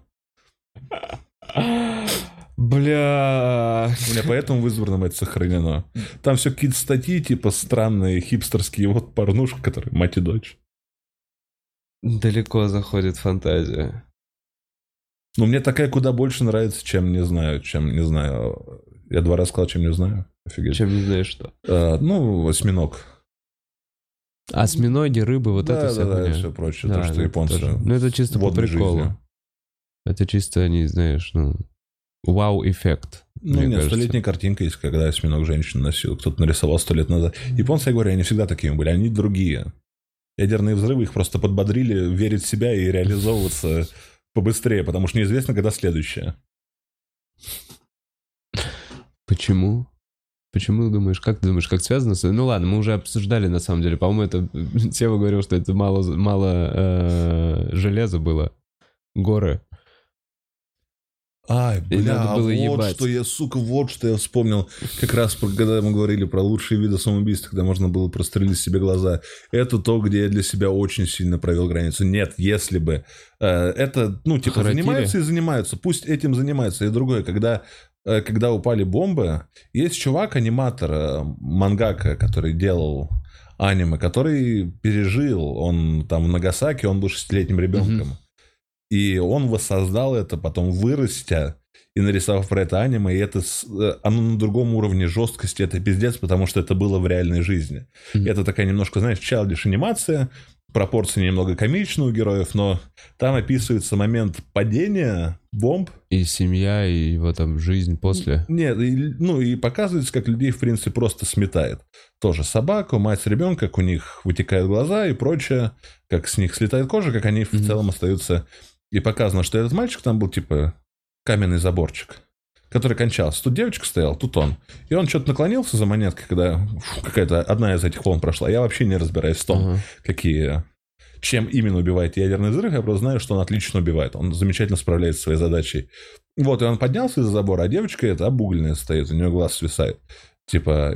Бля. У меня поэтому в избранном это сохранено. Там все какие-то статьи, типа странные, хипстерские, вот порнушка, которая мать и дочь. Далеко заходит фантазия. Ну, мне такая куда больше нравится, чем не знаю. Я 2 раза сказал, чем не знаю. Офигеть. Чем не знаешь что? Ну, осьминог. Осьминоги, рыбы, вот это все. Да, и все прочее. Да, то, что японцы... Ну, это чисто по приколу. Жизнью. Это чисто, не знаешь, ну... Вау-эффект. Ну, нет, 100-летняя картинка есть, когда осьминог женщину носил. Кто-то нарисовал 100 лет назад. Японцы, я говорю, они всегда такими были. Они другие. Ядерные взрывы их просто подбодрили верить в себя и реализовываться побыстрее, потому что неизвестно, когда следующее. Почему? Почему думаешь, как ты думаешь, как связано с... Ну ладно, мы уже обсуждали, на самом деле. По-моему, это... Сева говорил, что это мало железа было. Горы. Ай, бля, надо было вот ебать. что я, сука, вот что я вспомнил. Как раз, когда мы говорили про лучшие виды самоубийств, когда можно было прострелить себе глаза. Это то, где я для себя очень сильно провел границу. Нет, если бы. Это, ну, типа, Харатири? занимаются и занимаются. Пусть этим занимаются. И другое, когда упали бомбы, есть чувак, аниматор, мангака, который делал аниме, который пережил. Он там в Нагасаки, он был 6-летним ребенком. И он воссоздал это, потом вырастя и нарисовав про это аниме, и это оно на другом уровне жесткости, это пиздец, потому что это было в реальной жизни. Это такая немножко, знаешь, childish анимация, пропорции немного комичные у героев, но там описывается момент падения бомб. И семья, и его там жизнь после. Нет, и показывается, как людей, в принципе, просто сметает. Тоже собаку, мать ребенка, как у них вытекают глаза и прочее, как с них слетает кожа, как они в целом остаются... И показано, что этот мальчик там был, типа, каменный заборчик, который кончался. Тут девочка стояла, тут он. И он что-то наклонился за монеткой, когда какая-то одна из этих волн прошла. Я вообще не разбираюсь в том, чем именно убивает ядерный взрыв. Я просто знаю, что он отлично убивает. Он замечательно справляется со своей задачей. Вот, и он поднялся из-за забора, а девочка эта обугленная стоит, у нее глаз свисает. Типа,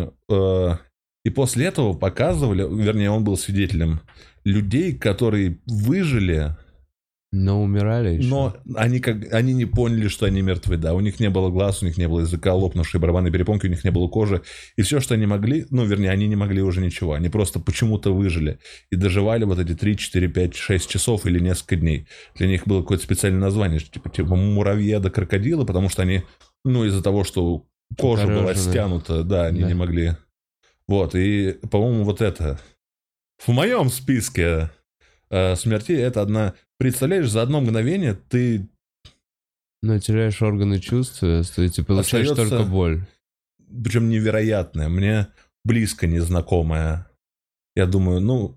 и после этого показывали, вернее, он был свидетелем людей, которые выжили... Но умирали еще. Но они не поняли, что они мертвы, да. У них не было глаз, у них не было языка, лопнувшие барабанные перепонки, у них не было кожи. И все, что они могли, они не могли уже ничего. Они просто почему-то выжили. И доживали вот эти 3, 4, 5, 6 часов или несколько дней. Для них было какое-то специальное название, типа муравья до крокодила, потому что они, из-за того, что кожа была стянута, да, они не могли. Вот, и, по-моему, вот это в моем списке смертей это одна... Представляешь, за одно мгновение ты... теряешь органы чувств, ты получаешь только боль. Причем невероятная, мне близко незнакомая. Я думаю,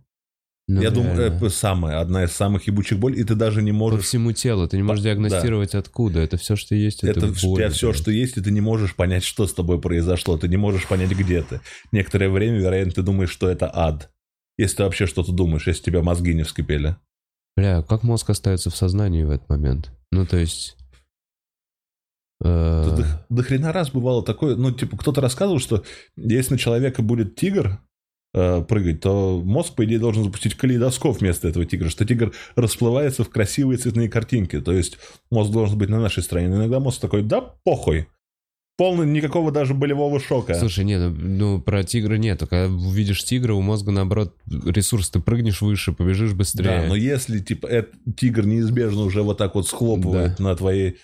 одна из самых ебучих болей, и ты даже не можешь... По всему телу, ты не можешь диагностировать откуда. Это все, что есть, это боль. У тебя все, что есть, и ты не можешь понять, что с тобой произошло. Ты не можешь понять, где ты. Некоторое время, вероятно, ты думаешь, что это ад. Если ты вообще что-то думаешь, если у тебя мозги не вскипели. Бля, как мозг остается в сознании в этот момент? То есть... До хрена раз бывало такое... кто-то рассказывал, что если на человека будет тигр прыгать, то мозг, по идее, должен запустить калейдоскоп вместо этого тигра, что тигр расплывается в красивые цветные картинки. То есть мозг должен быть на нашей стороне. Но иногда мозг такой, да похуй. Полный, никакого даже болевого шока. Слушай, нет, про тигра нет. Когда увидишь тигра, у мозга, наоборот, ресурс, ты прыгнешь выше, побежишь быстрее. Да, но если, тигр неизбежно уже вот так вот схлопывает на твоей...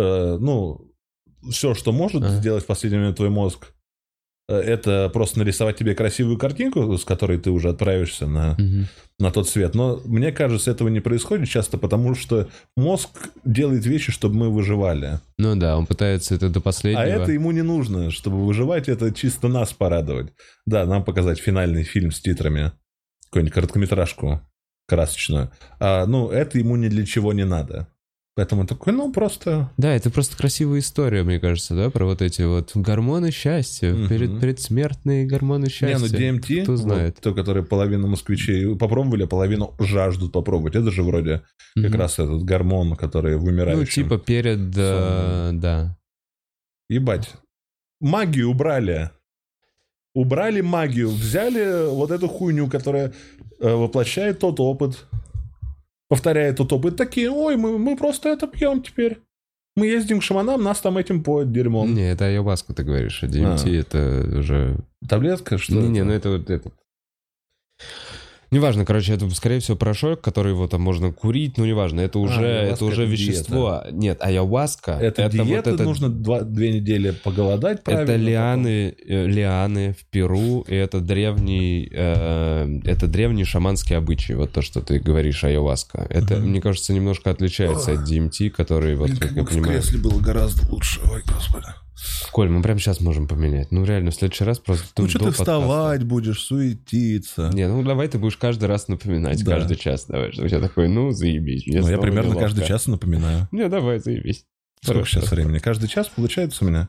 все, что может сделать в последний момент твой мозг, это просто нарисовать тебе красивую картинку, с которой ты уже отправишься на тот свет. Но мне кажется, этого не происходит часто, потому что мозг делает вещи, чтобы мы выживали. Ну да, он пытается это до последнего. А это ему не нужно, чтобы выживать, это чисто нас порадовать. Да, нам показать финальный фильм с титрами, какую-нибудь короткометражку красочную. Это ему ни для чего не надо. Поэтому такой, просто... Да, это просто красивая история, мне кажется, да, про вот эти вот гормоны счастья, предсмертные гормоны счастья. DMT, кто знает. То, которое половина москвичей попробовали, а половину жаждут попробовать. Это же вроде как раз этот гормон, который в умирающем. Перед... да. Ебать. Магию убрали. Убрали магию. Взяли вот эту хуйню, которая воплощает тот опыт... Повторяет тот опыт, такие, мы просто это пьем теперь. Мы ездим к шаманам, нас там этим поют дерьмом. Не, это айоваску ты говоришь, а DMT это уже... Таблетка, что ли? Не, это вот это... Неважно, это, скорее всего, порошок, который его там можно курить, неважно, это уже вещество. Диета. Нет, айоваска... Это диета, нужно 2 недели поголодать правильно. Это лианы в Перу, и это древний шаманский обычай, вот то, что ты говоришь, айоваска. Это, мне кажется, немножко отличается от DMT, который, как я понимаю... в кресле было гораздо лучше, ой, господи. Коль, мы прямо сейчас можем поменять. Реально, в следующий раз просто... что ты вставать будешь, суетиться? Не, давай ты будешь каждый раз напоминать, каждый час. Давай, что у тебя такой, заебись. Я примерно каждый час напоминаю. Не, давай, заебись. Сколько сейчас времени? Каждый час получается у меня?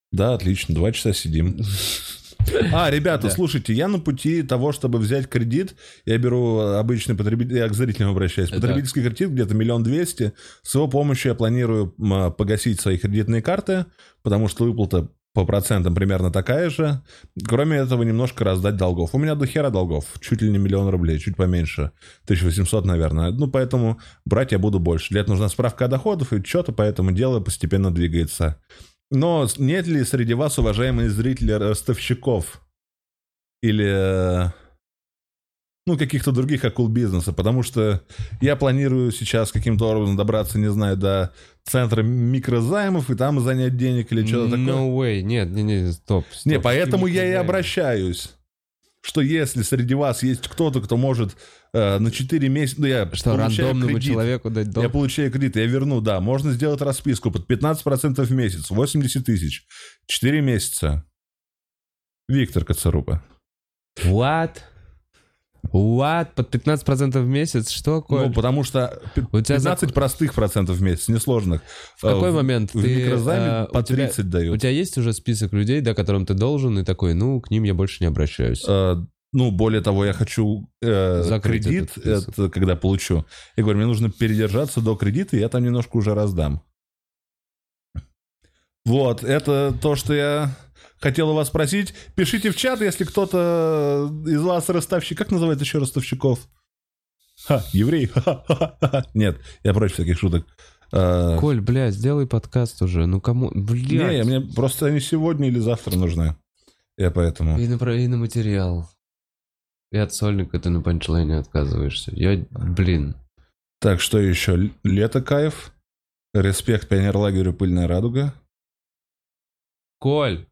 Да, отлично, 2 часа сидим. Ребята, слушайте, я на пути того, чтобы взять кредит, я беру обычный потребитель, я к зрителям обращаюсь, потребительский кредит где-то 1 200 000. С его помощью я планирую погасить свои кредитные карты, потому что выплата по процентам примерно такая же. Кроме этого, немножко раздать долгов. У меня до хера долгов, чуть ли не 1 000 000 рублей, чуть поменьше, 1800, наверное. Поэтому брать я буду больше. Для этого нужна справка о доходах и что-то, поэтому дело постепенно двигается. Но нет ли среди вас, уважаемые зрители, ростовщиков или каких-то других акул бизнеса? Потому что я планирую сейчас каким-то образом добраться, не знаю, до центра микрозаймов и там занять денег или что-то такое. No way, нет, стоп. Не, поэтому я и обращаюсь. Что если среди вас есть кто-то, кто может на 4 месяца... я что, рандомному кредит, человеку дать долг? Я получаю кредит, я верну, да. Можно сделать расписку под 15% в месяц, 80 000, 4 месяца. Виктор Коцарупа. What? Под 15% в месяц? Что, Коль? Потому что 15 простых процентов в месяц, несложных. В какой момент в микрозайме по 30 дают. У тебя есть уже список людей, да, которым ты должен, и такой, к ним я больше не обращаюсь? Более того, я хочу кредит, это когда получу. Я говорю, мне нужно передержаться до кредита, и я там немножко уже раздам. Вот, это то, что я хотел у вас спросить. Пишите в чат, если кто-то из вас ростовщик. Как называют еще ростовщиков? Еврей? Нет, я против таких шуток. Коль, сделай подкаст уже. Кому? Не, мне просто они сегодня или завтра нужны. Я поэтому... И на материал. И от сольника ты на панчлайне отказываешься. Так, что еще? Лето кайф. Респект пионерлагерю «Пыльная радуга». Коль.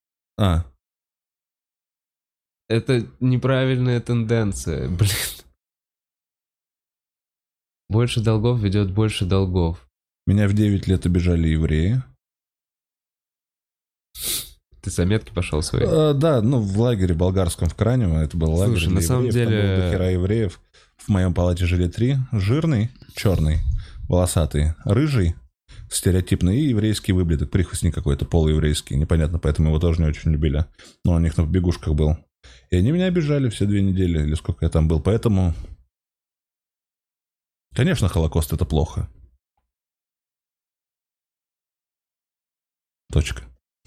Это неправильная тенденция, Больше долгов ведет больше долгов. Меня в 9 лет обижали евреи. Ты заметки пошел свои? Да, в лагере болгарском в Кранево. Это был лагерь. Слушай, на самом деле... Там было до хера евреев. В моем палате жили 3. Жирный, черный, волосатый, рыжий, стереотипный и еврейский выблядок. Прихвостник какой-то, полуеврейский. Непонятно, поэтому его тоже не очень любили. Но он у них на побегушках был. И они меня обижали все 2 недели, или сколько я там был. Поэтому... Конечно, Холокост — это плохо. Точка.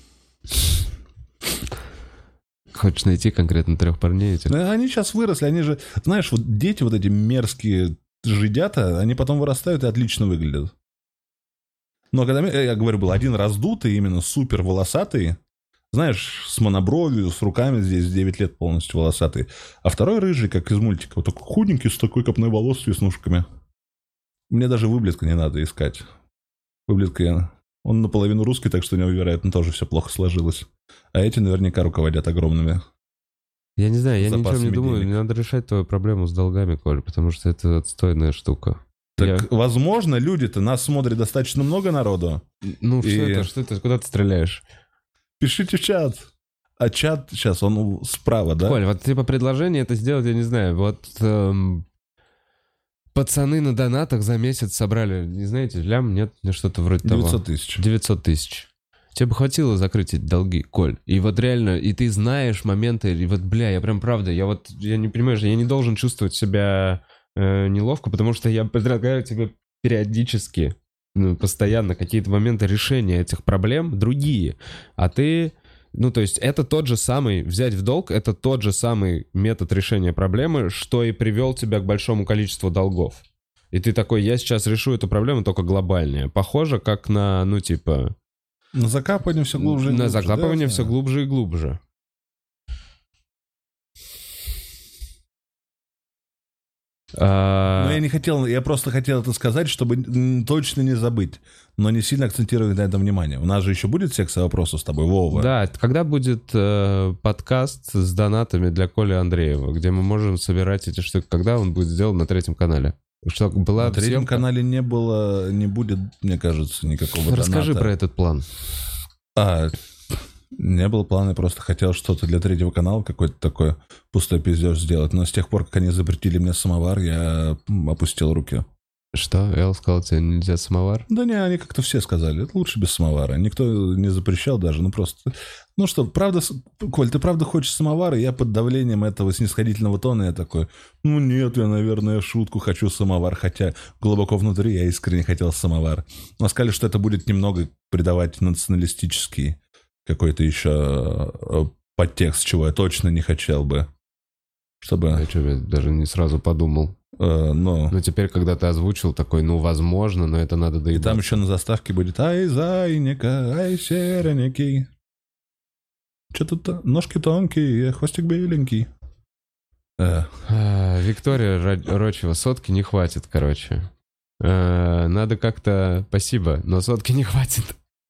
Хочешь найти конкретно 3 парней этих? Они сейчас выросли, они же... Знаешь, дети эти мерзкие жидята, они потом вырастают и отлично выглядят. Но когда, я говорю, был один раздутый, именно супер волосатый, знаешь, с монобровью, с руками здесь 9 лет полностью волосатый, а второй рыжий, как из мультика, вот такой худенький, с такой копной волос, с веснушками. Мне даже выблядка не надо искать. Выблядка... Он наполовину русский, так что у него, вероятно, тоже все плохо сложилось. А эти наверняка руководят огромными. Я не знаю, я ничего не думаю. Денег. Мне надо решать твою проблему с долгами, Коль, потому что это отстойная штука. Так, возможно, люди-то нас смотрит достаточно много народу. Что это? Куда ты стреляешь? Пишите в чат. А чат сейчас, он справа, да? Коль, предложение это сделать, я не знаю, пацаны на донатах за месяц собрали, не знаете, лям, нет, что-то вроде 900 того. 000. 900 000. Тебе бы хватило закрыть эти долги, Коль. И реально, и ты знаешь моменты, и я прям правда, я не понимаю, я не должен чувствовать себя неловко, потому что я предлагаю тебе периодически, постоянно какие-то моменты решения этих проблем другие, а ты... то есть это тот же самый, взять в долг, это тот же самый метод решения проблемы, что и привел тебя к большому количеству долгов. И ты такой, я сейчас решу эту проблему, только глобальнее. Похоже, как на, На закапывание все глубже и глубже. На закапывание все глубже и глубже. Но я просто хотел это сказать, чтобы точно не забыть, но не сильно акцентировать на этом внимание. У нас же еще будет секция вопросов с тобой, Вова. Да, когда будет подкаст с донатами для Коли Андреева, где мы можем собирать эти штуки, когда он будет сделан на 3 канале? Что была на 3 канале не будет, мне кажется, никакого доната. Расскажи про этот план. Не было плана, я просто хотел что-то для 3 канала, какой-то такой пустой пиздеж сделать. Но с тех пор, как они запретили мне самовар, я опустил руки. Что? Эл сказал, тебе нельзя самовар? Да не, они как-то все сказали, это лучше без самовара. Никто не запрещал даже, ну просто... Ну что, правда, Коль, ты правда хочешь самовар? И я под давлением этого снисходительного тона, я такой, ну нет, я, наверное, в шутку хочу самовар, хотя глубоко внутри я искренне хотел самовар. Но сказали, что это будет немного придавать националистический какой-то еще подтекст, чего я точно не хотел бы. Чтобы... Я что, даже не сразу подумал. Но теперь, когда ты озвучил, такой, ну, возможно, но это надо доебаться. И там еще на заставке будет «Ай, зайника, ай, серенький». Что тут? Ножки тонкие, хвостик беленький. Виктория Рочева, сотки не хватит, короче. Надо как-то... Спасибо, но сотки не хватит.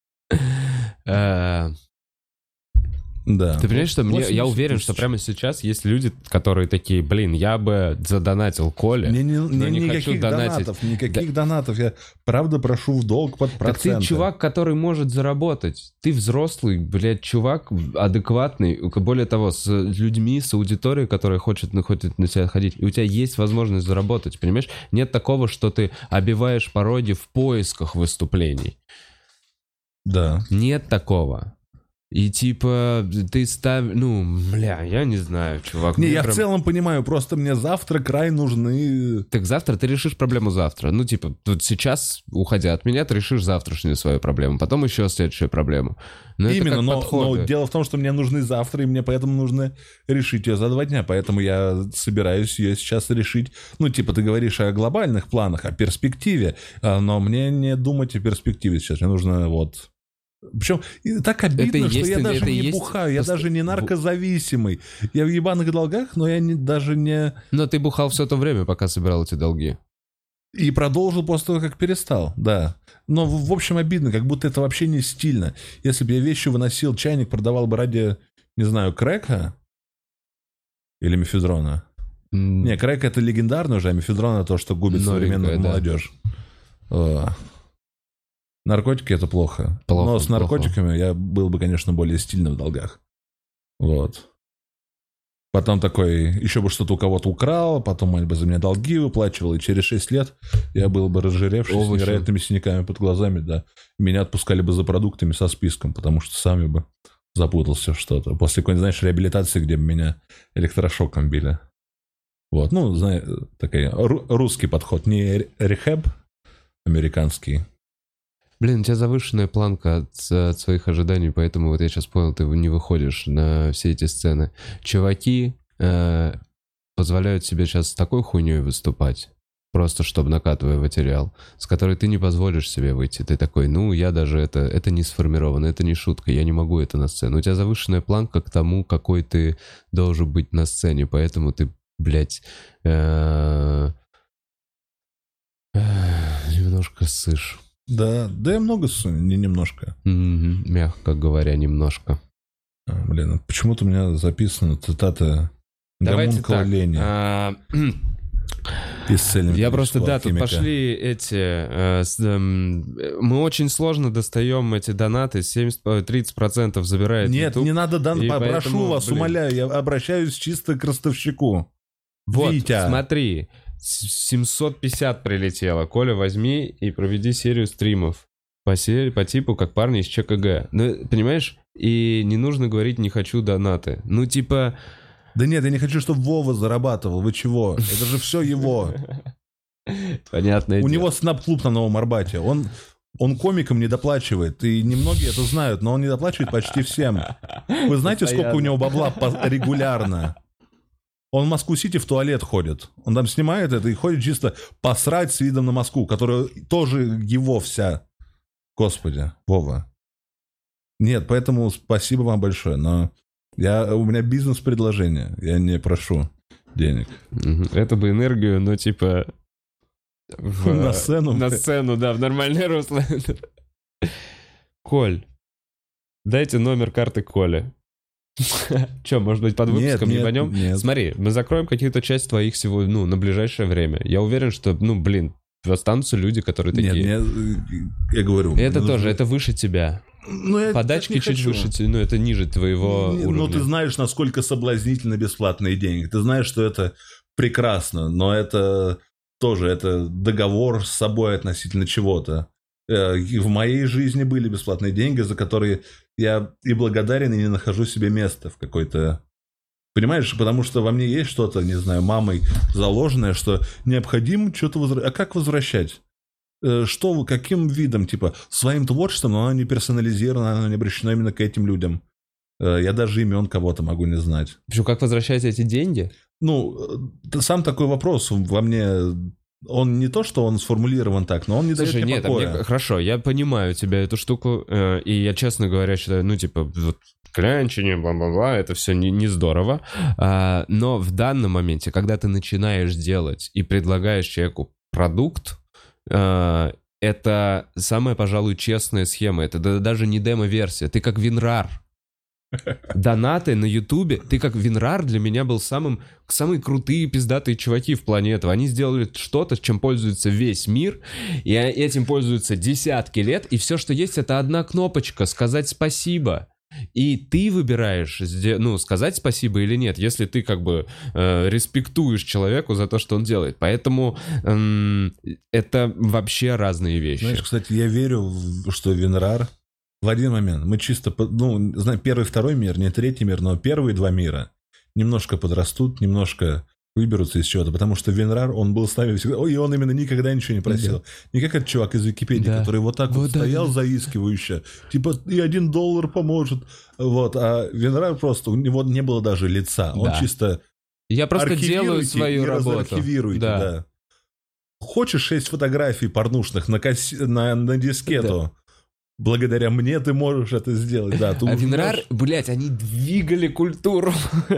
Да. Ты понимаешь, что я уверен, что прямо сейчас есть люди, которые такие, блин, я бы задонатил Коле, но не хочу донатить. Никаких донатов. Я правда прошу в долг под проценты. Так ты чувак, который может заработать. Ты взрослый, блядь, чувак, адекватный. Более того, с людьми, с аудиторией, которая хочет на тебя ходить. И у тебя есть возможность заработать, понимаешь? Нет такого, что ты обиваешь пороги в поисках выступлений. Да. Нет такого. И типа ты я не знаю, чувак. Не, я в целом понимаю, просто мне завтра край нужны... Так завтра ты решишь проблему завтра. Ну, типа, тут сейчас, уходя от меня, ты решишь завтрашнюю свою проблему, потом еще следующую проблему. Именно, но дело в том, что мне нужны завтра, и мне поэтому нужно решить ее за 2 дня, поэтому я собираюсь ее сейчас решить. Ну, типа, ты говоришь о глобальных планах, о перспективе, но мне не думать о перспективе сейчас, мне нужно вот... Причем так обидно, что я даже не бухаю, я даже не наркозависимый. Я в ебаных долгах, но я даже не... Но ты бухал все то время, пока собирал эти долги. И продолжил после того, как перестал, да. Но, в общем, обидно, как будто это вообще не стильно. Если бы я вещи выносил, чайник продавал бы ради, не знаю, крэка или мефедрона. Не, крэк — это легендарный уже, а мефедрон — это то, что губит современную молодежь. Наркотики — это плохо. Но с наркотиками я был бы, конечно, более стильным в долгах. Вот. Потом такой, еще бы что-то у кого-то украл, потом они бы за меня долги выплачивал, и через 6 лет я был бы разжиревший, с невероятными синяками под глазами, да. Меня отпускали бы за продуктами со списком, потому что сами бы запутался что-то. После какой-нибудь, знаешь, реабилитации, где бы меня электрошоком били. Вот, ну, знаешь, такой русский подход, не рехаб американский. Блин, у тебя завышенная планка от своих ожиданий, поэтому вот я сейчас понял, ты не выходишь на все эти сцены. Чуваки позволяют себе сейчас с такой хуйней выступать, просто чтобы накатывая материал, с которой ты не позволишь себе выйти. Ты такой, ну, я даже это не сформировано, это не шутка, я не могу это на сцену. У тебя завышенная планка к тому, какой ты должен быть на сцене, поэтому ты, блядь, немножко ссышь. Да я много ссу, не немножко. Мягко говоря, немножко. Блин, почему-то у меня записана цитата Гомункула Лени. Я просто, да, тут пошли эти... мы очень сложно достаем эти донаты, 30% забирает Нет, YouTube, не надо прошу вас, умоляю, я обращаюсь чисто к ростовщику. Вот, Витя. Смотри, 750 прилетело. Коля, возьми и проведи серию стримов по типу, как парни из ЧКГ. Ну, понимаешь? И не нужно говорить «не хочу донаты». Ну, типа... Да нет, я не хочу, чтобы Вова зарабатывал. Вы чего? Это же все его. Понятное дело. У него снап-клуб на Новом Арбате. Он комикам не доплачивает. И немногие это знают, но он не доплачивает почти всем. Вы знаете, сколько у него бабла регулярно? Он в Москву-Сити в туалет ходит. Он там снимает это и ходит чисто посрать с видом на Москву, которая тоже его вся. Господи, Вова. Нет, поэтому спасибо вам большое, но у меня бизнес-предложение. Я не прошу денег. Это бы энергию, но типа... На сцену? На сцену, да, в нормальное русло. Коль, дайте номер карты Коле. Че, может быть, под выпуском ебанем? Нет. Смотри, мы закроем какую-то часть твоих всего, на ближайшее время. Я уверен, что, останутся люди, которые такие... Нет, я говорю... Это тоже, это выше тебя. Подачки чуть выше, это ниже твоего уровня. Ну, ты знаешь, насколько соблазнительно бесплатные деньги. Ты знаешь, что это прекрасно, но это тоже это договор с собой относительно чего-то. И в моей жизни были бесплатные деньги, за которые я и благодарен, и не нахожу себе места в какой-то... Понимаешь, потому что во мне есть что-то, не знаю, мамой заложенное, что необходимо что-то возвращать. А как возвращать? Что, каким видом? Типа, своим творчеством, но оно не персонализировано, оно не обращено именно к этим людям. Я даже имен кого-то могу не знать. Почему, как возвращать эти деньги? Ну, сам такой вопрос во мне... Он не то, что он сформулирован так, но он не дает мне покоя. Хорошо, я понимаю тебя, эту штуку, и я, честно говоря, считаю, ну, типа, вот, клянчение, бла-бла-бла, это все не здорово, но в данном моменте, когда ты начинаешь делать и предлагаешь человеку продукт, это самая, пожалуй, честная схема, это даже не демо-версия, ты как WinRAR. Донаты на Ютубе. Ты как WinRAR для меня был самые крутые пиздатые чуваки в плане этого. Они сделали что-то, чем пользуется весь мир, и этим пользуются десятки лет, и все, что есть, это одна кнопочка — сказать спасибо. И ты выбираешь, ну, сказать спасибо или нет, если ты как бы респектуешь человеку за то, что он делает. Поэтому это вообще разные вещи. Знаешь, кстати, я верю, что WinRAR в один момент, мы чисто, ну, знаем, первый, второй мир, не третий мир, но первые два мира немножко подрастут, немножко выберутся из чего-то, потому что WinRAR, он был с нами всегда, и он именно никогда ничего не просил. Да. Не как этот чувак из Википедии, да, который вот так вот стоял заискивающе, типа, и $1 поможет, вот, а WinRAR просто, у него не было даже лица, он чисто... Я просто делаю свою работу. Архивируйте, да. Хочешь 6 фотографий порнушных на дискету? Да. Благодаря мне ты можешь это сделать, да. А WinRAR, блядь, они двигали культуру.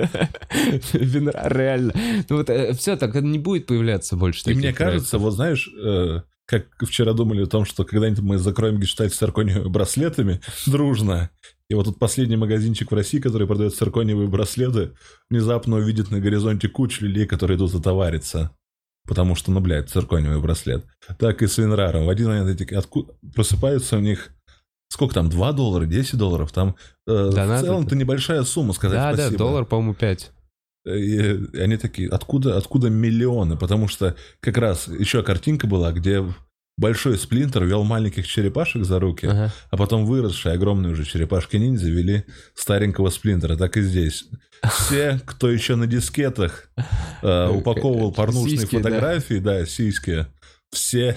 WinRAR реально. Ну вот все, так не будет появляться больше таких. И мне кажется, вот знаешь, как вчера думали о том, что когда-нибудь мы закроем гештальт с циркониевыми браслетами дружно. И вот тут последний магазинчик в России, который продает циркониевые браслеты, внезапно увидит на горизонте кучу людей, которые идут отовариться. Потому что, ну, блядь, циркониевый браслет. Так и с WinRAR. В один момент эти просыпаются у них... Сколько там, $2, $10? Там в целом-то небольшая сумма, сказать спасибо. Да, $1, по-моему, 5. И они такие, откуда миллионы? Потому что как раз еще картинка была, где большой сплинтер вел маленьких черепашек за руки, а потом выросшие огромные уже черепашки-ниндзя вели старенького сплинтера. Так и здесь. Все, кто еще на дискетах упаковывал порнушные фотографии, да, сиськи, все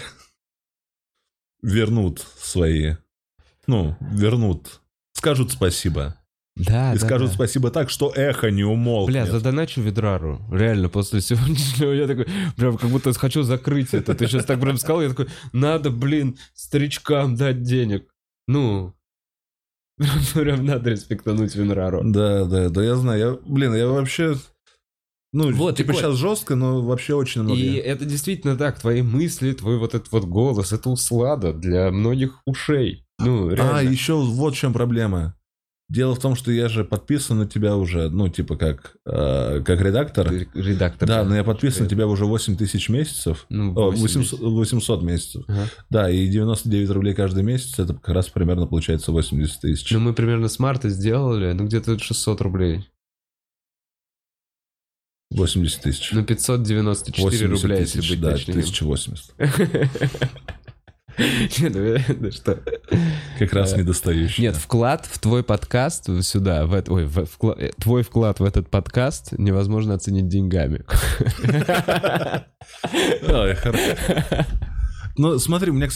вернут свои... Ну, вернут, скажут спасибо. Да, и скажут спасибо так, что эхо не умолкнет. Бля, задоначу WinRAR. Реально, после сегодняшнего я такой, прям как будто хочу закрыть это. Ты сейчас так прям сказал, я такой, надо, блин, старичкам дать денег. Ну, прям надо респектануть WinRAR. Да, я знаю. Я вообще... Ну, вот, типа сейчас жестко, но вообще очень много. И это действительно так, твои мысли, твой вот этот вот голос, это услада для многих ушей. Ну, реально. Еще вот в чем проблема. Дело в том, что я же подписан на тебя уже, ну, типа как редактор. Редактор. Да, но я подписан на тебя уже 8000 месяцев. Ну, 800 месяцев. Ага. Да, и 99 рублей каждый месяц, это как раз примерно получается 80 тысяч. Ну, мы примерно с марта сделали, ну, где-то 600 рублей. 80 тысяч. Ну, 594 рубля, если быть точным. Да, 1080. Нет, что? Как раз недостающий. Нет, вклад в твой подкаст сюда, твой вклад в этот подкаст невозможно оценить деньгами. Ну, смотри, у меня,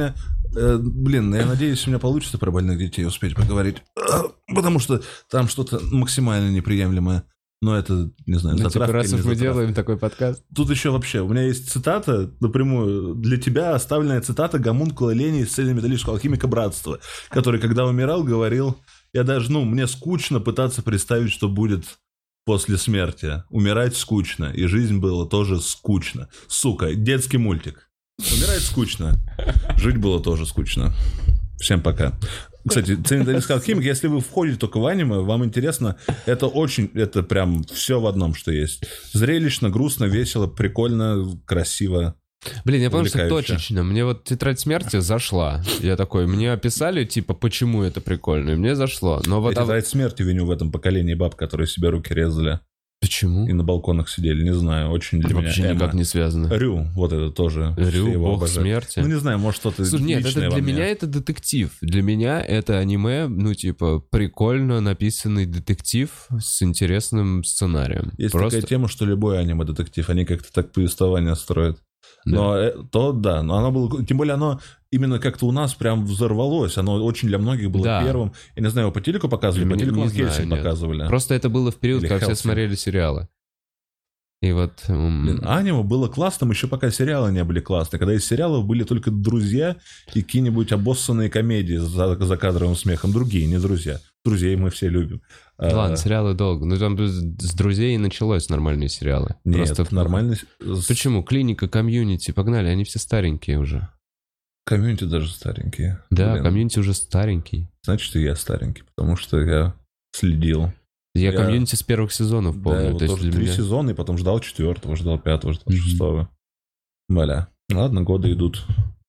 я надеюсь, у меня получится про больных детей успеть поговорить, потому что там что-то максимально неприемлемое. Но это, не знаю, затравка или не затравка. Мы делаем такой подкаст. Тут еще вообще, у меня есть цитата, напрямую, для тебя оставленная цитата гомункула Лени из цельнометаллического алхимика Братства, который, когда умирал, говорил, я даже, мне скучно пытаться представить, что будет после смерти. Умирать скучно, и жизнь была тоже скучно. Сука, детский мультик. Умирать скучно, жить было тоже скучно. Всем пока. Кстати, цельнометаллический алхимик, если вы входите только в аниме, вам интересно, это прям все в одном, что есть. Зрелищно, грустно, весело, прикольно, красиво. Блин, я помню, что точечно. Мне вот «Тетрадь смерти» зашла. Я такой, мне описали, типа, почему это прикольно, и мне зашло. Но вот «Тетрадь смерти» виню в этом поколении баб, которые себе руки резали. Почему? И на балконах сидели, не знаю, очень для меня вообще никак не связано. Рю, вот это тоже. Рю, бог смерти. Ну, не знаю, может, что-то Слушай, нет, личное это во для мне. меня это детектив. Для меня это аниме, ну, типа, прикольно написанный детектив с интересным сценарием. Есть такая тема, что любой аниме-детектив, они как-то так повествование строят. Да. Но оно было... Тем более оно именно как-то у нас прям взорвалось. Оно очень для многих было первым. Я не знаю, его по телеку показывали, по телеку Хельсинг показывали. Просто это было в период, когда все смотрели сериалы. И вот... Аниме было классным еще пока сериалы не были классные. Когда из сериалов были только друзья и какие-нибудь обоссанные комедии за кадровым смехом. Другие, не друзья. Друзей мы все любим. Ладно, сериалы долго. Ну, там с друзей и началось нормальные сериалы. Нет, просто нормальные... Почему? Клиника, комьюнити, погнали, они все старенькие уже. Комьюнити даже старенькие. Да, комьюнити уже старенький. Значит, и я старенький, потому что я следил. Я комьюнити с первых сезонов помню. Да, то тоже 3 сезона, и потом ждал 4-го, ждал 5-го, ждал 6-го. Бля. Ладно, годы идут.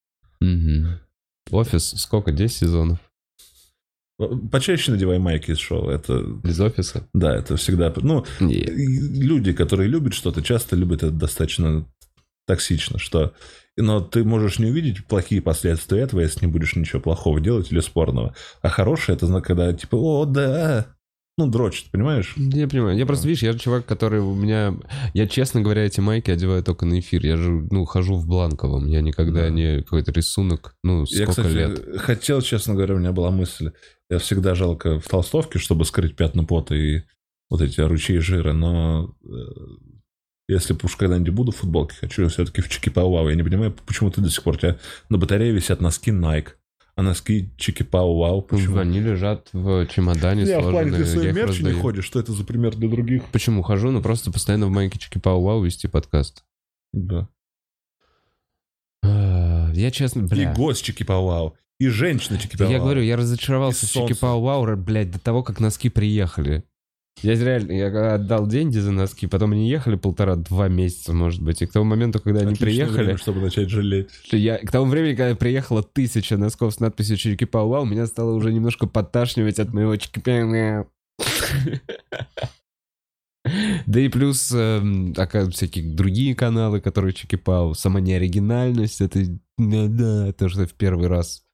Офис, сколько? 10 сезонов? Почаще надевай майки из шоу. Это... Из офиса? Да, это всегда... Ну, люди, которые любят что-то, часто любят это достаточно токсично, что... Но ты можешь не увидеть плохие последствия этого, если не будешь ничего плохого делать или спорного. А хорошее, это когда типа, о, да... Ну, дрочит, понимаешь? Я понимаю. Я просто, видишь, я же чувак, который у меня... Я, честно говоря, эти майки одеваю только на эфир. Я же, ну, хожу в бланковом. Я никогда не какой-то рисунок, ну, сколько я, кстати, лет. Хотел, честно говоря, у меня была мысль. Я всегда жалко в толстовке, чтобы скрыть пятна пота и вот эти ручьи жира. Но если уж когда-нибудь буду в футболке, хочу все-таки в чики-пау-вау. Я не понимаю, почему ты до сих пор... У тебя на батарее висят носки Nike. А носки чики-пау-вау, почему? Они лежат в чемодане сложенные. В плане, ты своим мерч не ходишь, что это за пример для других? Почему хожу? Ну, просто постоянно в майке чики-пау-вау вести подкаст. Да. Я честно, бля. И гость чики-пау-вау, и женщина чики-пау-вау. Я говорю, я разочаровался в чики-пау-вау, блядь, до того, как носки приехали. Я реально, я отдал деньги за носки, потом они ехали 1,5-2 месяца, может быть. И к тому моменту, когда они приехали... время, чтобы начать жалеть. К тому времени, когда приехало 1000 носков с надписью «Чики-пау-вау», меня стало уже немножко подташнивать от моего чики-пау-вау. Да и плюс всякие другие каналы, которые Чики-пау. Сама неоригинальность, это... Да, то, что в первый раз.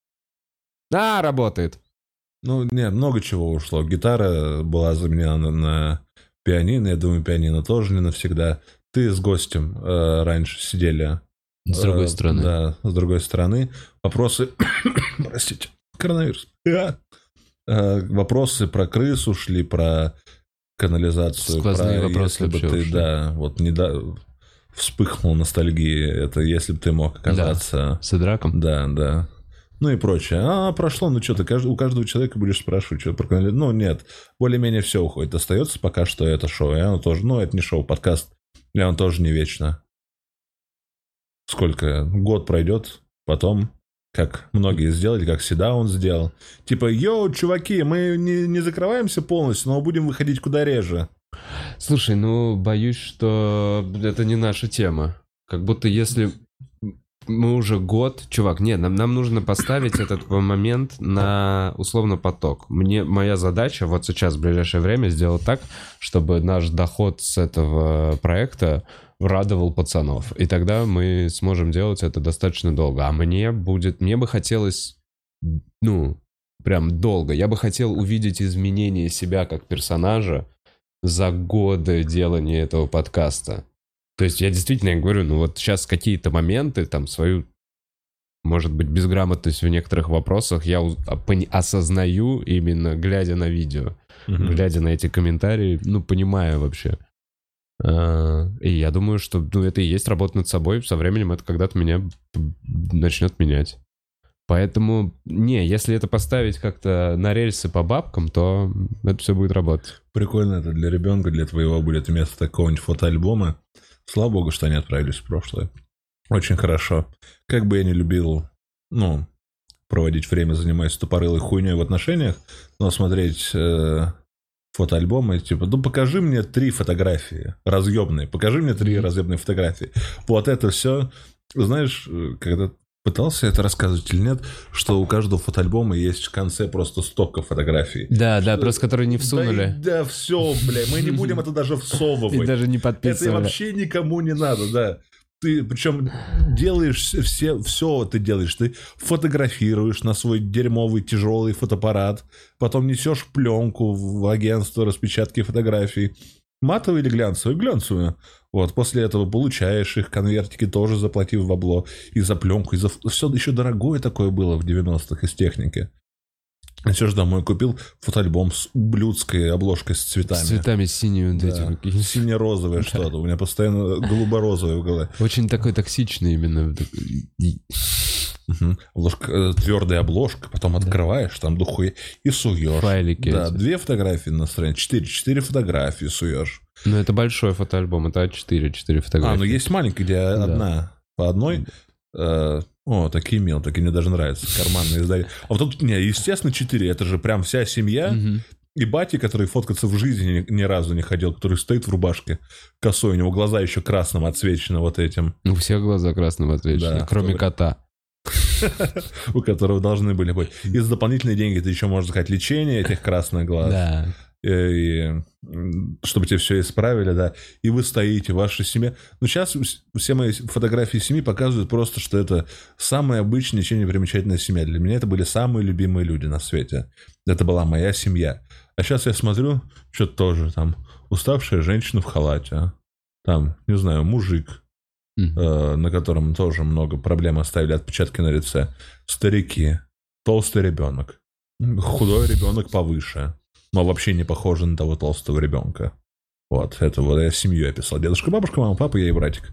Да, работает. Ну, нет, много чего ушло. Гитара была заменена на пианино. Я думаю, пианино тоже не навсегда. Ты с гостем раньше сидели. С другой стороны. Да, с другой стороны. Вопросы... Простите, коронавирус. Вопросы про крысу шли, про канализацию. Сквозные про, вопросы если бы ты, ушли. да, вот вспыхнул ностальгии. Это если бы ты мог оказаться... Да, с Идраком? Да. Ну и прочее. Прошло, ну что ты, у каждого человека будешь спрашивать, что про канализацию. Ну нет, более-менее все уходит. Остается пока что это шоу. И оно тоже, ну это не шоу, подкаст. И он тоже не вечно. Сколько? Год пройдет, потом, как многие сделали, как Седаун сделал. Типа, йоу, чуваки, мы не закрываемся полностью, но будем выходить куда реже. Слушай, ну, боюсь, что это не наша тема. Как будто если мы уже год... Чувак, нет, нам нужно поставить этот момент на условно поток. Моя задача вот сейчас, в ближайшее время, сделать так, чтобы наш доход с этого проекта радовал пацанов. И тогда мы сможем делать это достаточно долго. А мне бы хотелось, ну, прям долго. Я бы хотел увидеть изменения себя как персонажа за годы делания этого подкаста. То есть я действительно говорю, ну вот сейчас какие-то моменты, там свою, может быть, безграмотность в некоторых вопросах я осознаю именно глядя на видео, глядя на эти комментарии, ну, понимаю вообще. И я думаю, что это и есть работа над собой, со временем это когда-то меня начнет менять. Поэтому, если это поставить как-то на рельсы по бабкам, то это все будет работать. Прикольно это для ребенка, для твоего будет вместо какого-нибудь фотоальбома. Слава богу, что они отправились в прошлое. Очень хорошо. Как бы я не любил, проводить время, занимаясь тупорылой хуйней в отношениях, но смотреть фотоальбомы, типа, покажи мне 3 фотографии разъебные, покажи мне 3 разъебные фотографии. Вот это все, знаешь, когда пытался это рассказывать или нет, что у каждого фотоальбома есть в конце просто стопка фотографий. Да, просто которые не всунули. Да, все, бля, мы не будем это даже всовывать. И даже не подписывали. Это вообще никому не надо, да. Ты причем делаешь все ты делаешь. Ты фотографируешь на свой дерьмовый тяжелый фотоаппарат, потом несешь пленку в агентство распечатки фотографий. Матовые или глянцевые? Глянцевые. Вот, после этого получаешь их конвертики, тоже заплатив бабло. И за пленку, и за... Все еще дорогое такое было в 90-х из техники. Несешь домой, купил фотоальбом с ублюдской обложкой с цветами. С цветами синими. Да. Сине-розовое что-то. У меня постоянно голубо-розовое в голове. Очень такой токсичный именно. Обложка, твердая обложка, потом открываешь, там духуя, и суешь. Файлики. Да, 2 фотографии на странице, 4 фотографии суешь. Ну, это большой фотоальбом, это 4 фотографии. Ну есть маленький, где одна по одной. Такие мне даже нравятся, карманные издания. А вот тут, естественно, 4, это же прям вся семья. И батя, который фоткаться в жизни ни разу не ходил, который стоит в рубашке косой, у него глаза еще красным отсвечены вот этим. У всех глаза красным отсвечены, кроме кота. У которого должны были быть. И за дополнительные деньги ты еще можешь заказать лечение этих красных глаз. Да. И чтобы тебе все исправили, да. И вы стоите, ваша семья. Ну, сейчас все мои фотографии семьи показывают просто, что это самая обычная, ничем не примечательная семья. Для меня это были самые любимые люди на свете. Это была моя семья. А сейчас я смотрю, что-то тоже там уставшая женщина в халате. Там, не знаю, мужик, на котором тоже много проблем оставили, отпечатки на лице. Старики, толстый ребенок, худой ребенок повыше, но вообще не похожий на того толстого ребенка. Вот, это вот я семью описал. Дедушка, бабушка, мама, папа, я и братик.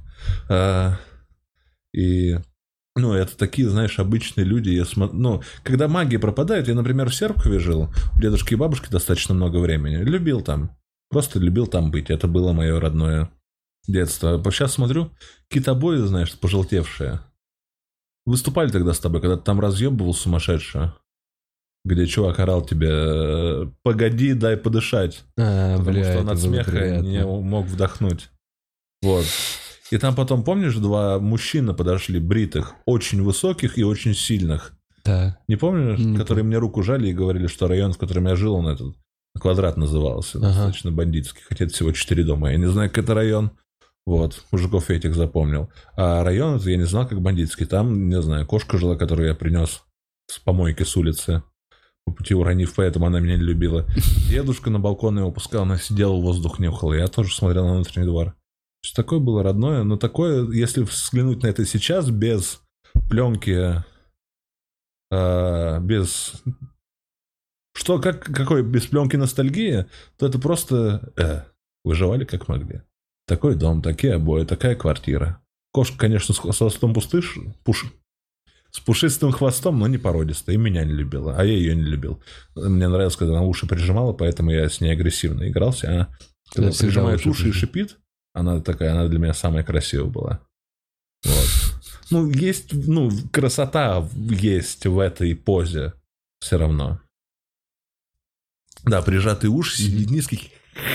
Это такие, знаешь, обычные люди. Когда магия пропадает, я, например, в Серпухове жил, у дедушки и бабушки достаточно много времени. Любил там, просто любил там быть. Это было мое родное детство. Сейчас смотрю, китобои, знаешь, пожелтевшие. Выступали тогда с тобой, когда ты там разъебывал сумасшедшего, где чувак орал тебе: «Погоди, дай подышать», потому что он от смеха не мог вдохнуть. Вот. И там потом, помнишь, 2 мужчины подошли, бритых, очень высоких и очень сильных. Так. Не помнишь? Которые мне руку жали и говорили, что район, в котором я жил, он этот Квадрат назывался, достаточно бандитский. Хотя это всего 4 дома. Я не знаю, как это район. Вот, мужиков я этих запомнил. А район, я не знал, как бандитский. Там, не знаю, кошка жила, которую я принес с помойки с улицы, по пути уронив, поэтому она меня не любила. Дедушка на балкон его пускал, она сидела, воздух нюхала. Я тоже смотрел на внутренний двор. Такое было родное, но такое, если взглянуть на это сейчас, без пленки, без... Какой без пленки ностальгии, то это просто выживали как могли. Такой дом, такие обои, такая квартира. Кошка, конечно, с хвостом с пушистым хвостом, но не породистая. И меня не любила, а я ее не любил. Мне нравилось, когда она уши прижимала, поэтому я с ней агрессивно игрался. А когда прижимает уши и шипит, она для меня самая красивая была. Вот. Есть, красота есть в этой позе все равно. Да, прижатые уши, сидит низкий,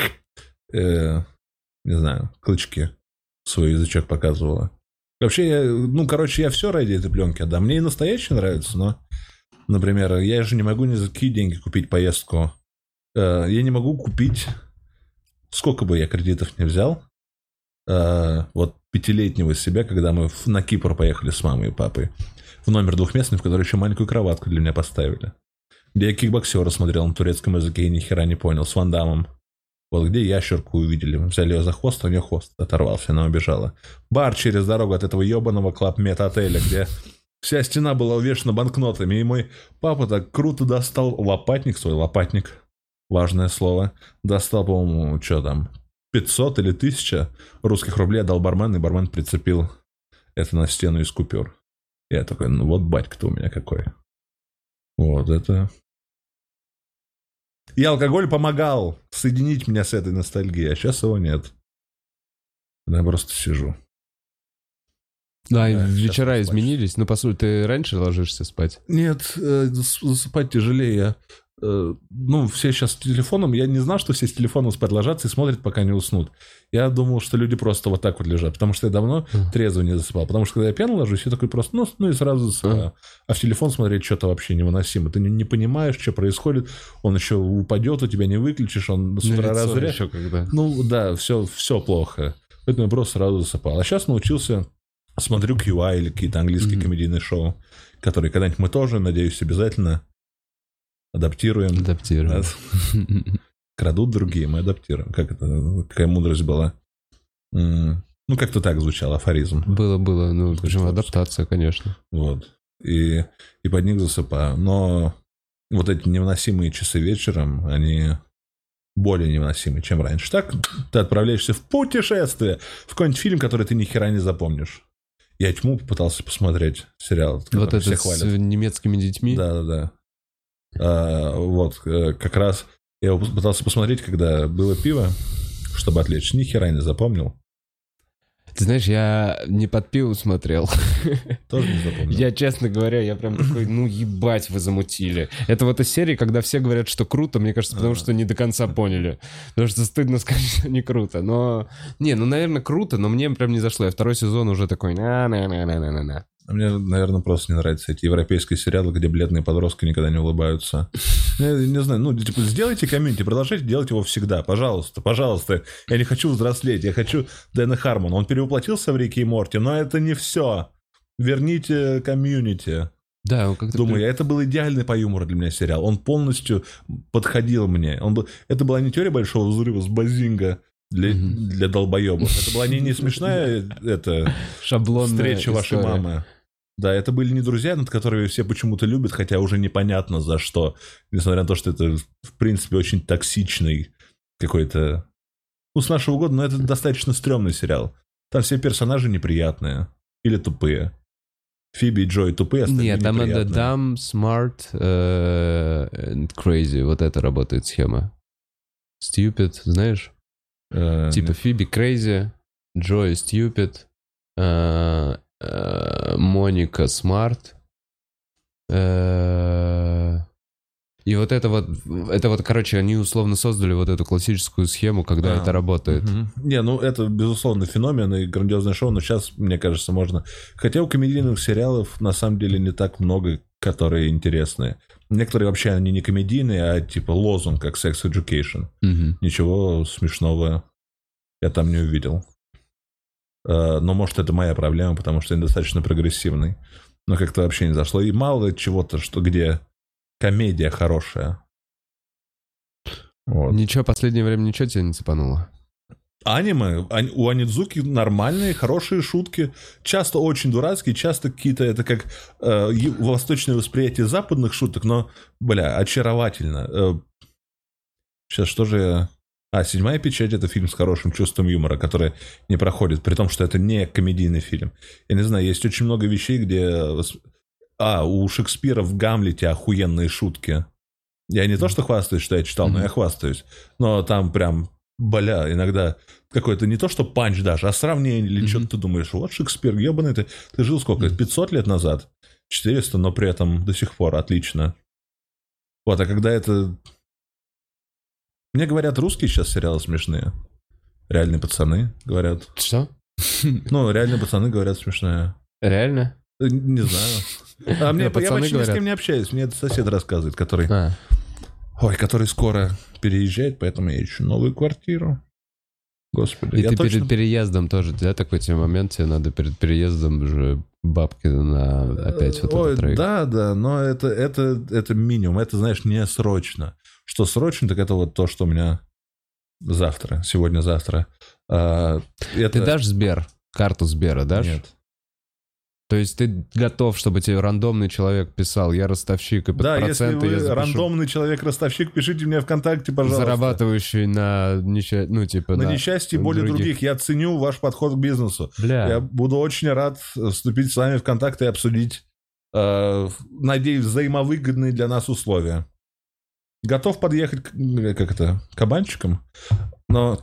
не знаю, клычки свой язычок показывала. Вообще, я все ради этой пленки отдам. Мне и настоящие нравятся, но, например, я же не могу ни за какие деньги купить поездку. Я не могу купить, сколько бы я кредитов не взял, вот 5-летнего себя, когда мы на Кипр поехали с мамой и папой, в номер двухместный, в который еще маленькую кроватку для меня поставили. Где я кикбоксера смотрел на турецком языке и ни хера не понял, с Ван Дамом. Вот где ящерку увидели. Мы взяли ее за хвост, а у нее хвост оторвался, она убежала. Бар через дорогу от этого ебаного клаб-мед-отеля, где вся стена была увешана банкнотами. И мой папа так круто достал лопатник, важное слово, достал, по-моему, 500 или 1000 русских рублей, отдал бармену, и бармен прицепил это на стену из купюр. Я такой, вот батька-то у меня какой. Вот это... И алкоголь помогал соединить меня с этой ностальгией, а сейчас его нет. Я просто сижу. Да, вечера изменились. По сути, ты раньше ложишься спать? Нет, засыпать тяжелее. ну, все сейчас с телефоном, я не знал, что все с телефоном спать ложатся и смотрят, пока не уснут. Я думал, что люди просто вот так вот лежат, потому что я давно трезво не засыпал. Потому что когда я пьяно ложусь, я такой просто, ну и сразу засыпаю. А в телефон смотреть что-то вообще невыносимо. Ты не понимаешь, что происходит, он еще упадет, у тебя не выключишь, он с утра разряд. Ну да, все плохо. Поэтому я просто сразу засыпал. А сейчас научился, смотрю QI или какие-то английские комедийные шоу, которые когда-нибудь мы тоже, надеюсь, обязательно адаптируем. Крадут другие, мы адаптируем. Как это? Какая мудрость была? Ну, как-то так звучал афоризм. Было. Ну, почему адаптация, конечно. Вот. И под них засыпаю. Но вот эти невыносимые часы вечером, они более невыносимые, чем раньше. Так ты отправляешься в путешествие, в какой-нибудь фильм, который ты ни хера не запомнишь. Я «Тьму» попытался посмотреть, сериал. Вот это с немецкими детьми? Да. Вот, как раз я его пытался посмотреть, когда было пиво, чтобы отвлечься. Ни хера не запомнил. Ты знаешь, я не под пиво смотрел. Тоже не запомнил. Я, честно говоря, я прям такой, ну ебать вы замутили. Это вот из серии, когда все говорят, что круто, мне кажется, потому что не до конца поняли. Потому что стыдно сказать, что не круто. Но, наверное, круто, но мне прям не зашло. Я второй сезон уже такой, на. Мне, наверное, просто не нравятся эти европейские сериалы, где бледные подростки никогда не улыбаются. Я не знаю, ну, типа, сделайте комьюнити, продолжайте делать его всегда, пожалуйста. Я не хочу взрослеть, я хочу Дэна Хармона. Он перевоплотился в Рике и Морти, но это не все. Верните комьюнити. Да, как-то... Думаю, это был идеальный по юмору для меня сериал. Он полностью подходил мне. Это была не теория большого взрыва с Базинга, для долбоебов. Это была не смешная шаблонная встреча вашей мамы. Да, это были не друзья, над которыми все почему-то любят, хотя уже непонятно за что. Несмотря на то, что это, в принципе, очень токсичный какой-то... Ну, с нашего года, но это достаточно стрёмный сериал. Там все персонажи неприятные. Или тупые. Фиби и Джой тупые, остальные неприятные. Нет, там это dumb, smart and crazy. Вот это работает схема. Stupid, знаешь? Типа Фиби crazy, Джой stupid, Моника смарт. И вот это вот, короче, они условно создали вот эту классическую схему, когда это работает. Не, ну это, безусловно, феномен и грандиозное шоу, но сейчас, мне кажется, можно... Хотя у комедийных сериалов, на самом деле, не так много, которые интересные. Некоторые вообще, они не комедийные, а типа лозунг, как Sex Education. Ничего смешного я там не увидел. Но, может, это моя проблема, потому что я достаточно прогрессивный. Но как-то вообще не зашло. И мало чего-то, что где комедия хорошая. Вот. Ничего, последнее время ничего тебя не цепануло? Аниме. У Анидзуки нормальные, хорошие шутки. Часто очень дурацкие, часто какие-то... Это как восточное восприятие западных шуток, но, очаровательно. Сейчас что же... «Седьмая печать» — это фильм с хорошим чувством юмора, который не проходит, при том, что это не комедийный фильм. Я не знаю, есть очень много вещей, где... у Шекспира в «Гамлете» охуенные шутки. Я не то, что хвастаюсь, что я читал, но я хвастаюсь. Но там прям, иногда какой-то не то, что панч даже, а сравнение или что-то ты думаешь, вот Шекспир, ебаный ты жил сколько, 500 лет назад? 400, но при этом до сих пор отлично. Вот, а когда это... Мне говорят, русские сейчас сериалы смешные. «Реальные пацаны» говорят. Что? Ну, «Реальные пацаны» говорят смешные. Реально? Не знаю. Я почти ни с кем не общаюсь. Мне сосед рассказывает, который скоро переезжает, поэтому я ищу новую квартиру. Господи. И ты перед переездом тоже, да, такой тебе момент, тебе надо перед переездом уже бабки на опять вот этот трек. Да, но это минимум. Это, знаешь, не срочно. Что срочно, так это вот то, что у меня сегодня-завтра. Ты дашь Сбер? Карту Сбера дашь? Нет. То есть ты готов, чтобы тебе рандомный человек писал, я ростовщик, и под проценты я запишу. Рандомный человек-ростовщик, пишите мне ВКонтакте, пожалуйста. Зарабатывающий на несчастье и боли других. Я ценю ваш подход к бизнесу. Я буду очень рад вступить с вами в контакт и обсудить, надеюсь, взаимовыгодные для нас условия. Готов подъехать, кабанчиком, но...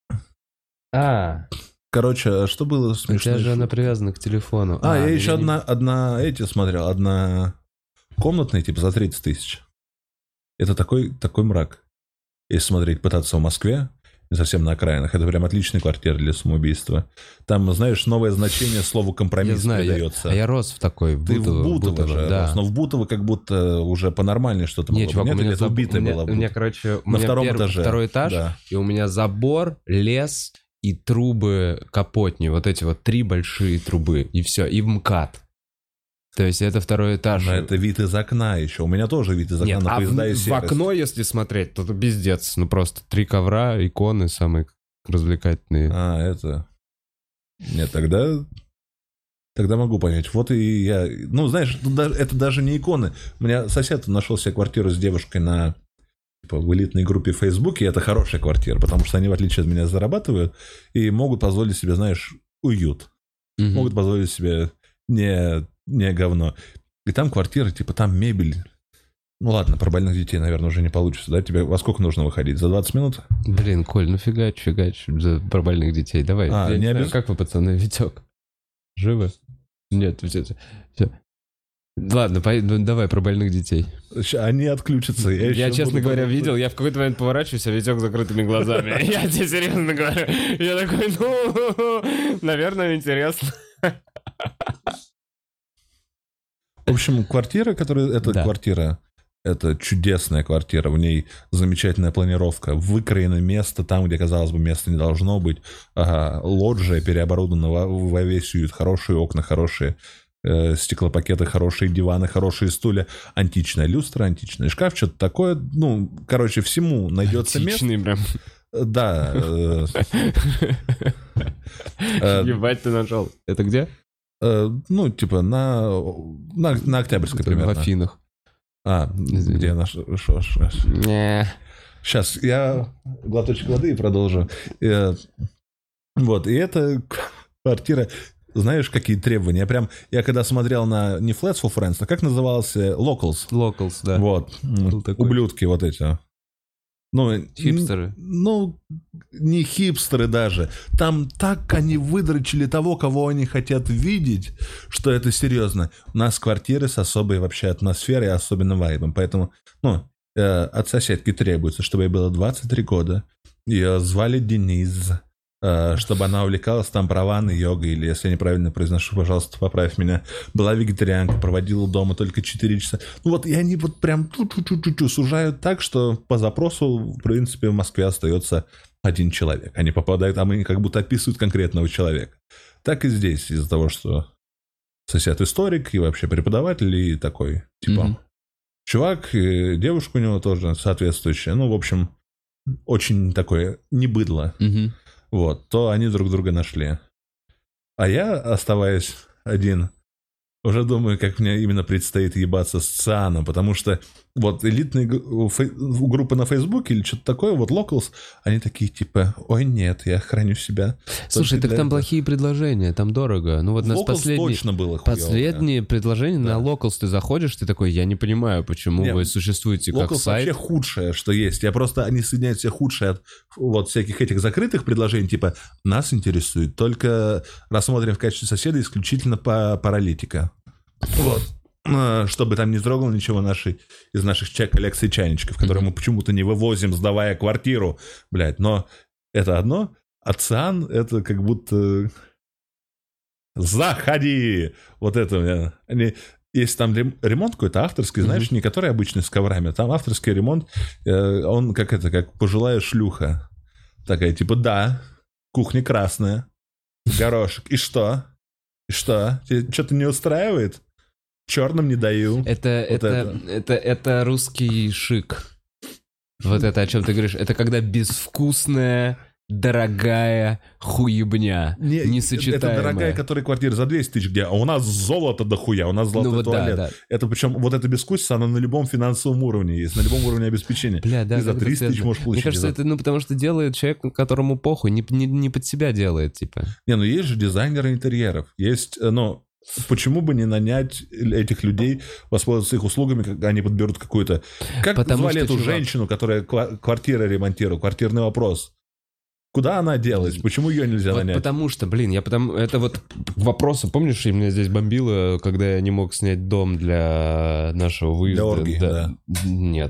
Короче, что было смешно? У тебя же она привязана к телефону. Я еще одна смотрел, однокомнатная, типа, за 30 тысяч. это такой мрак. Если смотреть, пытаться в Москве, не совсем на окраинах, это прям отличная квартира для самоубийства. Там, знаешь, новое значение слову «компромисс» придается. Я рос в такой, в Бутово же рос, но в Бутово как будто уже по-нормальнее что-то было. Нет, чувак, у меня это убитое было. У меня, короче, на втором этаже. Второй этаж, да. И у меня забор, лес и трубы капотни. Вот эти вот 3 большие трубы, и все, и МКАД. То есть это второй этаж. Но это вид из окна еще. У меня тоже вид из окна. Нет, на поезда и в окно, если смотреть, то пиздец. Ну просто 3 ковра, иконы самые развлекательные. Это... Нет, тогда могу понять. Вот и я... Ну, знаешь, это даже не иконы. У меня сосед нашел себе квартиру с девушкой в элитной группе в Фейсбуке, и это хорошая квартира, потому что они, в отличие от меня, зарабатывают и могут позволить себе, знаешь, уют. Могут позволить себе не говно. И там квартира, там мебель. Ну ладно, про больных детей, наверное, уже не получится, да? Тебе во сколько нужно выходить? За 20 минут? Блин, Коль, ну фигач про больных детей. Давай. Не знаю, как вы, пацаны, Витек? Живы? Нет, все. Ладно, давай про больных детей. Они отключатся. Я честно говоря, видел, я в какой-то момент поворачиваюсь, а Витек с закрытыми глазами. Я тебе серьезно говорю. Я такой, наверное, интересно. В общем, квартира, квартира, это чудесная квартира, в ней замечательная планировка, выкроено место там, где, казалось бы, места не должно быть, лоджия переоборудована во весь уют, хорошие окна, хорошие стеклопакеты, хорошие диваны, хорошие стулья, античная люстра, античный шкаф, что-то такое, всему найдется место. Античный прям. Да. Ебать ты нашел. Это где? На Октябрьской примерно. В Афинах. Где наш... Сейчас, я глоточек воды и продолжу. Вот, и эта квартира... Знаешь, какие требования? Я когда смотрел на не Flats for Friends, а как назывался? Locals. Locals, да. Вот. Ублюдки вот эти. Хипстеры. Не хипстеры даже. Там так они выдрочили того, кого они хотят видеть, что это серьезно. У нас квартиры с особой вообще атмосферой и особенным вайбом. Поэтому, от соседки требуется, чтобы ей было 23 года. Ее звали Денис. Чтобы она увлекалась там праваной, йогой, или, если я неправильно произношу, пожалуйста, поправь меня, была вегетарианка, проводила дома только 4 часа. И они вот прям сужают так, что по запросу, в принципе, в Москве остается 1 человек. Они попадают, они как будто описывают конкретного человека. Так и здесь, из-за того, что сосед историк и вообще преподаватель, и такой, чувак, и девушка у него тоже соответствующая. В общем, очень такое не быдло. То они друг друга нашли. А я, оставаясь один, уже думаю, как мне именно предстоит ебаться с Цианом, потому что элитные группы на Фейсбуке или что-то такое, Locals, они такие ой, нет, я храню себя. Слушай, так там плохие предложения, там дорого. Locals точно было хуёво. Последние предложения на Locals ты заходишь, ты такой, я не понимаю, почему вы существуете как сайт. Locals вообще худшее, что есть. Они соединяют все худшее от всяких этих закрытых предложений, нас интересует только рассмотрим в качестве соседа исключительно паралитика. Чтобы там не трогал ничего из наших коллекций чайничков, которые мы почему-то не вывозим, сдавая квартиру. Но это одно, а Циан это как будто... Заходи! Вот это у меня... Есть там ремонт какой-то авторский, знаешь, не который обычный с коврами, там авторский ремонт, он как пожилая шлюха. Такая, да, кухня красная, горошек. И что? Тебе что-то не устраивает? Черным не даю. Это русский шик. Вот это, о чем ты говоришь. Это когда безвкусная, дорогая хуебня. Не сочетаемая. Это дорогая, которая квартира за 200 тысяч, где у нас золото дохуя, у нас золотой туалет. Да. Это причем эта безвкусица, она на любом финансовом уровне есть, на любом уровне обеспечения. Ты за 300 тысяч можешь получить. Мне кажется, это потому что делает человек, которому похуй, не под себя делает, есть же дизайнеры интерьеров. Есть, почему бы не нанять этих людей, воспользоваться их услугами, как они подберут какую-то... Как звали эту женщину, которая квартиры ремонтирует? Квартирный вопрос. Куда она делась? Почему ее нельзя нанять? Потому что, это вопросы. Помнишь, меня здесь бомбило, когда я не мог снять дом для нашего выезда? Для оргии, да. Нет.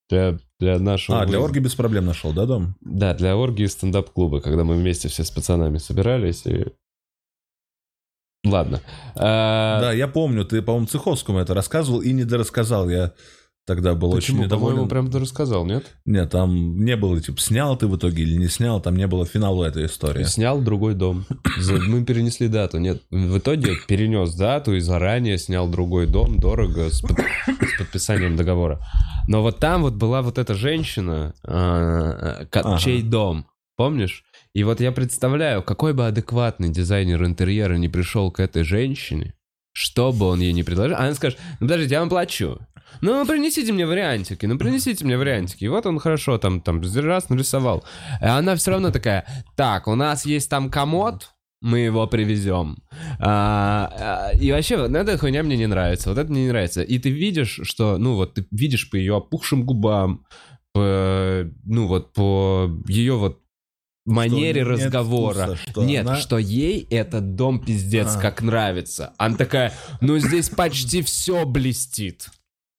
Для нашего... для оргии без проблем нашел, да, дом? Да, для оргии стендап-клуба, когда мы вместе все с пацанами собирались и... Ладно. Да, я помню, ты, по-моему, Цеховскому это рассказывал и недорассказал. Я тогда был очень недоволен. По-моему, прям дорассказал, нет? Нет, там не было, типа, снял ты в итоге или не снял, там не было финала этой истории. Снял другой дом. Мы перенесли дату. Нет, в итоге перенес дату и заранее снял другой дом, дорого, с подписанием договора. Но вот там вот была вот эта женщина, чей дом, помнишь? И вот я представляю, какой бы адекватный дизайнер интерьера не пришел к этой женщине, что бы он ей не предложил, она скажет: ну подождите, я вам плачу. Ну, принесите мне вариантики. И вот он хорошо там раз нарисовал. И она все равно такая: так, у нас есть там комод, мы его привезем. И вообще, вот эта хуйня мне не нравится. Вот это мне не нравится. И ты видишь, что, ну вот, ты видишь по ее опухшим губам, по ее вот манере разговора. Вкуса, что ей этот дом пиздец как нравится. Она такая: ну здесь почти все блестит.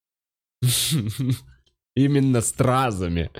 Именно стразами.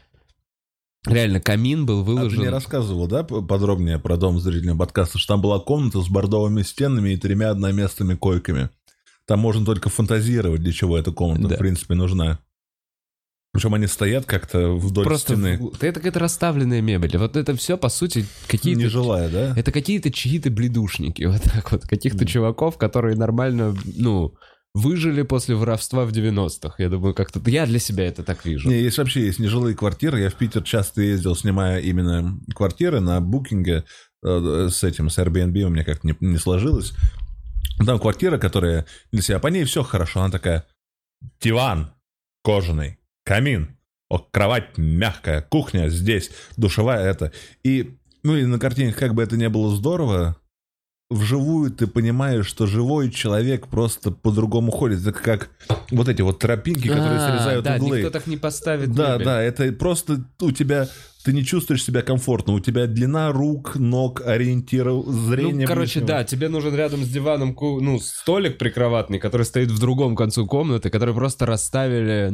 Реально, камин был выложен... ты мне рассказывал, да, подробнее про дом зрительного подкаста, что там была комната с бордовыми стенами и 3 одноместными койками. Там можно только фантазировать, для чего эта комната, в принципе, нужна. Причем они стоят как-то вдоль стены. Это какая-то расставленная мебель. Вот это все, по сути, какие-то... Нежилая, да? Это какие-то чьи-то бледушники. Вот так вот. Каких-то чуваков, которые нормально, выжили после воровства в 90-х. Я думаю, как-то... Я для себя это так вижу. Есть нежилые квартиры. Я в Питер часто ездил, снимая именно квартиры на букинге. С Airbnb у меня как-то не сложилось. Там квартира, которая для себя... По ней все хорошо. Она такая: диван кожаный, камин, кровать мягкая, кухня здесь, душевая это. И на картине, как бы это ни было здорово, вживую ты понимаешь, что живой человек просто по-другому ходит. Это как вот эти вот тропинки, которые срезают углы. Да, никто так не поставит. Да, это просто у тебя... Ты не чувствуешь себя комфортно. У тебя длина рук, ног, ориентиров, зрения. Да, тебе нужен рядом с диваном столик прикроватный, который стоит в другом концу комнаты, который просто расставили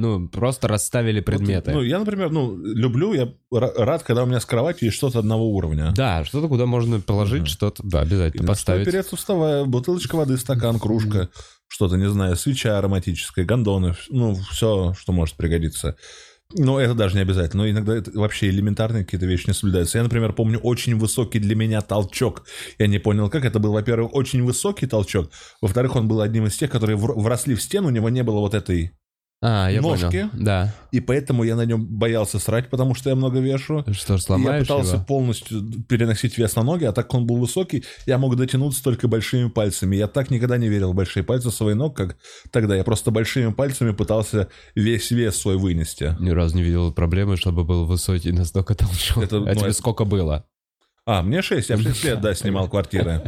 предметы. Я, например, люблю, я рад, когда у меня с кроватью есть что-то одного уровня. Да, что-то, куда можно положить, что-то, обязательно поставить. Опереться, вставая, бутылочка воды, стакан, кружка, что-то, не знаю, свеча ароматическая, гондоны, все, что может пригодиться. Но это даже не обязательно. Но иногда это вообще элементарные какие-то вещи не соблюдаются. Я, например, помню очень высокий для меня толчок. Я не понял, как. Это был, во-первых, очень высокий толчок. Во-вторых, он был одним из тех, которые вросли в стену. У него не было вот этой я ножки. Понял. Да. И поэтому я на нем боялся срать, потому что я много вешу. Что, сломаешь я пытался его? полностью переносить вес на ноги, а так как он был высокий, я мог дотянуться только большими пальцами. Я так никогда не верил в большие пальцы своих ног, как тогда. Я просто большими пальцами пытался весь вес свой вынести. Ни разу не видел проблемы, чтобы был высокий настолько толчок. Тебе сколько было? Мне 6. Я в 6 лет, снимал квартиры.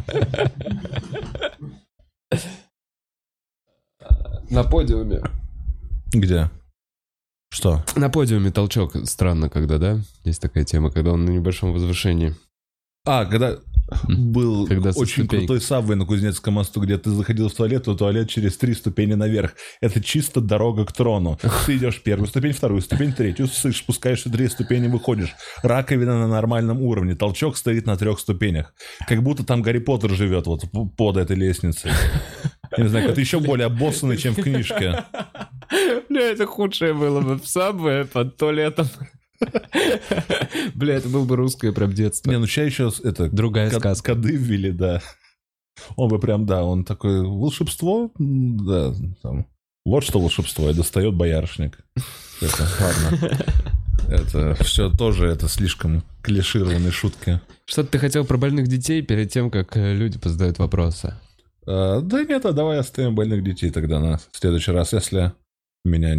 На подиуме. Где? Что? На подиуме толчок. Странно, когда, да? Есть такая тема, когда он на небольшом возвышении. Когда был очень крутой сабвей на Кузнецком мосту, где ты заходил в туалет через 3 ступени наверх. Это чисто дорога к трону. Ты идешь первую ступень, вторую ступень, третью, спускаешься 3 ступени, выходишь. Раковина на нормальном уровне. Толчок стоит на 3 ступенях. Как будто там Гарри Поттер живет вот под этой лестницей. Я не знаю, это еще более обоссанный, чем в книжке. Бля, это худшее было бы в сабве под туалетом. Бля, это было бы русское прям детство. Сейчас еще другая сказка. Коды ввели, да. Он бы прям, он такой: волшебство, да, там. Вот что волшебство, и достает боярышник. Ладно. Это все тоже, это слишком клишированные шутки. Что-то ты хотел про больных детей перед тем, как люди задают вопросы? Да нет, давай оставим больных детей тогда на следующий раз, если меня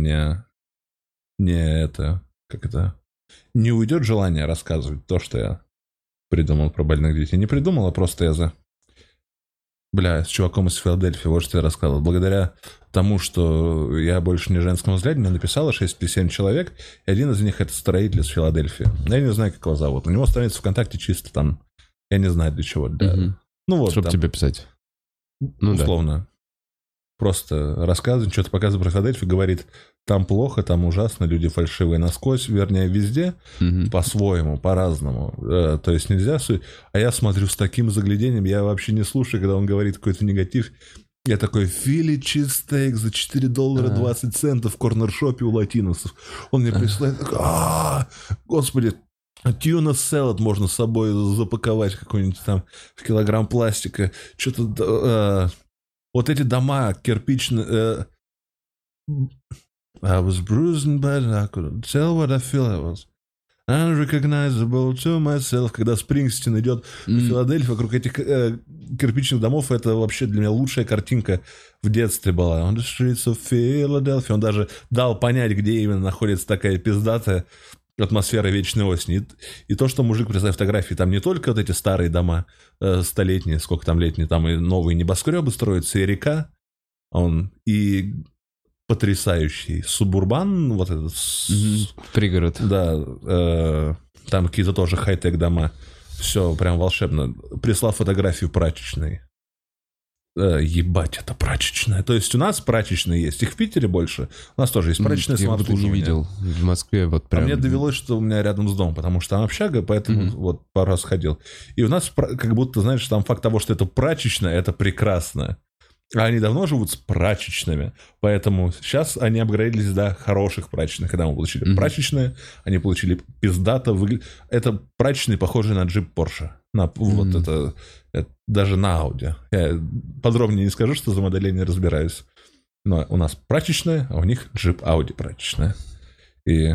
не уйдет желание рассказывать то, что я придумал про больных детей. Не придумал, а просто я с чуваком из Филадельфии, вот что я рассказывал. Благодаря тому, что я больше не женскому взгляду, мне написало 6 или 7 человек, и один из них — это строитель из Филадельфии. Я не знаю, как его зовут. У него страница ВКонтакте чисто там, я не знаю для чего. Чтобы тебе писать. Условно. Да. Просто рассказывает, что-то показывает про Филадельфию, говорит: там плохо, там ужасно, люди фальшивые насквозь, вернее, везде, по-своему, по-разному. То есть нельзя... А я смотрю с таким заглядением, я вообще не слушаю, когда он говорит какой-то негатив. Я такой, Фили чизстейк за $4.20 в корнершопе у латиносов. Он мне присылает, господи, тьюна селад можно с собой запаковать, какой-нибудь там килограмм пластика. Что-то... вот эти дома кирпичные... I was bruised, but I couldn't tell what I feel. I was unrecognizable to myself. Когда Спрингстин идет в Филадельфию, вокруг этих кирпичных домов, это вообще для меня лучшая картинка в детстве была. On the streets of Philadelphia. Он даже дал понять, где именно находится такая пиздатая атмосфера вечной осени. И то, что мужик прислал фотографии, там не только вот эти старые дома столетние, сколько там летние, там и новые небоскребы строятся, и река, и потрясающий субурбан, вот этот... Пригород. Да, там какие-то тоже хай-тек дома. Все прям волшебно. Прислал фотографию прачечной. Ебать, это прачечная. То есть у нас прачечные есть. Их в Питере больше. У нас тоже есть прачечная самообслуживание. Я не видел. В Москве вот прям... А мне довелось, что у меня рядом с домом, потому что там общага, поэтому вот пару раз ходил. И у нас как будто, знаешь, там факт того, что это прачечная, это прекрасно. А они давно живут с прачечными, поэтому сейчас они апгрейдились до хороших прачечных. Когда мы получили прачечные, они получили пиздато. Это прачечные, похожие на джип Porsche. Вот это даже на Audi. Я подробнее не скажу, что за модель я не разбираюсь. Но у нас прачечная, а у них джип Audi прачечная. И...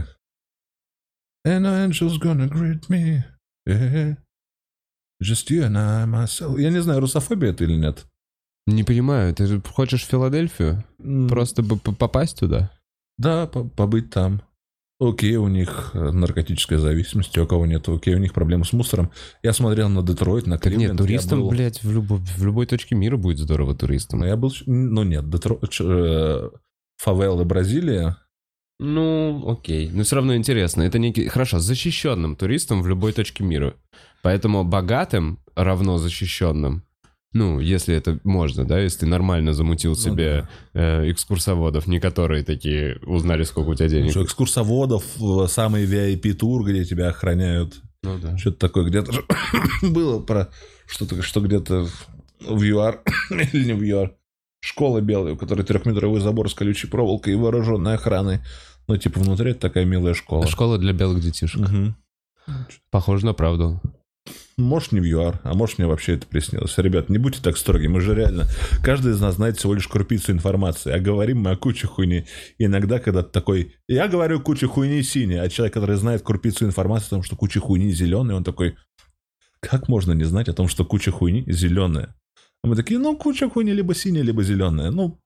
And no angel's gonna greet me. Yeah. Just you and I, myself. Я не знаю, русофобия это или нет. Не понимаю, ты же хочешь в Филадельфию? Просто бы попасть туда? Да, побыть там. Окей, у них наркотическая зависимость, у кого нет, окей, у них проблемы с мусором. Я смотрел на Детройт, на Кливленд. Нет, туристам, блядь, в любой точке мира будет здорово туристам. Я был... Ну нет, Детройт, фавелы Бразилия. Ну, окей. Но все равно интересно. Это некий... Хорошо, защищенным туристам в любой точке мира. Поэтому богатым равно защищенным. Ну, если это можно, да, если ты нормально замутил себе экскурсоводов, не которые такие узнали, сколько у тебя денег. Что, экскурсоводов, самый VIP-тур, где тебя охраняют. Ну да. Что-то такое где-то было про что-то, что где-то в ЮАР, или не в ЮАР, школа белая, у которой 3-метровый забор с колючей проволокой и вооруженной охраной. Ну, типа, внутри это такая милая школа. Школа для белых детишек. Похоже на правду. Может, не в ЮАР, а может, мне вообще это приснилось. Ребят, не будьте так строги, мы же реально... Каждый из нас знает всего лишь крупицу информации, а говорим мы о куче хуйни. И иногда, когда ты такой... Я говорю куча хуйни синяя, а человек, который знает крупицу информации о том, что куча хуйни зеленая, он такой... Как можно не знать о том, что куча хуйни зеленая? А мы такие, ну, куча хуйни либо синяя, либо зеленая. Ну,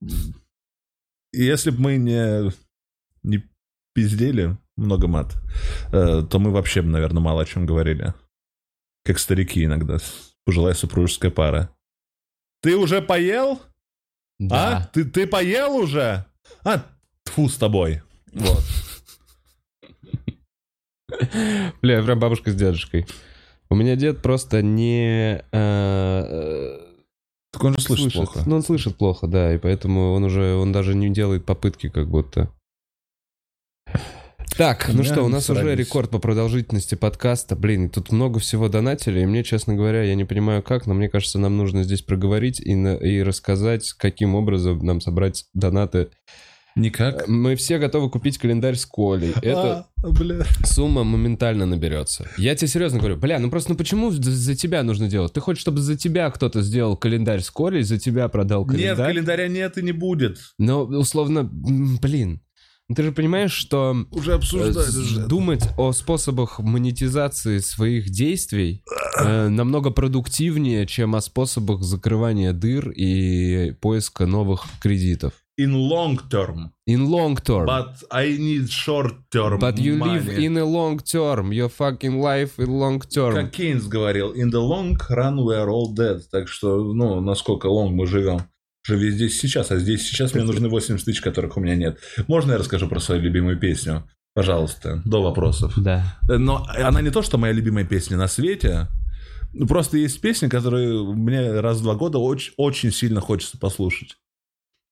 если бы мы не пиздели, много мат, то мы вообще, наверное, мало о чем говорили. Как старики иногда. Пожилая супружеская пара. Ты уже поел? Да. А? Ты поел уже? А, тьфу с тобой. Вот. Бля, я прям бабушка с дедушкой. У меня дед просто не... Так он же слышит плохо. Ну, он слышит плохо, да, и поэтому он даже не делает попытки как будто... Так, ну что, у нас уже рекорд по продолжительности подкаста. Блин, тут много всего донатили, и мне, честно говоря, я не понимаю как, но мне кажется, нам нужно здесь проговорить и рассказать, каким образом нам собрать донаты. Никак. Мы все готовы купить календарь с Колей. Эта сумма моментально наберется. Я тебе серьезно говорю, ну почему за тебя нужно делать? Ты хочешь, чтобы за тебя кто-то сделал календарь с Колей, за тебя продал календарь? Нет, календаря нет и не будет. Но, условно, блин... Ты же понимаешь, что уже обсуждать думать о способах монетизации своих действий намного продуктивнее, чем о способах закрывания дыр и поиска новых кредитов. In long term. In long term. But I need short term. But you money. live in a long term. Your fucking life in long term. Как Кейнс говорил, in the long run we are all dead. Так что, ну, насколько long мы живем. Живи здесь сейчас, а здесь сейчас мне нужны 80 тысяч, которых у меня нет. Можно я расскажу про свою любимую песню? Пожалуйста, до вопросов. Да. Но она не то, что моя любимая песня на свете. Просто есть песни, которые мне раз в 2 года очень, очень сильно хочется послушать.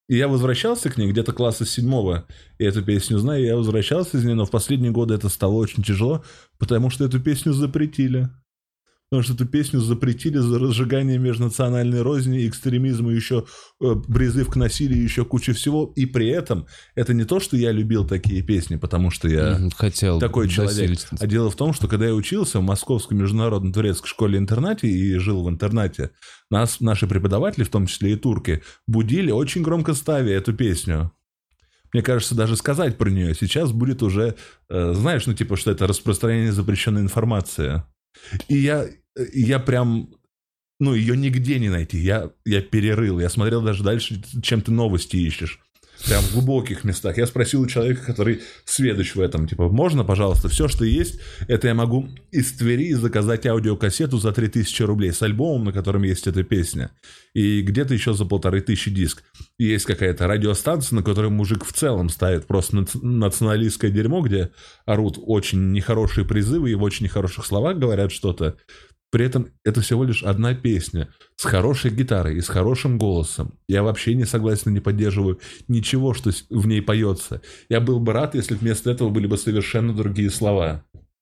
И я возвращался к ней где-то класса 7-го, и эту песню знаю, я возвращался из нее, но в последние годы это стало очень тяжело, потому что эту песню запретили. Потому что эту песню запретили за разжигание межнациональной розни, экстремизма, еще призыв к насилию, еще куча всего. И при этом это не то, что я любил такие песни, потому что я хотел такой человек. А дело в том, что когда я учился в Московской международной турецкой школе-интернате и жил в интернате, нас, наши преподаватели, в том числе и турки, будили, очень громко ставя эту песню. Мне кажется, даже сказать про нее сейчас будет уже, знаешь, ну типа, что это распространение запрещенной информации. И я прям, ну, ее нигде не найти. Я перерыл. Я смотрел даже дальше, чем ты новости ищешь. Прям в глубоких местах. Я спросил у человека, который сведущ в этом, типа, можно, пожалуйста, все, что есть, это я могу из Твери заказать аудиокассету за 3000 рублей с альбомом, на котором есть эта песня. И где-то еще за 1500 диск. И есть какая-то радиостанция, на которой мужик в целом ставит просто националистское дерьмо, где орут очень нехорошие призывы и в очень нехороших словах говорят что-то. При этом это всего лишь одна песня с хорошей гитарой и с хорошим голосом. Я вообще не согласен, не поддерживаю ничего, что в ней поется. Я был бы рад, если вместо этого были бы совершенно другие слова.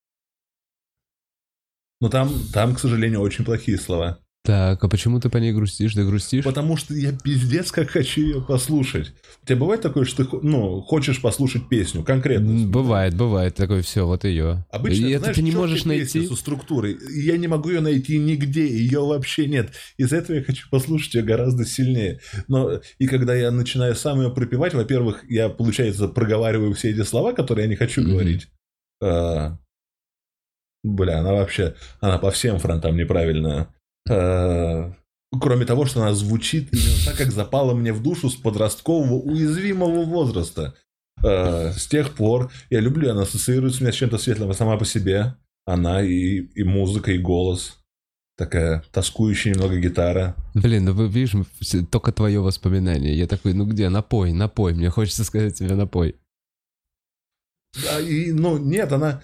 Но там, к сожалению, очень плохие слова. Так, а почему ты по ней грустишь? Ты грустишь? Потому что я пиздец как хочу ее послушать. У тебя бывает такое, что ты хочешь послушать песню конкретно? Бывает такое, все, вот ее. Обычно, и знаешь, это ты не можешь найти со структурой. Я не могу ее найти нигде, ее вообще нет. Из-за этого я хочу послушать ее гораздо сильнее. Но и когда я начинаю сам ее пропевать, во-первых, я, получается, проговариваю все эти слова, которые я не хочу говорить. Она по всем фронтам неправильная. Кроме того, что она звучит именно так, как запала мне в душу с подросткового уязвимого возраста. С тех пор я люблю, она ассоциируется у меня с чем-то светлым сама по себе. Она и музыка, и голос. Такая тоскующая немного гитара. Блин, ну вы видишь, только твое воспоминание. Я такой, ну где, напой, мне хочется сказать тебе напой. Нет, она...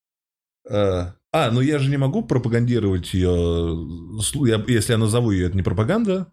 я же не могу пропагандировать ее. Если я назову ее, это не пропаганда.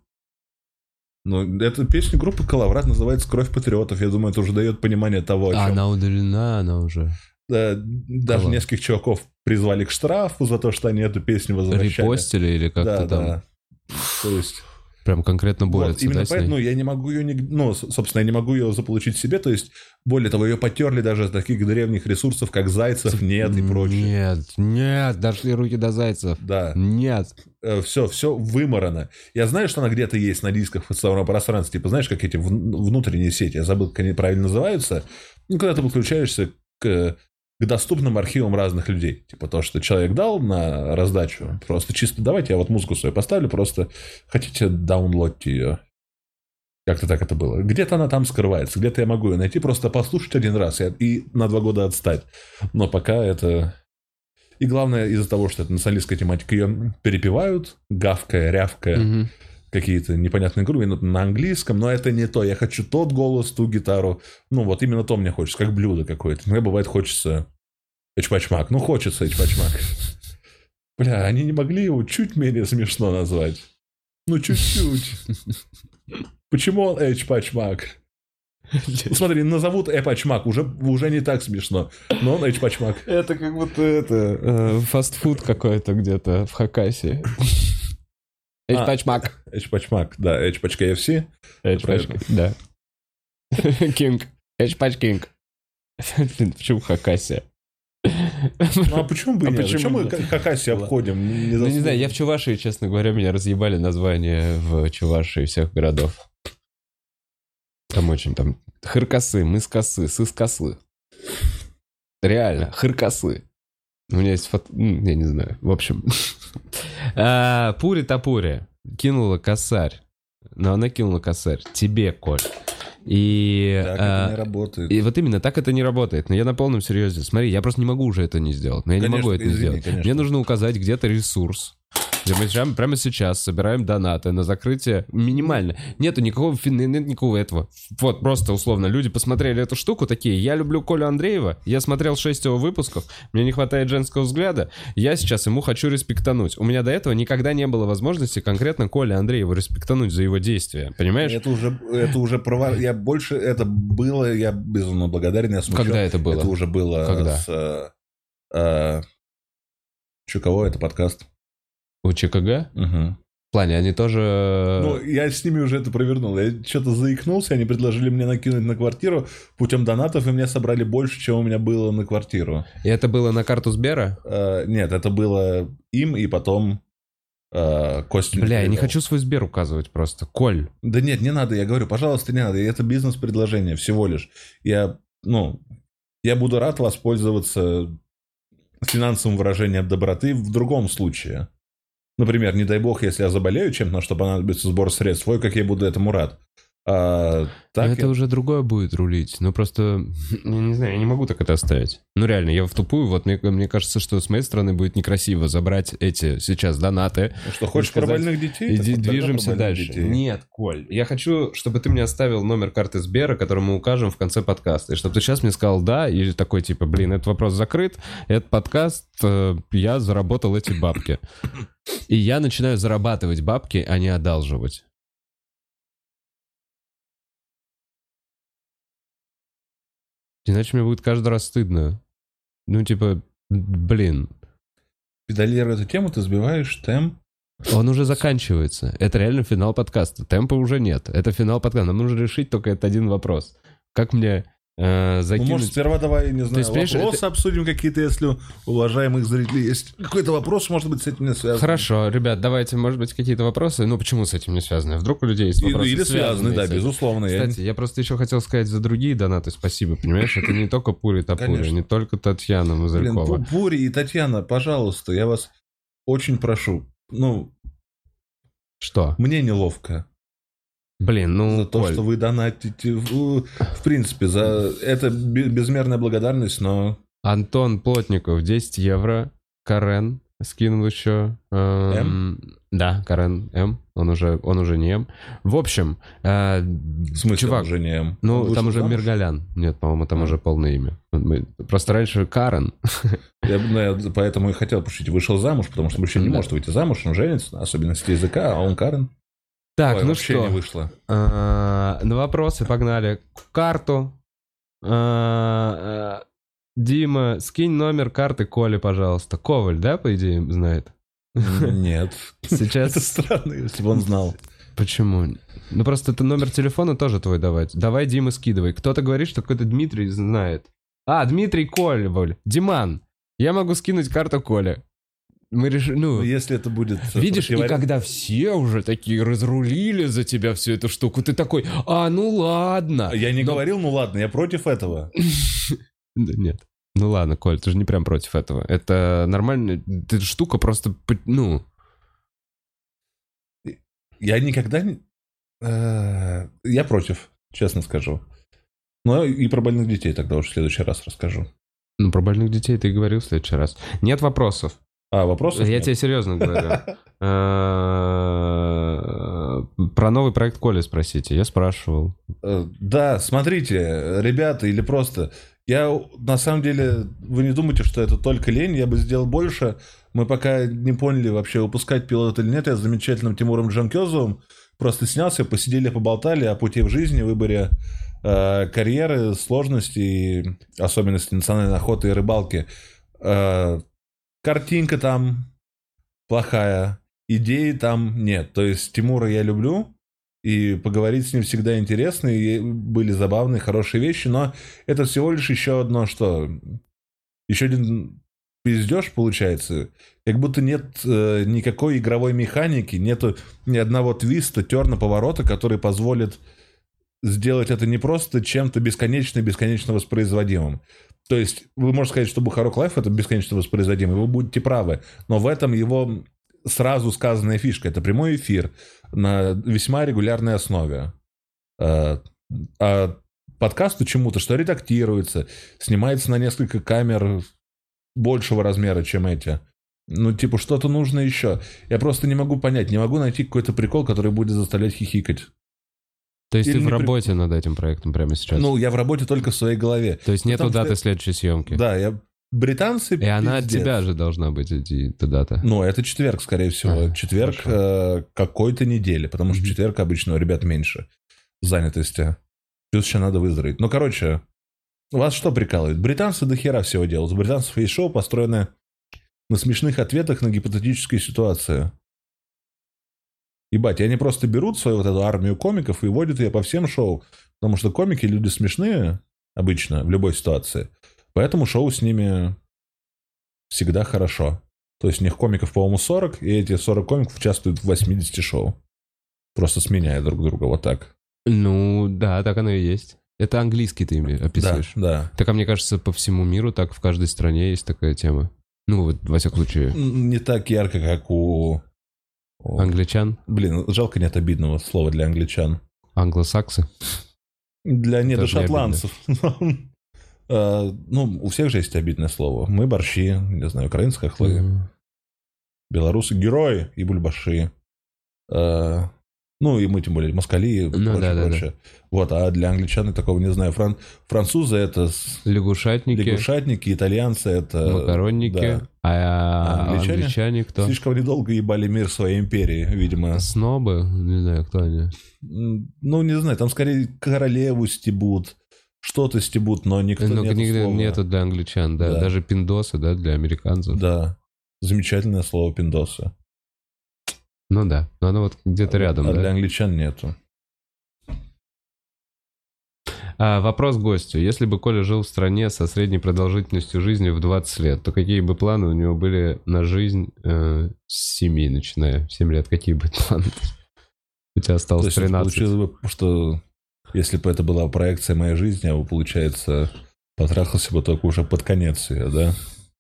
Но эта песня группы Калаврат называется «Кровь патриотов». Я думаю, это уже дает понимание того, о чем. Она удалена, она уже. Даже нескольких чуваков призвали к штрафу за то, что они эту песню возвращали. Репостили или как-то там. Да. То есть... Прям конкретно борются, именно да, поэтому я не могу ее, собственно, я не могу ее заполучить себе, то есть, более того, ее потерли даже с таких древних ресурсов, как Зайцев, нет и прочее. Нет, дошли руки до Зайцев. Да. Нет. Все выморано. Я знаю, что она где-то есть на дисках в цифровом пространстве, типа, знаешь, как эти внутренние сети, я забыл, как они правильно называются, когда ты подключаешься к доступным архивам разных людей. Типа то, что человек дал на раздачу. Просто чисто давайте я вот музыку свою поставлю, просто хотите даунлодьте ее. Как-то так это было. Где-то она там скрывается, где-то я могу ее найти, просто послушать один раз и на 2 года отстать. Но пока это... И главное, из-за того, что это националистская тематика, ее перепевают, гавкая, рявкая, какие-то непонятные грубые на английском, но это не то. Я хочу тот голос, ту гитару. Ну, вот именно то мне хочется, как блюдо какое-то. Мне бывает хочется эчпачмак. Ну, хочется эчпачмак. Бля, они не могли его чуть менее смешно назвать. Ну, чуть-чуть. Почему он эчпачмак? Смотри, назовут эпачмак, уже не так смешно. Но он эчпачмак. Это как будто фастфуд какой-то где-то в Хакасии. Эчпачмак. Эчпачмак, да. Эчпач KFC. Эчпачмак, да. Кинг. Эчпач-кинг. Почему Хакасия? Ну, а почему бы нет? Почему мы Хакасию обходим? Ну, не знаю, я в Чувашии, честно говоря, меня разъебали названия в Чувашии всех городов. Там очень там Хыркасы, Мыскасы, Сыскасы. Реально, Хыркасы. У меня есть я не знаю. В общем. Пури-топури кинула косарь. Но она кинула косарь тебе, Коль. И, так это не работает. И вот именно так это не работает. Но я на полном серьезе. Смотри, я просто не могу уже это не сделать. Но я не могу это не сделать. Конечно. Мне нужно указать где-то ресурс. где мы прямо сейчас собираем донаты на закрытие минимально. Нету никакого этого. Вот просто условно люди посмотрели эту штуку, такие: я люблю Колю Андреева, я смотрел 6 его выпусков, мне не хватает женского взгляда, я сейчас ему хочу респектануть. У меня до этого никогда не было возможности конкретно Коле Андрееву респектануть за его действия, понимаешь? Это уже я больше, это было, я безумно благодарен, я смущен. Когда это было? Это уже было Когда? Кого это подкаст? У ЧКГ? Угу. В плане, они тоже... Ну, я с ними уже это провернул. Я что-то заикнулся, они предложили мне накинуть на квартиру путем донатов, и мне собрали больше, чем у меня было на квартиру. И это было на карту Сбера? Нет, это было им, и потом Костю. Бля, я не хочу свой Сбер указывать просто. Коль. Да нет, не надо, я говорю, пожалуйста, не надо. Это бизнес-предложение всего лишь. Я буду рад воспользоваться финансовым выражением доброты в другом случае. Например, не дай бог, если я заболею чем-то, на что понадобится сбор средств, ой, как я буду этому рад. Это уже другое будет рулить. Ну, просто, я не знаю, я не могу так это оставить. Ну, реально, я в тупую, вот мне кажется, что с моей стороны будет некрасиво забрать эти сейчас донаты. Что, хочешь про больных детей? Иди, движемся дальше. Детей. Нет, Коль, я хочу, чтобы ты мне оставил номер карты Сбера, который мы укажем в конце подкаста. И чтобы ты сейчас мне сказал «да», и такой типа, блин, этот вопрос закрыт, этот подкаст, я заработал эти бабки. И я начинаю зарабатывать бабки, а не одалживать. Иначе мне будет каждый раз стыдно. Ну, типа, блин. Педалируя эту тему, ты сбиваешь темп. Он уже заканчивается. Это реально финал подкаста. Темпа уже нет. Это финал подкаста. Нам нужно решить только этот один вопрос. Как мне закинуть... Ну, может, сперва давай, не знаю, есть, вопросы обсудим какие-то, если у уважаемых зрителей есть какой-то вопрос, может быть, с этим не связан. Хорошо, ребят, давайте, может быть, какие-то вопросы. Ну, почему с этим не связаны? Вдруг у людей есть вопросы или связаны, да, безусловно. Кстати, я просто еще хотел сказать за другие донаты спасибо, понимаешь? Это не только Пури-Топури, не только Татьяна Мазырькова. Блин, Пури и Татьяна, пожалуйста, я вас очень прошу. Ну, что? Мне неловко. Блин, ну, за то, Коль, что вы донатите, в принципе, за это безмерная благодарность, но... Антон Плотников, 10 евро. Карен скинул еще. Да, Карен М. Он уже не М. В общем, в смысле, чувак, он уже не М? Ну, там уже Миргалян. Нет, по-моему, там уже полное имя. Просто раньше Карен. Я поэтому и хотел пошутить. Вышел замуж, потому что мужчина не может выйти замуж, он женится, особенности языка, а он Карен. Так, ой, ну вообще что? Не вышло. На вопросы погнали. Карту. Дима, скинь номер карты Коле, пожалуйста. Коваль, да, по идее, знает? Нет. Сейчас... Это странно, если бы он знал. Почему? Ну, просто это номер телефона тоже твой давать. Давай, Дима, скидывай. Кто-то говорит, что какой-то Дмитрий знает. Дмитрий Коль. Диман, я могу скинуть карту Коле. Мы решили, ну, если это будет... Видишь, и когда все уже такие разрулили за тебя всю эту штуку, ты такой, ну ладно. Я не говорил, ну ладно, я против этого. Нет. Ну ладно, Коль, ты же не прям против этого. Это нормально, эта штука просто, ну... Я никогда не... Я против, честно скажу. Но и про больных детей тогда уже в следующий раз расскажу. Ну, про больных детей ты и говорил в следующий раз. Нет вопросов. Вопросов Я нет? тебе серьезно говорю. Про новый проект Коли спросите. Я спрашивал. Да, смотрите, ребята, или просто... Я, на самом деле, вы не думайте, что это только лень, я бы сделал больше. Мы пока не поняли вообще, выпускать пилот или нет. Я с замечательным Тимуром Джанкезовым просто снялся, посидели, поболтали о пути в жизни, выборе карьеры, сложностей, особенностей национальной охоты и рыбалки. Картинка там плохая, идеи там нет. То есть Тимура я люблю, и поговорить с ним всегда интересно, и были забавные, хорошие вещи, но это всего лишь еще одно, что... Еще один пиздеж получается. Как будто нет никакой игровой механики, нету ни одного твиста, терна, поворота, который позволит сделать это не просто чем-то бесконечно воспроизводимым. То есть вы можете сказать, что Бухарок Лайф это бесконечно воспроизводимо, и вы будете правы, но в этом его сразу сказанная фишка. Это прямой эфир на весьма регулярной основе. А подкасту чему-то, что редактируется, снимается на несколько камер большего размера, чем эти. Ну, типа, что-то нужно еще. Я просто не могу понять, не могу найти какой-то прикол, который будет заставлять хихикать. То есть Или ты в не работе над этим проектом прямо сейчас? Ну, я в работе только в своей голове. То есть нету Потому даты что- следующей съемки? Да, британцы И она от пиздец. тебя же должна быть, эта дата. Ну, это четверг, скорее всего. Четверг какой-то недели, потому что в четверг обычно у ребят меньше занятости. Плюс еще надо выздороветь. Ну, короче, вас что прикалывает? Британцы до хера всего делают. У британцев есть шоу, построенное на смешных ответах на гипотетические ситуации. Ебать, и они просто берут свою вот эту армию комиков и водят ее по всем шоу. Потому что комики люди смешные обычно в любой ситуации. Поэтому шоу с ними всегда хорошо. То есть у них комиков, по-моему, 40, и эти 40 комиков участвуют в 80 шоу. Просто сменяя друг друга вот так. Ну, да, так оно и есть. Это английский ты ими описываешь. Да. Так, а мне кажется, по всему миру, так в каждой стране есть такая тема. Ну, вот, во всяком случае, Не так ярко, как у... англичан, Блин, жалко нет обидного слова для англичан. англосаксы. Для Тоже не недошотландцев. Ну, у всех же есть обидное слово. Мы борщи, не знаю, украинцы хохлы, белорусы герои и бульбаши. Ну, и мы, тем более, москали и прочее. Вот, а для англичан я такого не знаю. Французы — это лягушатники, итальянцы — это... Макаронники, да. а англичане кто? Слишком недолго ебали мир своей империи, видимо. Снобы? Не знаю, кто они. Ну, не знаю, там скорее королеву стебут, что-то стебут, но никто Ну, нету нигде слова. нету для англичан, да. Да. Даже пиндосы, да, для американцев. Да, замечательное слово пиндосы. Ну да, но оно вот где-то рядом, А да. для англичан нету. Вопрос гостю. Если бы Коля жил в стране со средней продолжительностью жизни в 20 лет, то какие бы планы у него были на жизнь с 7, начиная? 7 лет, какие бы планы? У тебя осталось То есть 13. получилось бы, что если бы это была проекция моей жизни, а бы, получается, потрахался бы только уже под конец ее, да?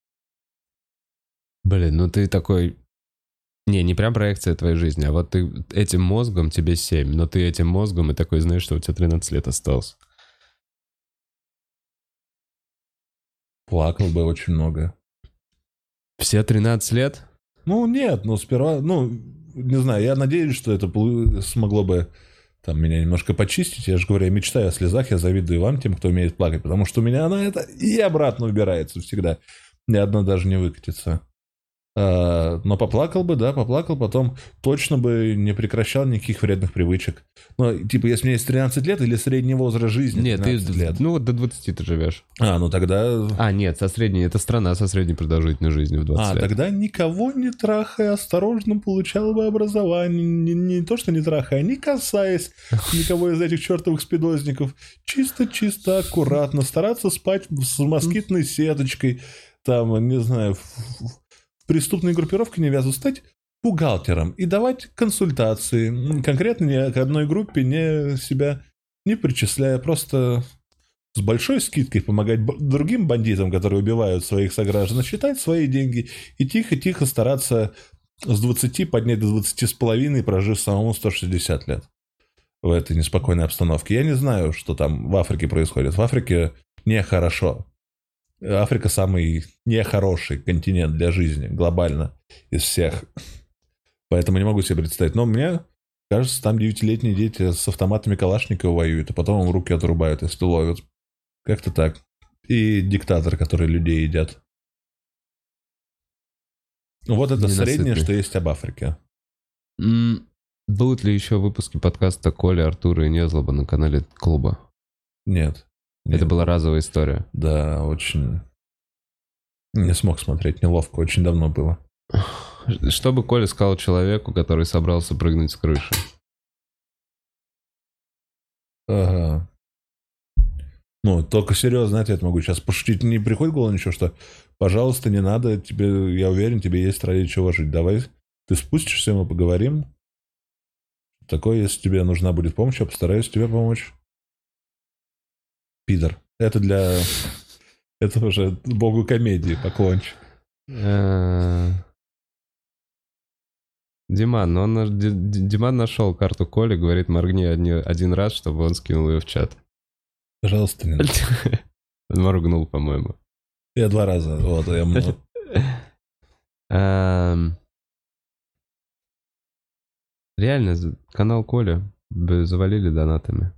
Блин, ну ты такой... Не прям проекция твоей жизни, а вот ты этим мозгом, тебе 7, но ты этим мозгом и такой знаешь, что у тебя 13 лет осталось. Плакал бы очень много. Все 13 лет? Ну, нет, ну, сперва, ну, не знаю, я надеюсь, что это смогло бы там меня немножко почистить. Я же говорю, я мечтаю о слезах, я завидую вам, тем, кто умеет плакать, потому что у меня она это и обратно убирается всегда. Ни одно даже не выкатится. Но поплакал бы, да, поплакал, потом точно бы не прекращал никаких вредных привычек. Ну, типа, если мне есть 13 лет или средний возраст жизни, Нет, ты, 13 лет. ну вот до 20 ты живешь. Ну тогда... Нет, это страна со средней продолжительной жизнью в 20 лет. Тогда никого не трахая, осторожно получал бы образование. Не то, что не трахая, не касаясь никого из этих чертовых спидозников. Чисто, аккуратно, стараться спать с москитной сеточкой, там, не знаю, в преступной группировке не вязу, стать бухгалтером и давать консультации. Конкретно ни к одной группе себя не причисляя, просто с большой скидкой помогать другим бандитам, которые убивают своих сограждан, считать свои деньги и тихо-тихо стараться с 20 поднять до 20,5, прожив самому 160 лет в этой неспокойной обстановке. Я не знаю, что там в Африке происходит. В Африке нехорошо. Африка самый нехороший континент для жизни глобально из всех. Поэтому не могу себе представить. Но мне кажется, там 9-летние дети с автоматами Калашникова воюют, а потом им руки отрубают, если ловят. Как-то так. И диктатор, который людей едят. Вот это среднее, что есть об Африке. Будут ли еще выпуски подкаста Коли, Артура и Незлоба на канале Клуба? Нет. Это была разовая история. Да, очень... Не смог смотреть, неловко, очень давно было. Что бы Коля сказал человеку, который собрался прыгнуть с крыши? Ага. Ну, только серьезно ответ могу сейчас пошутить. Не приходит в голову ничего, что пожалуйста, не надо, тебе, я уверен, тебе есть ради чего жить. Давай ты спустишься, мы поговорим. Такое, если тебе нужна будет помощь, я постараюсь тебе помочь. Пидор. Это для... Это уже богу комедии, поклончик. Диман нашел карту Коли, говорит, моргни один раз, чтобы он скинул ее в чат. Пожалуйста, не надо. Он моргнул, по-моему. Я 2 раза. Вот, Эм, Реально, канал Коля бы завалили донатами.